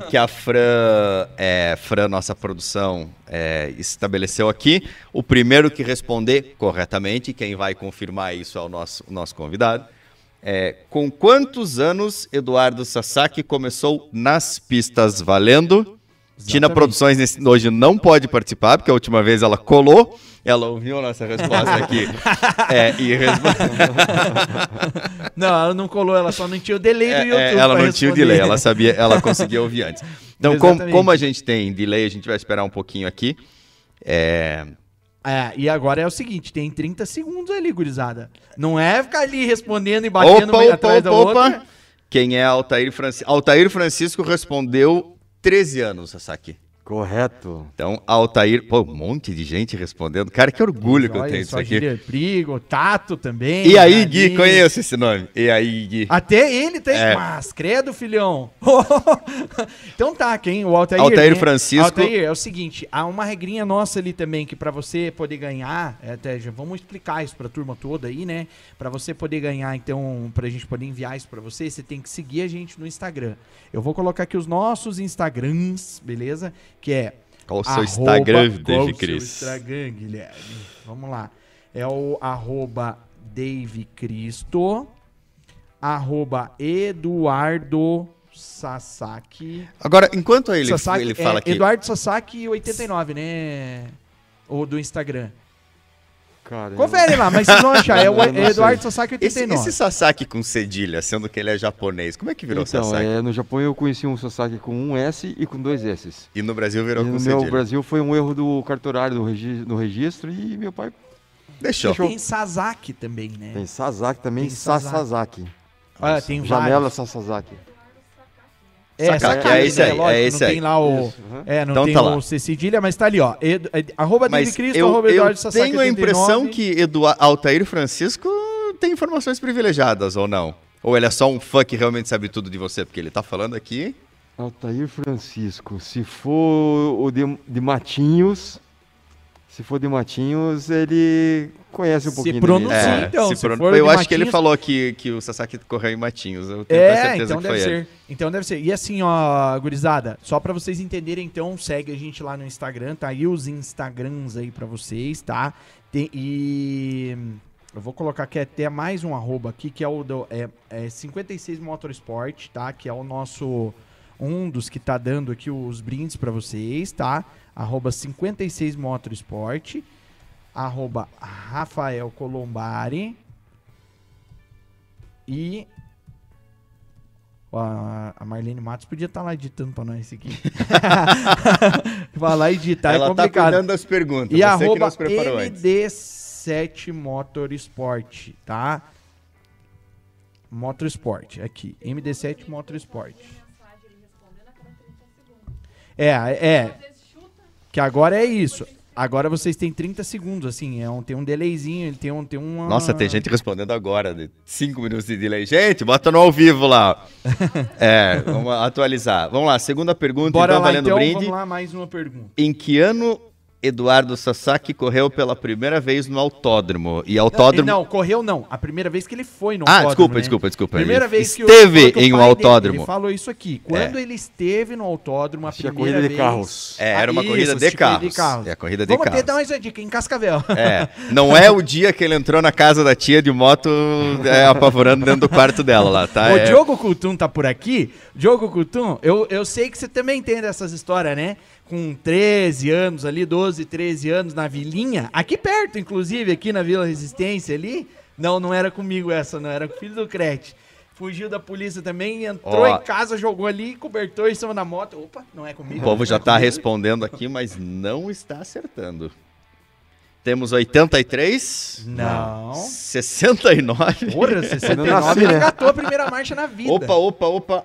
S2: Fran, nossa produção, estabeleceu aqui, o primeiro que responder corretamente, quem vai confirmar isso é o nosso convidado. Com quantos anos Eduardo Sasaki começou nas pistas valendo? Tina Produções hoje não pode participar, porque a última vez ela colou, ela ouviu a nossa resposta aqui.
S1: Não, ela não colou, ela só não tinha o delay do YouTube.
S2: Ela não tinha o delay, ela sabia, ela conseguia ouvir antes. Então, como a gente tem delay, a gente vai esperar um pouquinho aqui.
S1: E agora é o seguinte, tem 30 segundos ali, gurizada. Não é ficar ali respondendo e batendo meio atrás da outra.
S2: Quem é Altair Francisco? Altair Francisco respondeu 13 anos, Sasaki.
S3: Correto.
S2: Então, Altair... Pô, um monte de gente respondendo. Cara, que orgulho que eu tenho disso aqui.
S1: Prigo, Tato também.
S2: E aí, Gui? Conheço esse nome. E aí, Gui?
S1: Até ele tem... Mas, credo, filhão. Então tá, quem? O Altair.
S2: Altair Francisco.
S1: Altair, é o seguinte, há uma regrinha nossa ali também, que pra você poder ganhar, até já vamos explicar isso pra turma toda aí, né? Pra você poder ganhar, então, pra gente poder enviar isso pra você, você tem que seguir a gente no Instagram. Eu vou colocar aqui os nossos Instagrams, beleza? Que é...
S2: Qual o seu Instagram, Dave Cris?
S1: Qual o seu Instagram, Guilherme? Vamos lá. É o @DaveCristo, @Eduardo Sasaki.
S2: Agora, enquanto ele fala aqui...
S1: Eduardo Sasaki 89, né? Ou do Instagram.
S3: Cara,
S1: confere lá, mas vocês vão achar. É o Eduardo Sasaki 89.
S2: Esse Sasaki com cedilha, sendo que ele é japonês, como é que virou Sasaki?
S3: No Japão eu conheci um Sasaki com um S e com 2 S.
S2: E no Brasil virou com
S3: cedilha?
S2: No
S3: Brasil foi um erro do cartorário no registro e meu pai
S2: deixou.
S1: Tem Sasaki também, né?
S3: Tem Sasaki também, Sasaki.
S1: Olha, tem
S3: Janela
S1: vários.
S3: Sasaki.
S2: Sasaki, é esse aí,
S1: lógico,
S2: é esse
S1: não
S2: aí.
S1: tem lá o... não então tem
S2: tá
S1: o C cedilha, mas tá ali, ó. @DaveCristo,
S2: eu
S1: Eduardo Sasaki
S2: tenho a impressão que Altair Francisco tem informações privilegiadas, ou não? Ou ele é só um fã que realmente sabe tudo de você? Porque ele tá falando aqui...
S3: Altair Francisco, se for o de Matinhos, ele conhece um pouquinho
S1: pronuncia,
S3: dele.
S1: então,
S2: se
S1: se
S2: pro-
S1: for
S2: eu
S1: de
S2: acho que ele
S1: Matinhos-
S2: falou que o Sasaki correu em Matinhos. Eu tenho quase certeza
S1: então
S2: que
S1: deve
S2: foi ele.
S1: ser. Então deve ser. E assim, ó, gurizada, só pra vocês entenderem, então, segue a gente lá no Instagram, tá aí os Instagrams aí pra vocês, tá? E eu vou colocar aqui até mais um arroba aqui, que é o 56 Motorsport, tá? Que é o nosso, um dos que tá dando aqui os brindes pra vocês, tá? Arroba 56 Motorsport, arroba Rafael Colombari e ó, a Marlene Matos podia estar lá editando pra nós isso aqui. Vai lá editar,
S2: Ela
S1: é
S2: tá
S1: complicado.
S2: cuidando das perguntas.
S1: E
S2: você que
S1: arroba
S2: nos preparou antes.
S1: MD7 Motorsport, tá? Motorsport, aqui. MD7 Motorsport. Que agora é isso. Agora vocês têm 30 segundos, assim, tem um delayzinho, ele tem uma...
S2: Nossa, tem gente respondendo agora, de 5 minutos de delay. Gente, bota no ao vivo lá. Vamos atualizar. Vamos lá, segunda pergunta,
S1: Bora
S2: então,
S1: lá,
S2: valendo
S1: então,
S2: brinde.
S1: vamos lá, mais uma pergunta.
S2: Em que ano Eduardo Sasaki correu pela primeira vez no autódromo? E autódromo...
S1: Não, correu não. A primeira vez que ele foi no
S2: Ah,
S1: autódromo,
S2: desculpa.
S1: Primeira
S2: Ele
S1: vez que
S2: esteve
S1: que o
S2: em um
S1: pai dele-
S2: autódromo.
S1: ele falou isso aqui. Quando ele esteve no autódromo, a
S3: Tinha
S1: primeira
S3: corrida
S1: vez...
S3: de carros.
S2: Era uma corrida de carros. É a corrida de
S1: Vamos
S2: carros.
S1: até dar mais uma dica, em Cascavel.
S2: Não é o dia que ele entrou na casa da tia de moto apavorando dentro do quarto dela lá, tá?
S1: O Diogo Coutum tá por aqui. Diogo Coutum, eu sei que você também entende essas histórias, né? Com 13 anos ali, 12, 13 anos na vilinha. Aqui perto, inclusive, aqui na Vila Resistência ali. Não era comigo essa, não. Era com o filho do Crete. Fugiu da polícia também, entrou em casa, jogou ali, cobertor em cima da moto. Opa, não é comigo.
S2: O povo já
S1: não é
S2: tá
S1: comigo.
S2: respondendo aqui, mas não está acertando. Temos 83.
S1: Não.
S2: 69.
S1: Porra, 69
S3: nasci,
S1: ele
S3: né?
S1: engatou a primeira marcha na vida.
S2: Opa.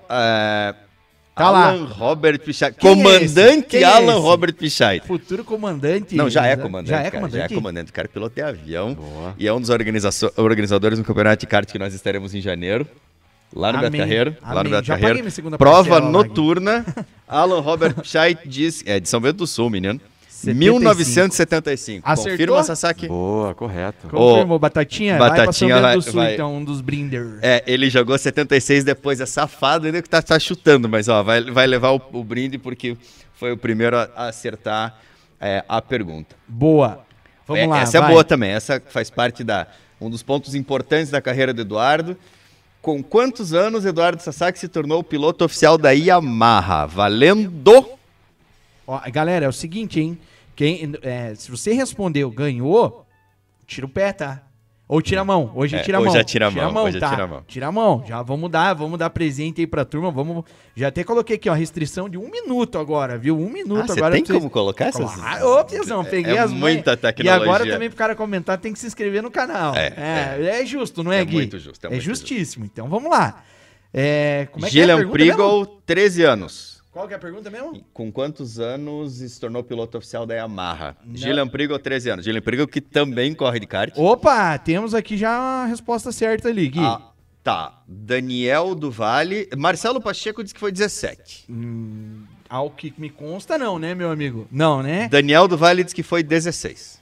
S1: Tá lá.
S2: Alan Robert Pichait.
S1: Quem é
S2: Comandante
S1: esse? Quem é
S2: Alan
S1: esse?
S2: Robert Pichait.
S1: Futuro comandante.
S2: Não, já é comandante.
S1: Já é
S2: cara,
S1: comandante?
S2: Já é comandante. O cara piloteia avião.
S3: Boa.
S2: E é um dos organizadores do campeonato de kart que nós estaremos em janeiro. Lá no
S1: Amém.
S2: Beto Carreiro. Lá no
S1: Amém.
S2: Beto
S1: Já
S2: Carreiro.
S1: paguei minha segunda
S2: Prova
S1: parcela lá,
S2: noturna. Alan Robert Pichait diz... É de São Bento do Sul, menino.
S1: 75.
S2: 1975.
S1: Acertou?
S2: Confirma, Sasaki?
S3: Boa, correto.
S1: Confirmou, Batatinha? Vai pra São
S2: Batatinha
S1: Bento do Sul,
S2: vai-
S1: então, um dos Brinder.
S2: Ele jogou 76 depois, é safado, ainda que tá chutando, mas ó, vai levar o brinde porque foi o primeiro a acertar a pergunta.
S1: Boa. Vamos lá,
S2: Essa
S1: vai.
S2: é boa também, essa faz parte um dos pontos importantes da carreira do Eduardo. Com quantos anos Eduardo Sasaki se tornou o piloto oficial da Yamaha? Valendo!
S1: Ó, galera, é o seguinte, hein? Se você respondeu, ganhou, tira o pé, tá? Ou tira a mão. Hoje tira a mão.
S2: hoje é tira a mão, hoje é
S1: tá?
S2: tira a mão.
S1: Tira a mão. Já vamos dar presente aí pra turma. Já até coloquei aqui, ó, restrição de 1 minuto agora, viu? 1 minuto
S2: Você
S1: agora.
S2: tem
S1: pra vocês-
S2: como colocar essas?
S1: Claro, ô, Piazão, peguei
S2: É
S1: as manhas.
S2: muita
S1: E
S2: tecnologia.
S1: agora também pro cara comentar tem que se inscrever no canal. É justo, não é,
S2: É
S1: Gui?
S2: muito justo, é muito
S1: justíssimo. Então vamos lá. Como é que é a
S2: Gillian
S1: pergunta mesmo?
S2: Prigel, 13 anos.
S1: Qual que é a pergunta mesmo?
S2: Com quantos anos se tornou piloto oficial da Yamaha? Gillian Prigel, 13 anos. Gillian Prigel que também corre de kart.
S1: Opa, temos aqui já a resposta certa ali, Gui.
S2: Tá. Daniel do Vale. Marcelo Pacheco disse que foi 17.
S1: Ao que me consta, não, né, meu amigo? Não, né?
S2: Daniel do Vale disse que foi 16.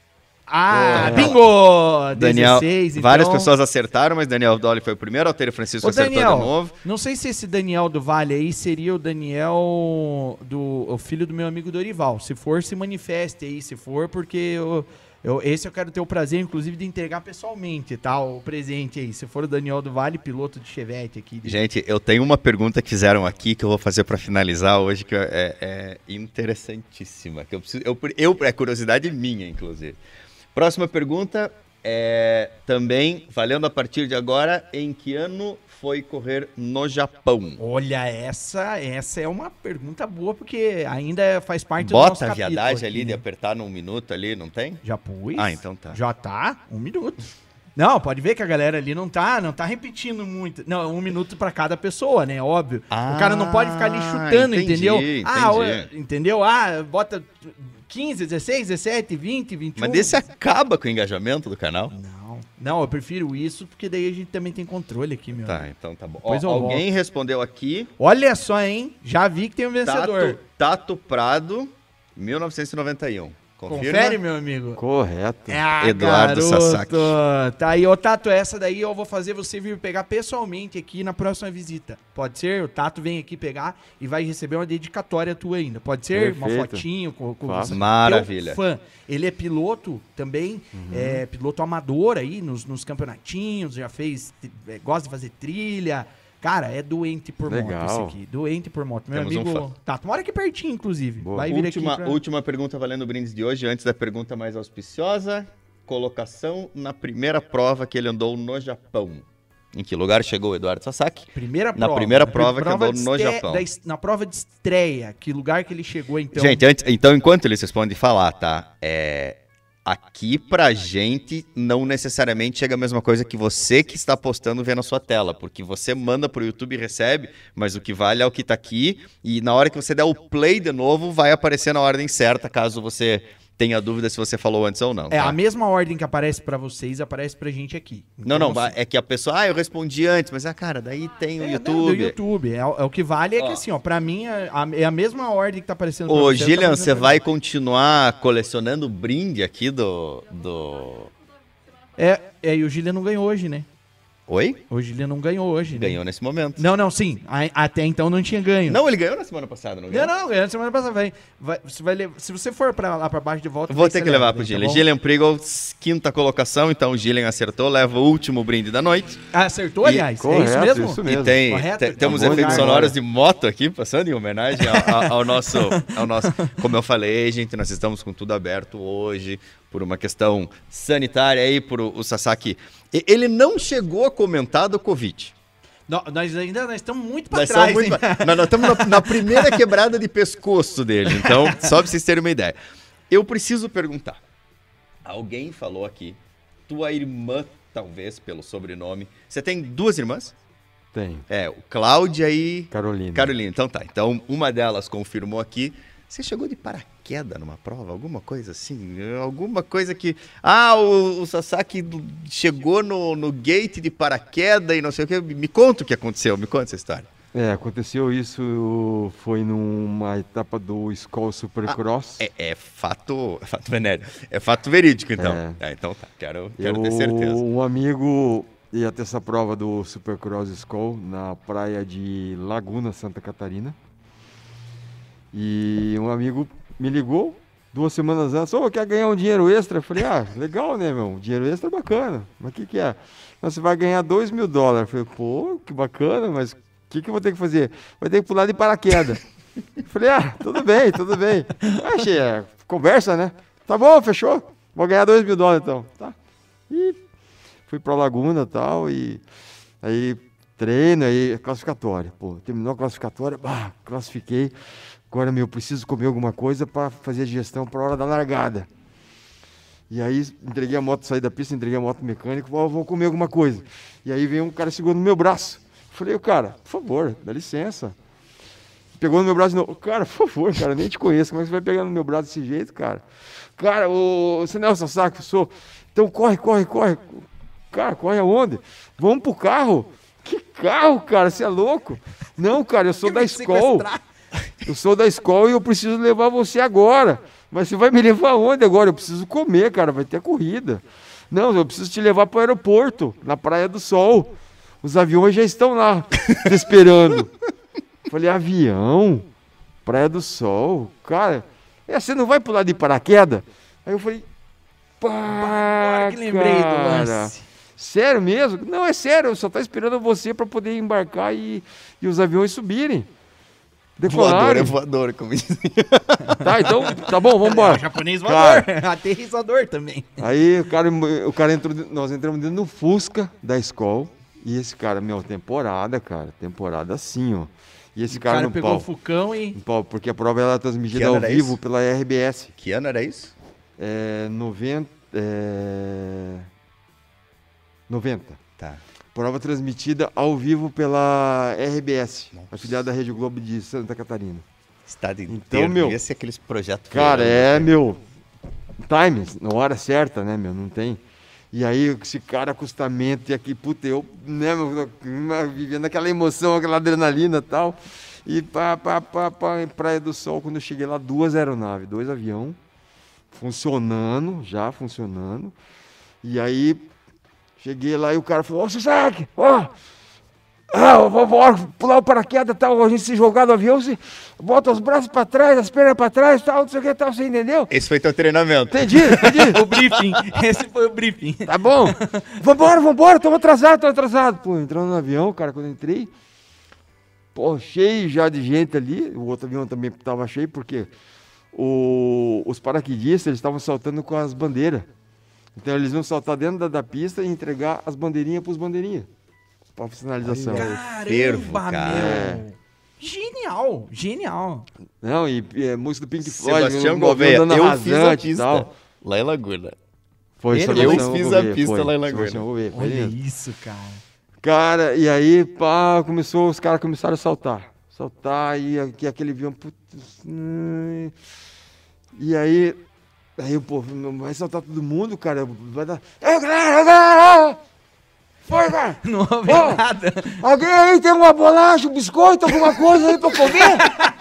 S1: Bingo!
S2: Daniel,
S1: 16,
S2: várias
S1: então.
S2: pessoas acertaram, mas Daniel Dolly foi o primeiro. Alteiro Francisco
S1: Ô,
S2: acertou
S1: Daniel,
S2: de novo.
S1: não sei se esse Daniel do Vale aí seria o Daniel o filho do meu amigo Dorival. Se for, se manifeste aí, se for, porque esse eu quero ter o prazer, inclusive, de entregar pessoalmente, tá? O presente aí. Se for o Daniel do Vale, piloto de Chevette aqui.
S2: Gente, eu tenho uma pergunta que fizeram aqui que eu vou fazer para finalizar hoje, que é interessantíssima. Que é curiosidade minha, inclusive. Próxima pergunta também, valendo a partir de agora, em que ano foi correr no Japão?
S1: Olha, essa é uma pergunta boa, porque ainda faz parte do nosso
S2: Bota a
S1: capítulo
S2: viadagem
S1: aqui,
S2: ali de
S1: né?
S2: apertar num minuto ali, não tem?
S1: Já pus?
S2: Ah, então tá.
S1: Já tá? 1 minuto. Não, pode ver que a galera ali não tá repetindo muito. Não, 1 minuto pra cada pessoa, né? Óbvio. O cara não pode ficar ali chutando,
S2: entendi,
S1: entendeu?
S2: entendi.
S1: Entendeu? bota 15, 16, 17, 20, 21.
S2: Mas desse acaba com o engajamento do canal?
S1: Não, eu prefiro isso, porque daí a gente também tem controle aqui, meu.
S2: Tá, então tá bom.
S1: Depois eu
S2: Alguém respondeu aqui.
S1: Olha só, hein? Já vi que tem um vencedor.
S2: Tato Prado, 1991. Confirma?
S1: Confere, meu amigo.
S3: Correto.
S2: Eduardo Sasaki.
S1: Tá aí, ô Tato, essa daí eu vou fazer você vir pegar pessoalmente aqui na próxima visita. Pode ser? O Tato vem aqui pegar e vai receber uma dedicatória tua ainda. Pode ser? Uma
S3: Perfeito.
S1: fotinho com
S3: Faço.
S2: Maravilha.
S1: Teu fã. Ele é piloto também, é piloto amador aí nos campeonatinhos, já fez, gosta de fazer trilha. Cara, é doente por
S3: Legal.
S1: moto esse aqui. Doente por moto. Meu
S2: Temos um
S1: amigo.
S2: fã.
S1: Tato, mora aqui pertinho, inclusive.
S3: Boa.
S1: Vai vir aqui.
S2: Última pergunta valendo o brindes de hoje, antes da pergunta mais auspiciosa. Colocação na primeira prova que ele andou no Japão. Em que lugar chegou o Eduardo Sasaki?
S1: Primeira
S2: Na
S1: prova.
S2: primeira prova que andou
S1: de
S2: no Japão.
S1: Na prova de estreia, que lugar que ele chegou, então.
S2: Gente, então enquanto eles respondem, falar, tá? Aqui pra gente não necessariamente chega a mesma coisa que você que está postando vê na sua tela, porque você manda pro YouTube e recebe, mas o que vale é o que tá aqui, e na hora que você der o play de novo, vai aparecer na ordem certa, caso você tenha dúvida se você falou antes ou não.
S1: É
S2: tá?
S1: a mesma ordem que aparece pra vocês, aparece pra gente aqui.
S2: Não,
S1: Então,
S2: não, é que a pessoa, eu respondi antes, mas cara, daí tem o
S1: não,
S2: YouTube.
S1: do YouTube. É o que vale é que assim, ó, pra mim é a mesma ordem que tá aparecendo pra
S2: Ô,
S1: você.
S2: Gillian,
S1: tá
S2: você vai continuar colecionando brinde aqui do...
S1: E o Gillian não ganhou hoje, né?
S2: Oi?
S1: O Gillian não ganhou hoje. Né?
S2: Ganhou nesse momento.
S1: Não, sim. Até então não tinha ganho.
S2: Não, ele ganhou na semana passada, não ganhou?
S1: Não, ganhou na semana passada. Se você for lá pra baixo de volta...
S2: Vou ter que levar pro
S1: tá
S2: Gillian.
S1: bom?
S2: Gillian Pringles, quinta colocação, então o Gillian acertou, leva o último brinde da noite.
S1: Acertou, aliás?
S3: Correto,
S1: é isso mesmo?
S3: isso
S2: E
S3: mesmo.
S1: Correto?
S2: temos
S3: Tá bom
S2: efeitos
S3: demais.
S2: sonoros de moto aqui, passando em homenagem ao nosso... Como eu falei, gente, nós estamos com tudo aberto hoje, por uma questão sanitária aí, por o Sasaki. Ele não chegou a comentar do Covid.
S1: Nós estamos muito pra
S2: Nós
S1: trás,
S2: somos
S1: hein?
S2: nós estamos na primeira quebrada de pescoço dele, então, só pra vocês terem uma ideia. Eu preciso perguntar. Alguém falou aqui, tua irmã, talvez, pelo sobrenome. Você tem duas irmãs?
S3: Tem.
S2: O Cláudia e...
S3: Carolina.
S2: Carolina, então tá. Então, uma delas confirmou aqui. Você chegou de paraquedas numa prova? Alguma coisa assim? Alguma coisa que... o Sasaki chegou no gate de paraquedas e não sei o quê. Me conta o que aconteceu, me conta essa história.
S3: Aconteceu isso, foi numa etapa do Skol Supercross.
S2: É fato venéreo. É fato verídico, então. Então tá, quero ter certeza.
S3: Um amigo ia ter essa prova do Supercross Skol na praia de Laguna, Santa Catarina. E um amigo me ligou 2 semanas antes, quer ganhar um dinheiro extra? Eu falei, legal, né, meu? Dinheiro extra é bacana. Mas o que é? Você vai ganhar $2.000. Eu falei, pô, que bacana, mas o que eu vou ter que fazer? Vai ter que pular de paraquedas. Eu falei, tudo bem. Achei, conversa, né? Tá bom, fechou. Vou ganhar $2.000 então. Tá. E fui pra Laguna e tal, e aí treino, aí classificatória. Pô, terminou a classificatória, classifiquei. Agora, preciso comer alguma coisa para fazer a digestão para a hora da largada. E aí, entreguei a moto, saí da pista, entreguei a moto pro mecânico, vou comer alguma coisa. E aí veio um cara segurando no meu braço. Falei, cara, por favor, dá licença. Pegou no meu braço de novo. Cara, por favor, cara, nem te conheço. Como é que você vai pegar no meu braço desse jeito, cara? Cara, você não é o Sasaki, eu sou. Então corre. Cara, corre aonde? Vamos pro carro. Que carro, cara? Você é louco? Não, cara, eu sou da Skol. Eu sou da Skol e eu preciso levar você agora. Mas você vai me levar aonde agora? Eu preciso comer, cara, vai ter corrida. Não, eu preciso te levar para o aeroporto, na Praia do Sol. Os aviões já estão lá, te esperando. Falei, avião? Praia do Sol? Cara, você não vai pular de paraquedas? Aí eu falei,
S1: Agora que lembrei do lance.
S3: Sério mesmo? Não, é sério, eu só tô esperando você para poder embarcar e os aviões subirem. Decolarem.
S2: Voador, como dizia.
S3: Tá, então, tá bom, vamos embora.
S1: Japonês voador, aterrissador também.
S3: Aí o cara entrou, nós entramos dentro do Fusca da Skol. E esse cara, temporada assim, ó. E esse cara no
S1: pegou
S3: pau.
S1: o Fucão e...
S3: No pau, porque a prova ela é transmitida
S2: Que ano
S3: ao
S2: era
S3: vivo
S2: isso?
S3: pela RBS.
S2: Que ano era isso?
S3: 90.
S2: Tá.
S3: Prova transmitida ao vivo pela RBS, afiliada da Rede Globo de Santa Catarina.
S2: Estado
S3: Então,
S2: inteiro, devia ser aqueles projetos...
S3: Cara, time, na hora certa, né, não tem. E aí, esse cara, acostamento, e aqui, puta, eu, né, vivendo aquela emoção, aquela adrenalina e tal. E em Praia do Sol, quando eu cheguei lá, 2 aeronaves, 2 aviões, funcionando. E aí, cheguei lá e o cara falou, ô, Sasaki, ó, vou pular o paraquedas, tal, a gente se jogar do avião, você bota os braços pra trás, as pernas pra trás, tal, não sei o que, tal, você entendeu?
S2: Esse foi teu treinamento.
S3: Entendi.
S1: O briefing. Esse foi o briefing.
S3: Tá bom. Vambora, tô atrasado. Pô, entrando no avião, cara, quando eu entrei, pô, cheio já de gente ali, o outro avião também tava cheio, porque os paraquedistas, eles estavam saltando com as bandeiras. Então eles iam saltar dentro da pista e entregar as bandeirinhas pros bandeirinhas. Pra finalização.
S2: fervo,
S1: Caramba,
S2: cara.
S1: meu. Genial.
S3: Não, e música do Pink Floyd,
S2: Sebastião
S3: um
S2: Gouveia,
S3: dando
S2: eu fiz a
S3: rasante e
S2: pista
S3: tal.
S2: lá em Laguna.
S3: Foi
S1: Eu
S3: Sebastião
S2: fiz
S3: Gouveia,
S2: a pista
S3: foi,
S2: lá em Laguna.
S3: Sebastião Gouveia, foi
S1: Olha
S3: lindo.
S1: isso, cara.
S3: Cara, e aí, pá, os caras começaram a saltar, e aquele avião, putz, e aí, pô, não vai saltar todo mundo, cara, vai dar, galera, foi, cara,
S1: Não houve
S3: Ô,
S1: nada.
S3: alguém aí tem uma bolacha, um biscoito, alguma coisa aí pra comer?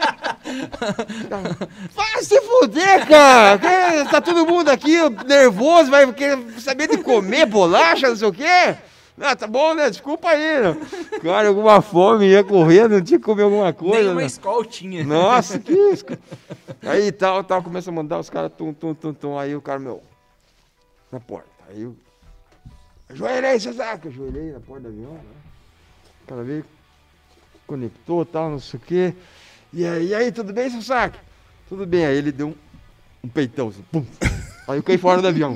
S3: Vai se fuder, cara, tá todo mundo aqui nervoso, vai querer saber de comer bolacha, não sei o quê. Ah, tá bom, né? Desculpa aí. Né? Cara, alguma fome, ia correr, não tinha que comer alguma coisa.
S1: Nem uma
S3: né?
S1: escola tinha.
S3: Nossa, que isso. Aí tal, começa a mandar os caras, tum. Aí o cara, na porta. Aí eu ajoelhei, Sasaki. Ajoelhei na porta do avião, né? O cara veio, conectou, tal, não sei o quê. E aí, tudo bem, Sasaki? Tudo bem. Aí ele deu um peitão, assim, pum. Aí eu caí fora do avião.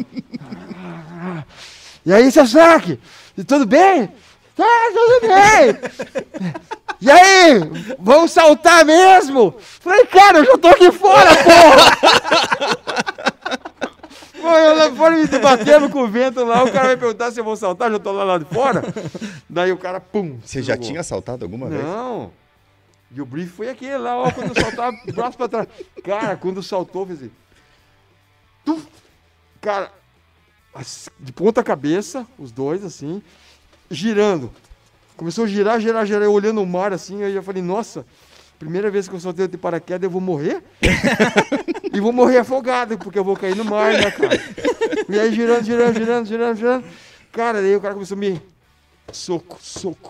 S3: E aí, Sasaki? Tudo bem? Tá, tudo bem. E aí, vamos saltar mesmo? Falei, cara, eu já tô aqui fora, porra! Pô, eu lá fora me debatendo com o vento lá, o cara vai perguntar se eu vou saltar, já tô lá de fora. Daí o cara, pum.
S2: Você já
S3: jogou.
S2: tinha saltado alguma vez?
S3: Não. E o brief foi aquele lá, ó, quando eu saltava, braço pra trás. Cara, quando saltou, fez assim. Tuf! Cara, de ponta cabeça, os dois, assim, girando. Começou a girar, eu olhando o mar, assim, aí eu falei, nossa, primeira vez que eu soltei de paraquedas, eu vou morrer? E vou morrer afogado, porque eu vou cair no mar, né, cara? E aí girando. Cara, aí o cara começou a me... Soco.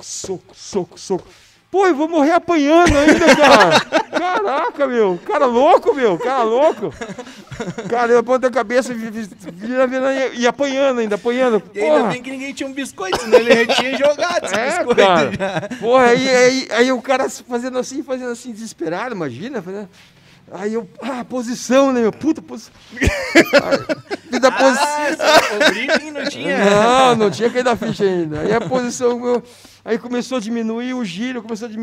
S3: Pô, eu vou morrer apanhando ainda, cara. Caraca, meu. Cara louco. Cara, eu aponto a cabeça virando e apanhando ainda.
S1: E ainda
S3: Porra.
S1: bem que ninguém tinha um biscoito, senão ele já tinha jogado esse biscoito.
S3: Cara.
S1: Já.
S3: Porra, aí o cara fazendo assim, desesperado, imagina. Aí eu, posição, né, meu? Puta posição. Fiz a posição.
S1: O briefing não tinha.
S3: Não tinha caído a ficha ainda. Aí a posição, aí começou a diminuir o giro,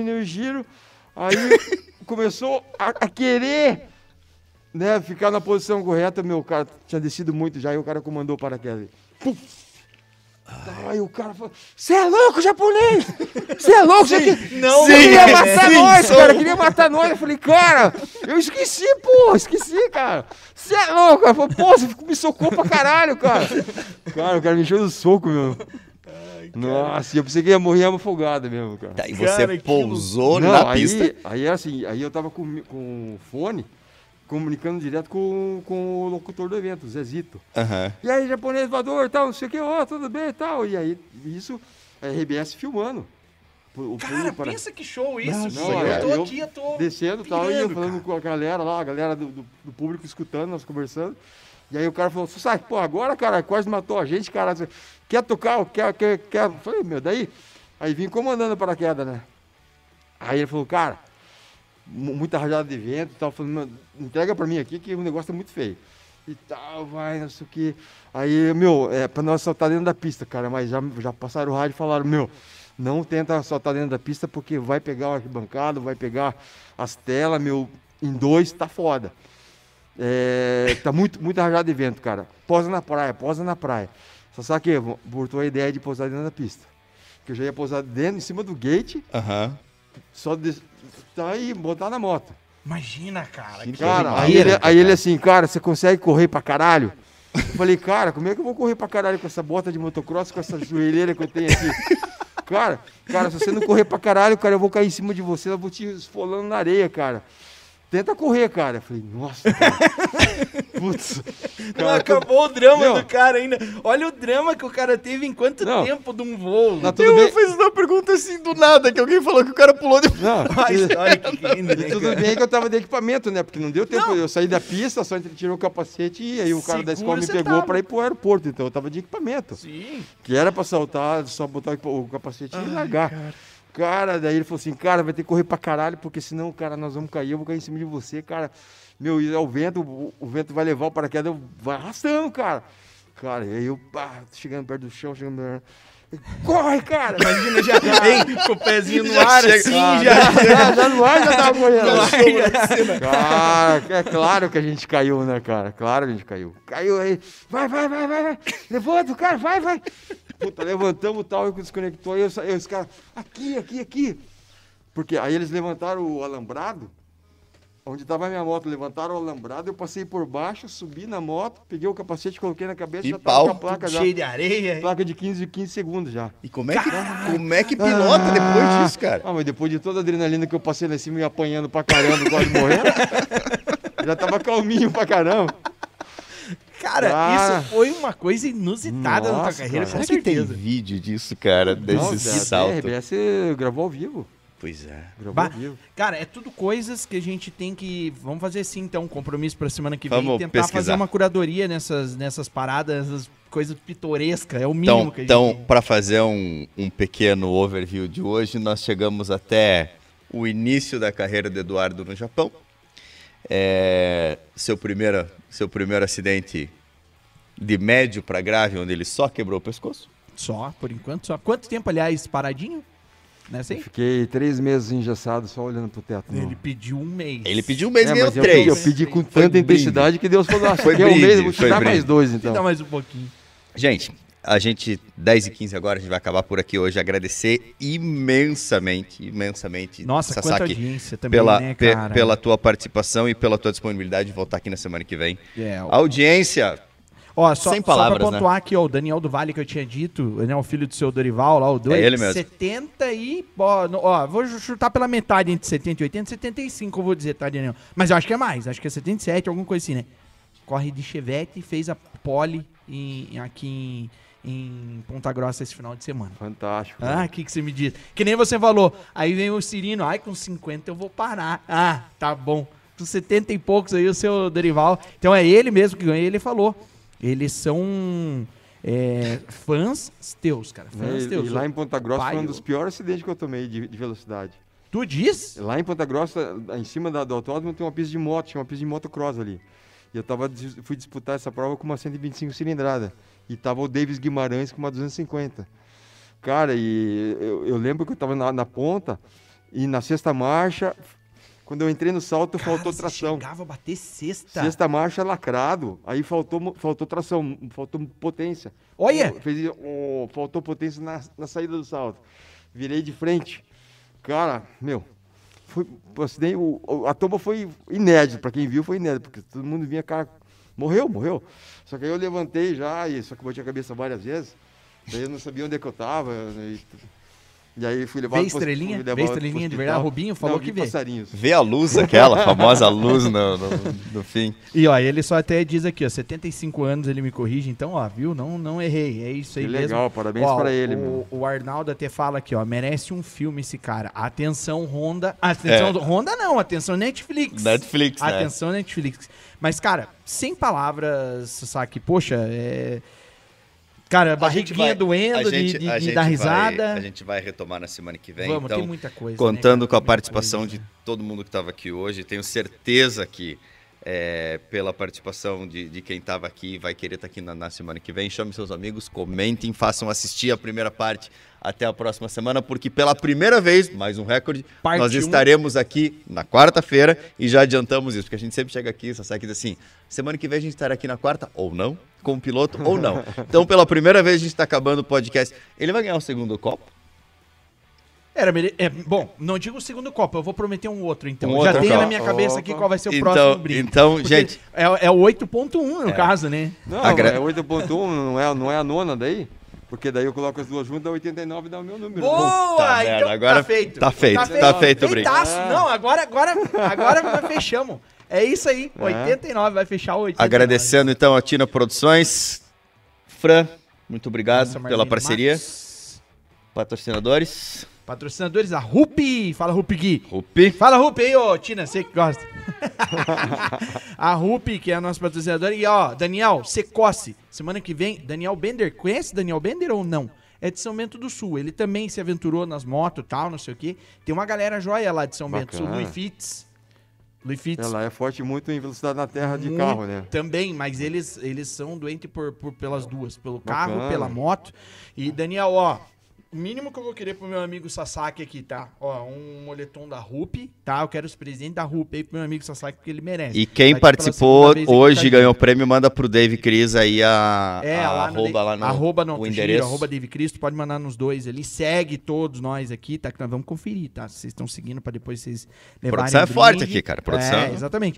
S3: aí começou a querer, né, ficar na posição correta, meu cara tinha descido muito já, aí o cara comandou o paraquedas. Puf! Aí o cara falou, você é louco, japonês? Você é louco? Você queria matar nós, cara, queria matar nós. Eu falei, cara, eu esqueci, cara. Você é louco? Ele falou, pô, você me socou pra caralho, cara. Cara, o cara me encheu do soco, meu. Nossa, eu pensei que ia morrer afogado mesmo, cara.
S2: Tá, e você pousou na pista?
S3: Aí assim, aí eu tava com o fone, comunicando direto com o locutor do evento, o Zezito.
S2: Aham.
S3: E aí, japonês voador, tal, não sei o que, tudo bem e tal. E aí, isso, a RBS filmando.
S1: Cara, pensa que show isso.
S3: Nossa,
S1: Eu tô
S3: descendo e tal, e eu
S1: pirando,
S3: falando
S1: cara.
S3: com a galera lá, a galera do público escutando, nós conversando. E aí o cara falou, Sasaki, pô, agora, cara, quase matou a gente, cara. Quer tocar? Quer? Falei, meu, daí? Aí vim comandando o paraquedas, né? Aí ele falou, cara, muita rajada de vento e tal, falando, entrega pra mim aqui que o negócio é muito feio. E tal, vai, não sei o que. Aí, meu, pra nós saltar dentro da pista, cara, mas já passaram o rádio e falaram, meu, não tenta saltar dentro da pista porque vai pegar o arquibancado, vai pegar as telas, meu, em 2 tá foda. Tá muita rajada de vento, cara. Posa na praia. Só sabe que voltou a ideia de pousar dentro da pista. Que eu já ia pousar dentro, em cima do gate, só tá e botar na moto.
S1: Imagina, cara.
S3: Cara, aí ele assim, cara, você consegue correr pra caralho? Eu falei, cara, como é que eu vou correr pra caralho com essa bota de motocross, com essa joelheira que eu tenho aqui? Cara, se você não correr pra caralho, cara, eu vou cair em cima de você, eu vou te esfolando na areia, cara. Tenta correr, cara. Eu falei, nossa, cara. Putz.
S1: Não
S3: Cara,
S1: acabou o drama
S3: Não.
S1: do cara ainda. Olha o drama que o cara teve em quanto
S3: Não.
S1: tempo de um voo.
S3: Tá tudo bem.
S2: fiz uma pergunta assim do nada, que alguém falou que o cara pulou de...
S3: Não,
S1: A história que rende, né,
S3: e tudo
S1: cara?
S3: bem que eu tava de equipamento, né? Porque não deu tempo.
S1: Não.
S3: Eu saí da pista, só tirou o capacete e aí o cara da escola me
S1: Seguro você
S3: pegou
S1: tava.
S3: pra ir pro aeroporto. Então eu tava de equipamento.
S1: Sim.
S3: Que era pra saltar, só botar o capacete e largar. Cara, daí ele falou assim, cara, vai ter que correr pra caralho, porque senão, cara, nós vamos cair, eu vou cair em cima de você, cara. Meu, e é o vento, o vento vai levar o paraquedas, vai arrastando, cara. Cara, e aí eu, chegando perto do chão, corre, cara!
S1: Imagina já vem com o pezinho no ar,
S2: chega.
S1: assim,
S3: Já no ar já tava correndo.
S1: No ar, já.
S3: Cara, é claro que a gente caiu, né, cara? Claro que a gente caiu. Caiu aí, vai. Levanta, cara, vai. Puta, levantamos o tal, e desconectou, aí os caras, aqui. Porque aí eles levantaram o alambrado, onde estava a minha moto, levantaram o alambrado, eu passei por baixo, subi na moto, peguei o capacete, coloquei na cabeça,
S2: E
S3: já tava
S2: pau,
S3: com a placa já.
S1: Cheio de areia.
S3: Placa de 15 segundos já.
S2: E como é que pilota depois disso, cara?
S3: Mas depois de toda a adrenalina que eu passei lá em cima e apanhando pra caramba, quase morrendo, já tava calminho pra caramba.
S1: Cara, isso foi uma coisa inusitada na tua
S3: Nossa,
S1: carreira,
S3: cara.
S1: com
S2: Será que tem
S1: certeza.
S2: vídeo disso, cara? Desse
S3: Nossa,
S2: salto?
S3: A RBS gravou ao vivo.
S2: Pois é.
S3: Gravou ao vivo.
S1: Cara, é tudo coisas que a gente tem que... Vamos fazer assim, então, um compromisso pra semana que vem.
S2: Vamos
S1: Tentar
S2: pesquisar.
S1: fazer uma curadoria nessas paradas, essas coisas pitorescas. É o mínimo que a gente...
S2: Então, para fazer um pequeno overview de hoje, nós chegamos até o início da carreira do Eduardo no Japão. Seu primeiro acidente de médio para grave, onde ele só quebrou o pescoço.
S1: Só, por enquanto, só. Quanto tempo, aliás, paradinho? Nessa aí?
S3: Fiquei 3 meses engessado, só olhando pro teto. não.
S1: Ele pediu um mês.
S2: Ele pediu um mês e
S3: É,
S2: ganhou
S3: mas eu
S2: 3.
S3: pedi com
S2: Foi
S3: tanta
S2: brinde.
S3: intensidade que Deus falou,
S2: Foi
S3: quer um
S2: brinde,
S3: mês, eu vou te
S2: foi
S3: dar
S2: brinde.
S3: mais 2,
S1: Dá
S3: então.
S1: mais um pouquinho.
S2: Gente, a gente, 10h15 agora, a gente vai acabar por aqui hoje. Agradecer imensamente
S1: Nossa, quanta
S2: Sasaki,
S1: audiência também,
S2: pela,
S1: né, cara?
S2: pela tua participação e pela tua disponibilidade de voltar aqui na semana que vem.
S1: É,
S2: A audiência,
S1: Ó, só,
S2: Sem
S1: só pra
S2: palavras,
S1: pontuar aqui, ó, o Daniel do Vale que eu tinha dito, né, o filho do seu Dorival lá, o Dori,
S2: É ele mesmo.
S1: 70 e... Ó, vou chutar pela metade entre 70 e 80, 75 eu vou dizer, tá, Daniel? Mas eu acho que é mais, acho que é 77, alguma coisa assim, né? Corre de Chevette e fez a pole aqui em Ponta Grossa esse final de semana.
S3: Fantástico.
S1: Ah, o que você me diz? Que nem você falou, aí vem o Cirino, ai, com 50 eu vou parar. Ah, tá bom. Com 70 e poucos aí o seu Dorival. Então é ele mesmo que ganhou, ele falou. Eles são fãs teus, cara. Fãs teus.
S3: E lá em Ponta Grossa
S1: Pai,
S3: foi um dos piores acidentes que eu tomei de velocidade.
S1: Tu diz?
S3: Lá em Ponta Grossa, em cima do autódromo, tem uma pista de moto, tinha uma pista de motocross ali. E eu fui disputar essa prova com uma 125 cilindrada. E tava o Davis Guimarães com uma 250. Cara, e eu lembro que eu tava na ponta e na sexta marcha, quando eu entrei no salto, faltou
S1: Você
S3: tração.
S1: chegava a bater sexta.
S3: Sexta marcha lacrado, aí faltou tração, faltou potência.
S1: Olha!
S3: Faltou potência na saída do salto. Virei de frente. Cara, a tomba foi inédita, pra quem viu foi inédita, porque todo mundo vinha, cara, morreu. Só que aí eu levantei já, só que eu bati a cabeça várias vezes, daí eu não sabia onde é que eu tava, e aí fui levado
S1: Vê estrelinha? Vê estrelinha de verdade? Rubinho falou que vê.
S3: Passarinhos.
S2: vê a luz, aquela famosa luz no fim.
S1: E ó, ele só até diz aqui, ó, 75 anos ele me corrige, então ó, viu? Não errei, é isso aí
S3: Que
S1: mesmo.
S3: legal, parabéns
S1: Ó,
S3: pra ele, meu.
S1: O Arnaldo até fala aqui, ó, merece um filme esse cara. Atenção Honda, Honda não, atenção Netflix.
S2: Netflix, né?
S1: Atenção Netflix. Mas cara, sem palavras, sabe, poxa, cara, barriguinha doendo de dar risada.
S2: A gente vai retomar na semana que vem.
S1: Vamos,
S2: então,
S1: tem muita coisa,
S2: contando
S1: né, cara?
S2: com a
S1: Tem muita
S2: participação
S1: coisa.
S2: de todo mundo que estava aqui hoje. Tenho certeza que pela participação de quem estava aqui, vai querer estar aqui na semana que vem. Chame seus amigos, comentem, façam assistir a primeira parte até a próxima semana, porque pela primeira vez, mais um recorde,
S1: Parte
S2: nós
S1: um.
S2: estaremos aqui na quarta-feira e já adiantamos isso, porque a gente sempre chega aqui, só sai aqui diz assim, semana que vem a gente estará aqui na quarta, ou não, com o piloto, ou não. Então, pela primeira vez a gente está acabando o podcast. Ele vai ganhar o segundo copo?
S1: Bom, não digo o segundo copo, eu vou prometer um outro, então.
S2: Um
S1: Já
S2: outro
S1: tenho
S2: copo.
S1: na minha cabeça aqui qual vai ser o
S2: Então-
S1: próximo brinde.
S2: então,
S1: Porque
S2: gente-
S1: É o 8.1 no caso, né?
S3: Não,
S2: Agra-
S3: é 8.1, não é a nona daí? Porque daí eu coloco as duas juntas, dá 89 e dá o meu número.
S1: Boa!
S2: Tá,
S1: então
S2: merda, agora
S1: tá feito.
S2: tá feito o brinde.
S1: Feitaço. Não, agora fechamos. É isso aí, 89, vai fechar o 89.
S2: Agradecendo então a Tina Produções. Fran, muito obrigado
S1: Nossa,
S2: pela
S1: Marlene
S2: parceria.
S1: Matos.
S2: Patrocinadores.
S1: Patrocinadores, a Rupi. Fala, Rupi Gui.
S2: Rupi.
S1: Fala, Rupi aí, ô, Tina, você que gosta. A Rupi, que é a nossa patrocinadora. E, ó, Daniel, Secosse. Semana que vem, Daniel Bender. Conhece Daniel Bender ou não? É de São Bento do Sul. Ele também se aventurou nas motos e tal, não sei o quê. Tem uma galera joia lá de São Bento do Sul.
S3: Bacana.
S1: Luiz Fitz. Luiz Fitz.
S3: Ela é forte muito em velocidade na terra de
S1: Muito
S3: carro, né?
S1: Também, mas eles são doentes pelas duas. Pelo carro,
S3: Bacana.
S1: pela moto. E, Daniel, ó... O mínimo que eu vou querer pro meu amigo Sasaki aqui, tá? Ó, um moletom da Rupi, tá? Eu quero os presentes da Rupi aí pro meu amigo Sasaki, porque ele merece.
S2: E quem
S1: Tá aqui pela
S2: participou
S1: segunda vez aqui
S2: hoje
S1: com a
S2: ganhou o
S1: gente.
S2: prêmio, manda pro Dave Cris aí
S1: lá
S2: arroba lá no
S1: arroba não,
S2: o
S1: tu
S2: endereço.
S1: gira, arroba Dave Cristo, pode mandar nos dois ali. Segue todos nós aqui, tá? Que nós vamos conferir, tá? Vocês estão seguindo pra depois vocês levarem
S2: Produção é
S1: brinde.
S2: forte aqui, cara. Produção.
S1: É, exatamente.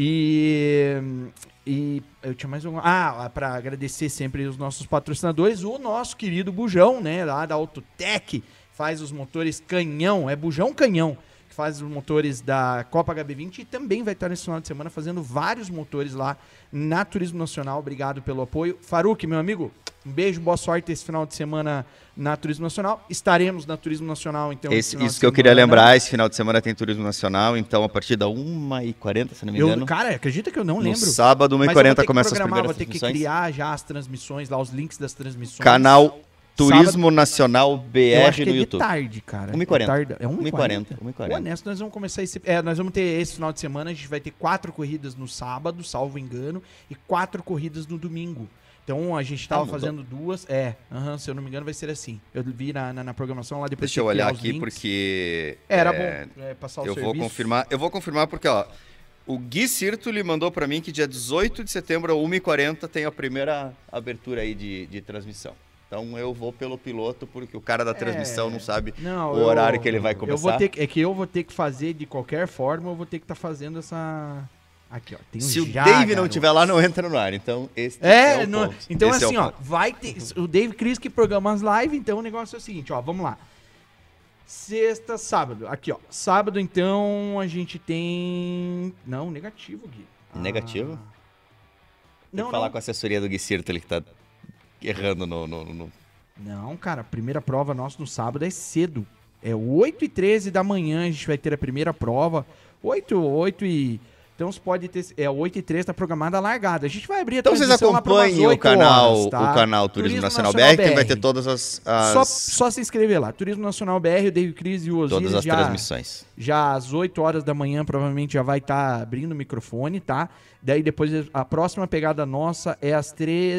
S1: E eu tinha mais um... pra agradecer sempre os nossos patrocinadores, o nosso querido Bujão, né? Lá da Autotec, faz os motores canhão, é Bujão Canhão, que faz os motores da Copa HB20 e também vai estar nesse final de semana fazendo vários motores lá na Turismo Nacional. Obrigado pelo apoio. Faruk, meu amigo, um beijo, boa sorte esse final de semana na Turismo Nacional. Estaremos na Turismo Nacional, então. esse final
S2: Isso
S1: de
S2: que eu queria
S1: semana.
S2: lembrar, esse final de semana tem Turismo Nacional, então a partir da 1h40, se não me engano.
S1: Cara, acredita que eu não
S2: No
S1: lembro?
S2: sábado,
S1: Mas eu vou ter
S2: 1h40
S1: que
S2: começa as
S1: programar,
S2: primeiras
S1: vou ter que
S2: transmissões.
S1: criar já as transmissões lá, os links das transmissões.
S2: Canal Turismo
S1: Sábado-
S2: Nacional
S1: eu
S2: BR
S1: acho que
S2: no
S1: é de
S2: YouTube.
S1: tarde, cara.
S2: 1h40.
S1: É tarde. É 1h40.
S2: 1h40.
S1: Honesto, nós vamos começar nós vamos ter esse final de semana, a gente vai ter 4 corridas no sábado, salvo engano, e 4 corridas no domingo. Então a gente tava
S2: mudou.
S1: fazendo 2. Se eu não me engano, vai ser assim. Eu vi na programação lá depois.
S2: Deixa eu
S1: tem que criar
S2: olhar
S1: os
S2: aqui
S1: links.
S2: porque
S1: Era
S2: é,
S1: bom passar o
S2: eu
S1: serviço.
S2: vou confirmar porque ó, o Gui Cirto lhe mandou pra mim que dia 18 de setembro, às 1h40, tem a primeira abertura aí de transmissão. Então eu vou pelo piloto, porque o cara da transmissão não sabe o horário que ele vai começar.
S1: Eu vou ter que fazer de qualquer forma, eu vou ter que estar fazendo essa... Aqui, ó. Tem um
S2: Se o
S1: já,
S2: Dave não
S1: garoto.
S2: estiver lá, não entra no ar. Então, esse é o ponto.
S1: Então,
S2: Esse é o
S1: assim, ó,
S2: ponto.
S1: vai ter. O Dave Cris que programa as lives, então o negócio é o seguinte, ó, vamos lá. Sexta, sábado. Aqui, ó. Sábado, então, a gente tem. Não, negativo, Gui.
S2: Negativo? Tem
S1: Não,
S2: que falar
S1: não.
S2: com a assessoria do Gui Cirto, ele que tá errando no...
S1: Não, cara, a primeira prova nossa no sábado é cedo. É 8h13 da manhã, a gente vai ter a primeira prova. 8 e... Então você pode ter... 8h13 tá programada a largada. A gente vai abrir a
S2: Então vocês
S1: transmissão lá pra umas
S2: acompanhem o
S1: 8
S2: canal,
S1: horas, tá?
S2: o canal Turismo Nacional BR, que vai ter todas as
S1: Só se inscrever lá. Turismo Nacional BR, o David Cris e o
S2: todas
S1: Osiris
S2: as
S1: já...
S2: transmissões.
S1: Já às 8 horas da manhã, provavelmente já vai estar abrindo o microfone, tá? Daí depois a próxima pegada nossa é às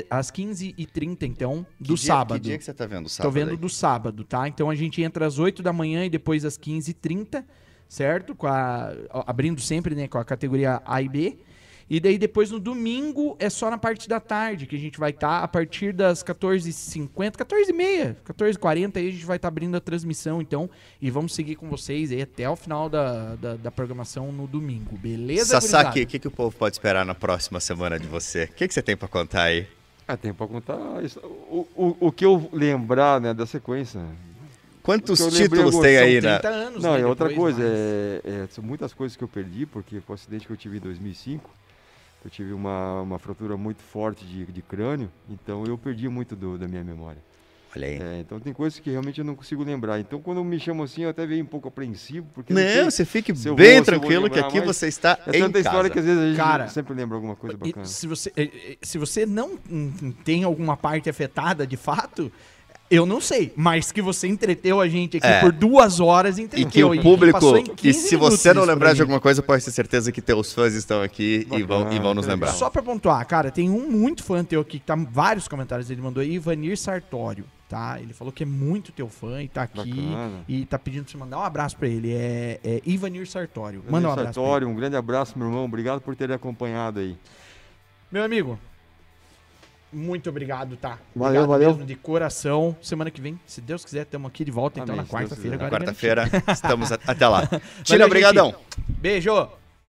S1: 15h30, então, do sábado.
S2: Que dia que você tá vendo o sábado?
S1: Tô vendo
S2: aí?
S1: do sábado, tá? Então a gente entra às 8 da manhã e depois às 15h30, certo? Abrindo sempre, né, com a categoria A e B. E daí depois no domingo é só na parte da tarde que a gente vai estar a partir das 14h50, 14h30, 14h40 aí a gente vai estar abrindo a transmissão então e vamos seguir com vocês aí até o final da programação no domingo, beleza?
S2: Sasaki,
S1: gurizada?
S2: o que o povo pode esperar na próxima semana de você? O que você tem pra contar aí?
S3: Tem pra contar isso. O que eu lembrar, né, da sequência.
S2: Quantos
S3: Porque eu lembrei
S2: títulos
S3: agora,
S2: tem
S3: são
S2: aí,
S1: 30
S2: né?
S1: anos,
S3: Não,
S1: né,
S3: é outra
S1: depois,
S3: coisa,
S1: mas-
S3: são muitas coisas que eu perdi, porque com o acidente que eu tive em 2005, eu tive uma fratura muito forte de crânio, então eu perdi muito da minha memória.
S2: Olha aí.
S3: Então tem coisas que realmente eu não consigo lembrar. Então quando me chamam assim, eu até venho um pouco apreensivo, porque sei
S2: Não, você fique
S3: se eu
S2: bem
S3: vou
S2: tranquilo que
S3: lembrar,
S2: aqui
S3: mas
S2: você está
S3: é
S2: em
S3: tanta história que
S2: casa.
S3: às vezes a gente
S1: Cara,
S3: sempre lembra alguma coisa
S1: E
S3: bacana.
S1: se você não tem alguma parte afetada de fato, eu não sei, mas que você entreteu a gente aqui por 2 horas,
S2: E
S1: entreteu.
S2: que o público,
S1: passou em
S2: e
S1: 15
S2: se
S1: minutos
S2: você não
S1: isso pra
S2: lembrar de
S1: gente.
S2: alguma coisa, pode ter certeza que teus fãs estão aqui e vão nos lembrar.
S1: Só pra pontuar, cara, tem um muito fã teu aqui, que tá vários comentários, ele mandou aí, Ivanir Sartório, tá? Ele falou que é muito teu fã e tá aqui
S3: Bacana.
S1: e tá pedindo pra você mandar um abraço pra ele, é Ivanir Sartório. Manda um abraço pra ele.
S3: Sartório, um grande abraço, meu irmão. Obrigado por ter acompanhado aí.
S1: Meu amigo, muito obrigado, tá?
S3: Valeu,
S1: Obrigado
S3: valeu.
S1: mesmo, de coração. Semana que vem, se Deus quiser, estamos aqui de volta, então,
S3: Amém,
S1: na
S3: se Deus
S1: quarta-feira.
S3: quiser.
S2: Na
S1: agora é
S2: quarta-feira, estamos até lá.
S1: Valeu,
S2: Tira, obrigadão.
S1: gente. Beijo!